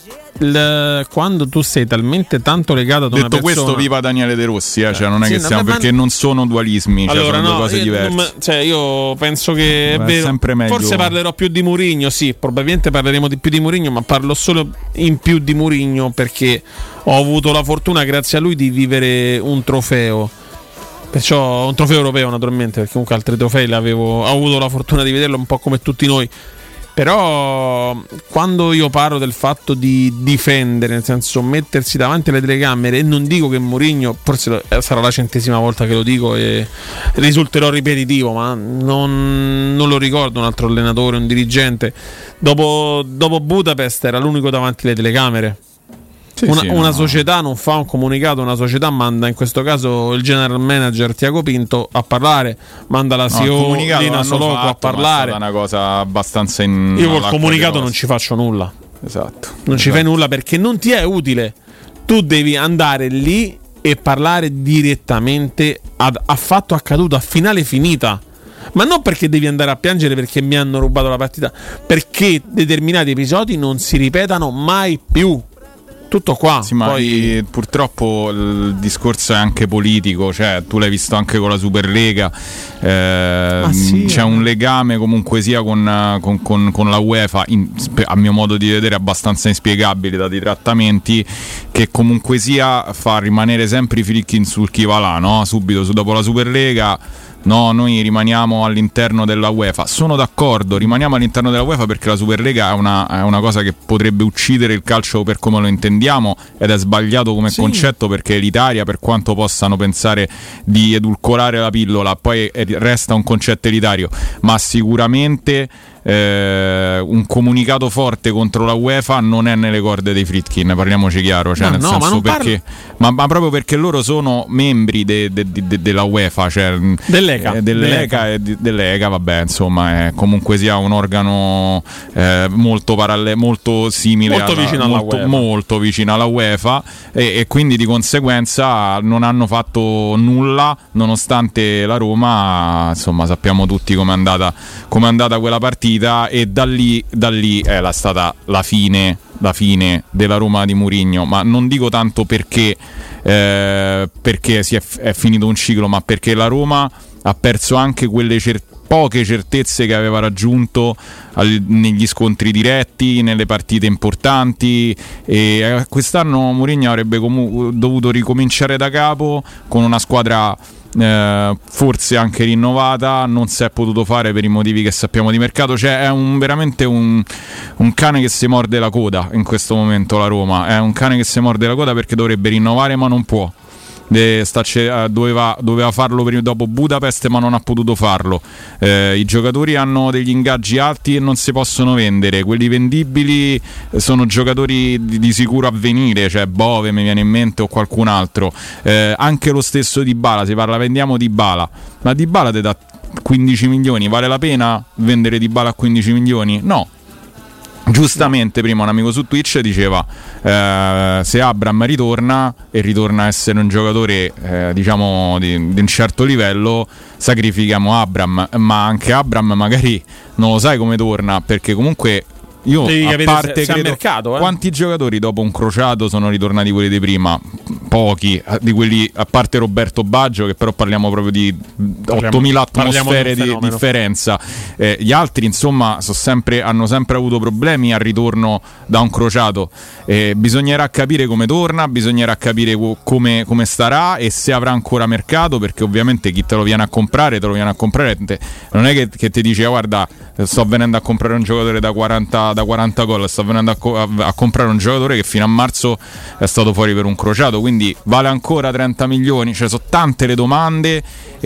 il, quando tu sei talmente tanto legato ad Detto una persona. questo, viva Daniele De Rossi, eh, cioè non è sì, che siamo, ma... perché non sono dualismi, cioè allora, sono no, due cose io, diverse. non, cioè, io penso che Beh, è vero. Sempre meglio. Forse parlerò più di Mourinho, sì, probabilmente parleremo di più di Mourinho, ma parlo solo in più di Mourinho perché ho avuto la fortuna, grazie a lui, di vivere un trofeo. Perciò un trofeo europeo, naturalmente, perché comunque altri trofei l'avevo, ho avuto la fortuna di vederlo un po' come tutti noi. Però quando io parlo del fatto di difendere, nel senso mettersi davanti alle telecamere, e non dico che Mourinho, forse sarà la centesima volta che lo dico e risulterò ripetitivo, ma non, non lo ricordo un altro allenatore, un dirigente dopo, dopo Budapest era l'unico davanti alle telecamere. Sì, una, sì, una no. società non fa un comunicato, una società manda, in questo caso il general manager Tiago Pinto a parlare, manda la C E O no, Lina Soloco a parlare. È una cosa abbastanza in Io col comunicato non ci faccio nulla. Esatto. Non esatto. ci fai nulla perché non ti è utile. Tu devi andare lì e parlare direttamente ad, a fatto accaduto, a finale finita. Ma non perché devi andare a piangere perché mi hanno rubato la partita, perché determinati episodi non si ripetano mai più. tutto qua. Sì, ma poi purtroppo il discorso è anche politico, cioè tu l'hai visto anche con la Superlega, eh, sì, c'è eh. un legame comunque sia con, con, con, con la UEFA, in, a mio modo di vedere abbastanza inspiegabile, dati i trattamenti, che comunque sia fa rimanere sempre i Friedkin sul chi va là, no? Subito su, dopo la Superlega. No, noi rimaniamo all'interno della UEFA. Sono d'accordo, rimaniamo all'interno della UEFA perché la Superlega è una, è una cosa che potrebbe uccidere il calcio per come lo intendiamo, ed è sbagliato come sì. concetto, perché elitaria, per quanto possano pensare di edulcorare la pillola, poi resta un concetto elitario, ma sicuramente eh, un comunicato forte contro la UEFA non è nelle corde dei Friedkin, parliamoci chiaro, cioè, no, nel no, senso ma perché parlo... ma, ma proprio perché loro sono membri de, de, de, de, della UEFA, cioè dell'E C A, eh, dell'ECA e dell'ECA, vabbè, insomma, è comunque sia un organo eh, molto parallelo, molto simile, molto alla, vicino alla molto, UEFA, molto vicino alla UEFA, e, e quindi di conseguenza non hanno fatto nulla, nonostante la Roma, insomma, sappiamo tutti com'è andata, com'è andata quella partita, e da lì, da lì è la stata la fine, la fine della Roma di Mourinho, ma non dico tanto perché eh, perché si è, è finito un ciclo, ma perché la Roma ha perso anche quelle cer- poche certezze che aveva raggiunto al, negli scontri diretti, nelle partite importanti, e eh, quest'anno Mourinho avrebbe comu- dovuto ricominciare da capo con una squadra Eh, forse anche rinnovata. Non si è potuto fare per i motivi che sappiamo di mercato, cioè è un, veramente un, un cane che si morde la coda in questo momento. La Roma è un cane che si morde la coda perché dovrebbe rinnovare ma non può. De, sta, doveva, doveva farlo per, dopo Budapest, ma non ha potuto farlo. Eh, i giocatori hanno degli ingaggi alti e non si possono vendere. Quelli vendibili sono giocatori di, di sicuro avvenire, cioè Bove mi viene in mente, o qualcun altro. Eh, anche lo stesso Dybala, si parla vendiamo Dybala, ma Dybala ti dà quindici milioni, vale la pena vendere Dybala a quindici milioni? No. Giustamente prima un amico su Twitch diceva eh, se Abraham ritorna e ritorna a essere un giocatore eh, diciamo di, di un certo livello, sacrifichiamo Abraham, ma anche Abraham magari non lo sai come torna, perché comunque io a parte se, se credo mercato, eh? Quanti giocatori dopo un crociato sono ritornati quelli di prima? Pochi, di quelli, a parte Roberto Baggio, che però parliamo proprio di ottomila atmosfere di, di differenza. Eh, gli altri insomma sono sempre, hanno sempre avuto problemi al ritorno da un crociato. Eh, bisognerà capire come torna, bisognerà capire come, come starà e se avrà ancora mercato, perché ovviamente chi te lo viene a comprare te lo viene a comprare, non è che, che ti dice guarda sto venendo a comprare un giocatore da quaranta da quaranta gol, sto venendo a, co- a, a comprare un giocatore che fino a marzo è stato fuori per un crociato, quindi vale ancora trenta milioni. Cioè sono tante le domande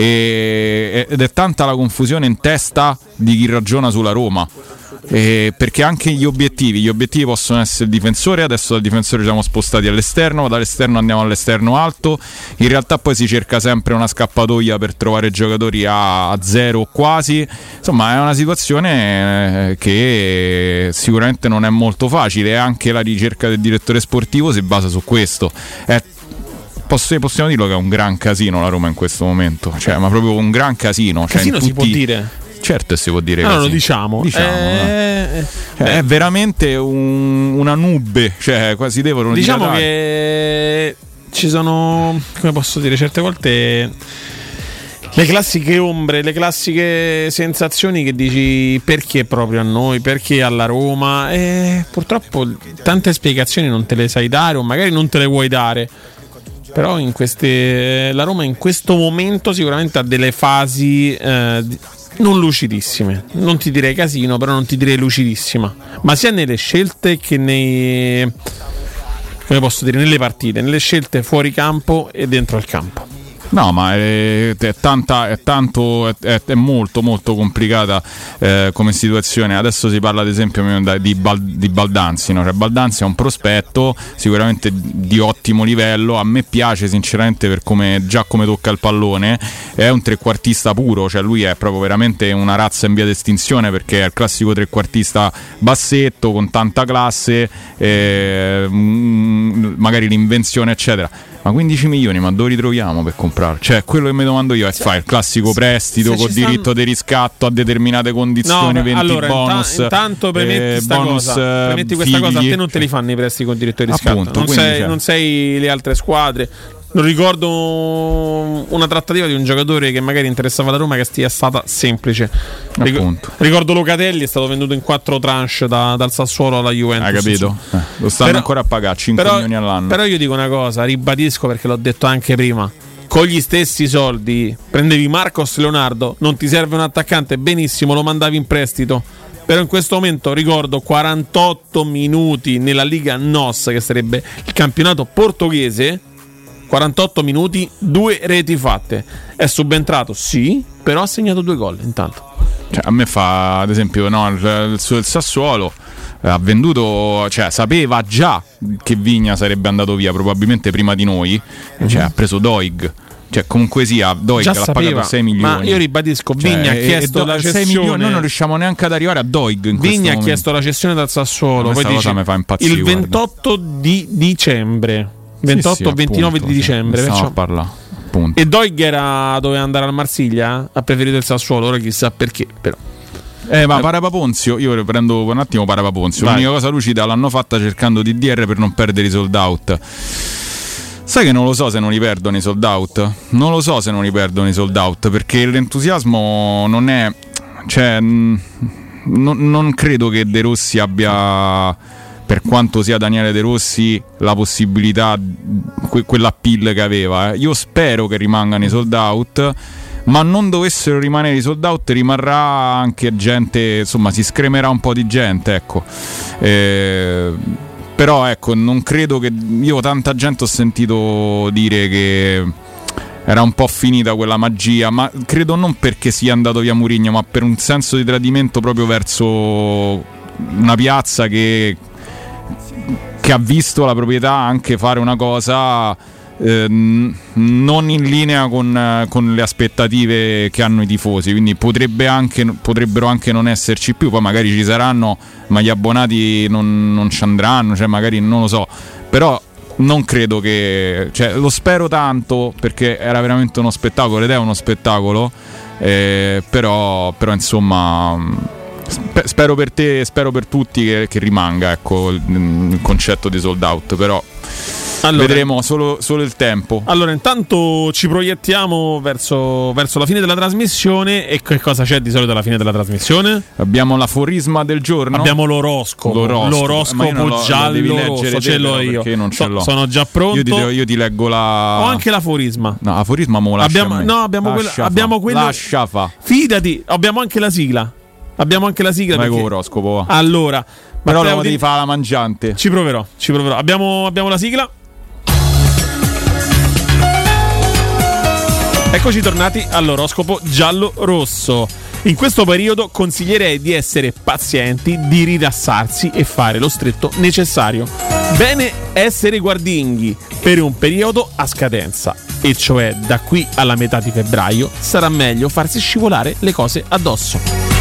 e, ed è tanta la confusione in testa di chi ragiona sulla Roma. Eh, perché anche gli obiettivi gli obiettivi possono essere il difensore, adesso dal difensore siamo spostati all'esterno, dall'esterno andiamo all'esterno alto, in realtà poi si cerca sempre una scappatoia per trovare giocatori a, a zero o quasi, insomma è una situazione eh, che sicuramente non è molto facile, e anche la ricerca del direttore sportivo si basa su questo. È Posso, possiamo dirlo che è un gran casino la Roma in questo momento, cioè ma proprio un gran casino, casino cioè, si può dire. Certo si può dire no, così. No, diciamo, diciamo eh, cioè, eh, è veramente un, una nube, cioè quasi devono diciamo dire, che ci sono, come posso dire, certe volte le classiche ombre, le classiche sensazioni che dici perché proprio a noi, perché alla Roma, e purtroppo tante spiegazioni non te le sai dare o magari non te le vuoi dare. Però in queste, la Roma in questo momento sicuramente ha delle fasi eh, non lucidissime. Non ti direi casino, però non ti direi lucidissima. Ma sia nelle scelte che nei, come posso dire, nelle partite, nelle scelte fuori campo e dentro il campo. No, ma è, è tanta, è tanto, è, è molto molto complicata eh, come situazione. Adesso si parla ad esempio di, Bal, di Baldanzi, no? Cioè, Baldanzi è un prospetto sicuramente di ottimo livello, a me piace sinceramente per come già come tocca il pallone, è un trequartista puro, cioè lui è proprio veramente una razza in via d'estinzione, perché è il classico trequartista bassetto con tanta classe, eh, magari l'invenzione eccetera. Ma quindici milioni, ma dove li troviamo per comprare? Cioè, quello che mi domando io è fare il classico prestito con diritto stanno... di riscatto a determinate condizioni, no, venti allora, bonus. Intanto premetti, eh, sta bonus, cosa, premetti questa figli. cosa, a te non te li fanno i prestiti con diritto di riscatto. Appunto, non, sei, cioè. non sei le altre squadre. Non ricordo una trattativa di un giocatore che magari interessava la Roma che sia stata semplice. Ric- ricordo Locatelli è stato venduto in quattro tranche da, dal Sassuolo alla Juventus. Hai capito? Eh, lo stanno però, ancora a pagare cinque però, milioni all'anno. Però io dico una cosa, ribadisco perché l'ho detto anche prima. Con gli stessi soldi prendevi Marcos Leonardo, non ti serve un attaccante, benissimo, lo mandavi in prestito. Però in questo momento ricordo quarantotto minuti nella Liga N O S, che sarebbe il campionato portoghese. quarantotto minuti, due reti fatte. È subentrato, sì, però ha segnato due gol intanto. Cioè, a me fa, ad esempio, no, il, il suo il Sassuolo eh, ha venduto, cioè sapeva già che Vigna sarebbe andato via probabilmente prima di noi, mm-hmm. cioè ha preso Doig. Cioè, comunque sia, Doig l'ha pagato sei milioni. Ma io ribadisco, Vigna cioè, ha chiesto e, la cessione. sei milioni, noi non riusciamo neanche ad arrivare a Doig. In Vigna ha chiesto la cessione dal Sassuolo. Poi dice, mi fa impazzire, il ventotto guarda. Di dicembre. ventotto ventinove sì, sì, di dicembre sì, perciò... a parlare, appunto. E Doig era doveva andare al Marsiglia, ha preferito il Sassuolo, ora chissà perché però. Eh ma Parapaponzio, io prendo un attimo Parapaponzio. L'unica cosa lucida l'hanno fatta cercando D D R per non perdere i sold out. Sai che non lo so se non li perdono i sold out. Non lo so se non li perdono i sold out, perché l'entusiasmo non è, cioè n- non credo che De Rossi abbia, per quanto sia Daniele De Rossi, la possibilità, que- quell'appeal che aveva. Eh. Io spero che rimangano i sold out, ma non dovessero rimanere i sold out, rimarrà anche gente, insomma, si scremerà un po' di gente, ecco. Eh, però ecco, non credo che, io tanta gente ho sentito dire che era un po' finita quella magia, ma credo non perché sia andato via Mourinho, ma per un senso di tradimento proprio verso una piazza che che ha visto la proprietà anche fare una cosa eh, non in linea con, con le aspettative che hanno i tifosi, quindi potrebbe anche, potrebbero anche non esserci più, poi magari ci saranno ma gli abbonati non, non ci andranno, cioè magari non lo so, però non credo che, cioè lo spero tanto perché era veramente uno spettacolo ed è uno spettacolo, eh, però, però insomma spero per te, spero per tutti che, che rimanga, ecco, il, il concetto di sold out, però allora, vedremo solo, solo il tempo. Allora intanto ci proiettiamo verso, verso la fine della trasmissione. E che cosa c'è di solito alla fine della trasmissione? Abbiamo l'aforisma del giorno, abbiamo l'oroscopo, l'oroscopo, l'oroscopo lo, giallo rosso, ce l'ho io, perché non ce so, l'ho. Sono già pronto. Io ti, io ti leggo la. Ho anche l'aforisma. No, l'aforisma mo lascia abbiamo, no, abbiamo lascia quello, abbiamo quello. Lascia fa. Fidati, abbiamo anche la sigla. Abbiamo anche la sigla. Vai perché... con l'oroscopo. Allora, però Matteo, lo devi fare la mangiante. Ci proverò, ci proverò. Abbiamo, abbiamo la sigla. Eccoci tornati all'oroscopo giallo-rosso. In questo periodo consiglierei di essere pazienti, di rilassarsi e fare lo stretto necessario. Bene essere guardinghi per un periodo a scadenza, e cioè da qui alla metà di febbraio sarà meglio farsi scivolare le cose addosso.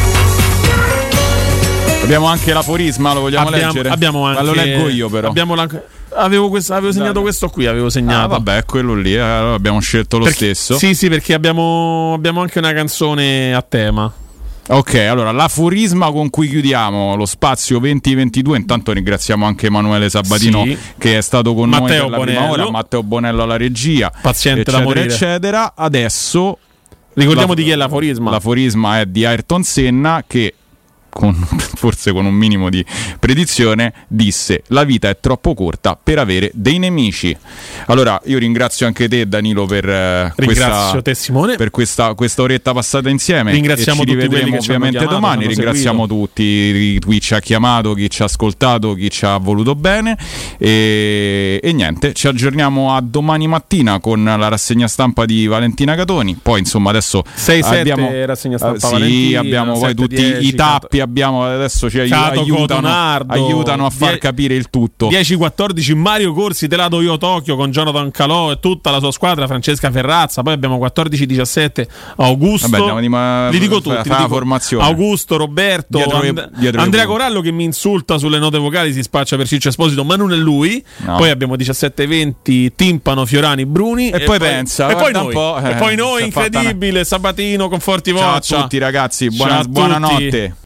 Abbiamo anche l'aforisma, lo vogliamo abbiamo, leggere? Abbiamo anche, ma lo leggo io però. Abbiamo la... Avevo, questo, avevo segnato Dai. questo qui, avevo segnato. Ah, vabbè, quello lì, eh, abbiamo scelto lo perché, stesso. Sì, sì, perché abbiamo, abbiamo anche una canzone a tema. Ok, allora l'aforisma con cui chiudiamo lo spazio venti ventidue. Intanto ringraziamo anche Emanuele Sabatino, sì, che è stato con Matteo noi per la Bonello. prima ora, Matteo Bonello alla regia, paziente eccetera, da morire, eccetera. Adesso ricordiamo la, di chi è l'aforisma. L'aforisma è di Ayrton Senna, che con, forse con un minimo di predizione disse: la vita è troppo corta per avere dei nemici. Allora io ringrazio anche te, Danilo, per eh, questa, te, Simone, per questa, questa oretta passata insieme. Ringraziamo e ci tutti rivedremo quelli che ovviamente ci hanno chiamato, domani. Ringraziamo seguito. tutti, chi ci ha chiamato, chi ci ha ascoltato, chi ci ha voluto bene, e, e niente, ci aggiorniamo a domani mattina con la rassegna stampa di Valentina Catoni. Poi insomma adesso sei sette abbiamo rassegna stampa uh, sì, Valentina, abbiamo poi tutti dieci, i tappi abbiamo adesso ci Cato aiutano, Cotonardo, aiutano a far die- capire il tutto. dieci quattordici Mario Corsi, te la do io Tokyo con Jonathan Calò e tutta la sua squadra, Francesca Ferrazza. Poi abbiamo quattordici diciassette Augusto. Vabbè, andiamo di ma- li dico fa- tutti, fa li la dico. formazione. Augusto, Roberto, Dietro And- le- dietro le Andrea punte. Corallo che mi insulta sulle note vocali, si spaccia per Ciccio Esposito, ma non è lui. No. Poi abbiamo diciassette venti Timpano, Fiorani, Bruni E poi pensa, e poi guarda noi, un po', e eh, poi noi si è fatta incredibile Sabatino con forti Ciao a voccia. tutti ragazzi, buona- Ciao a tutti. buonanotte.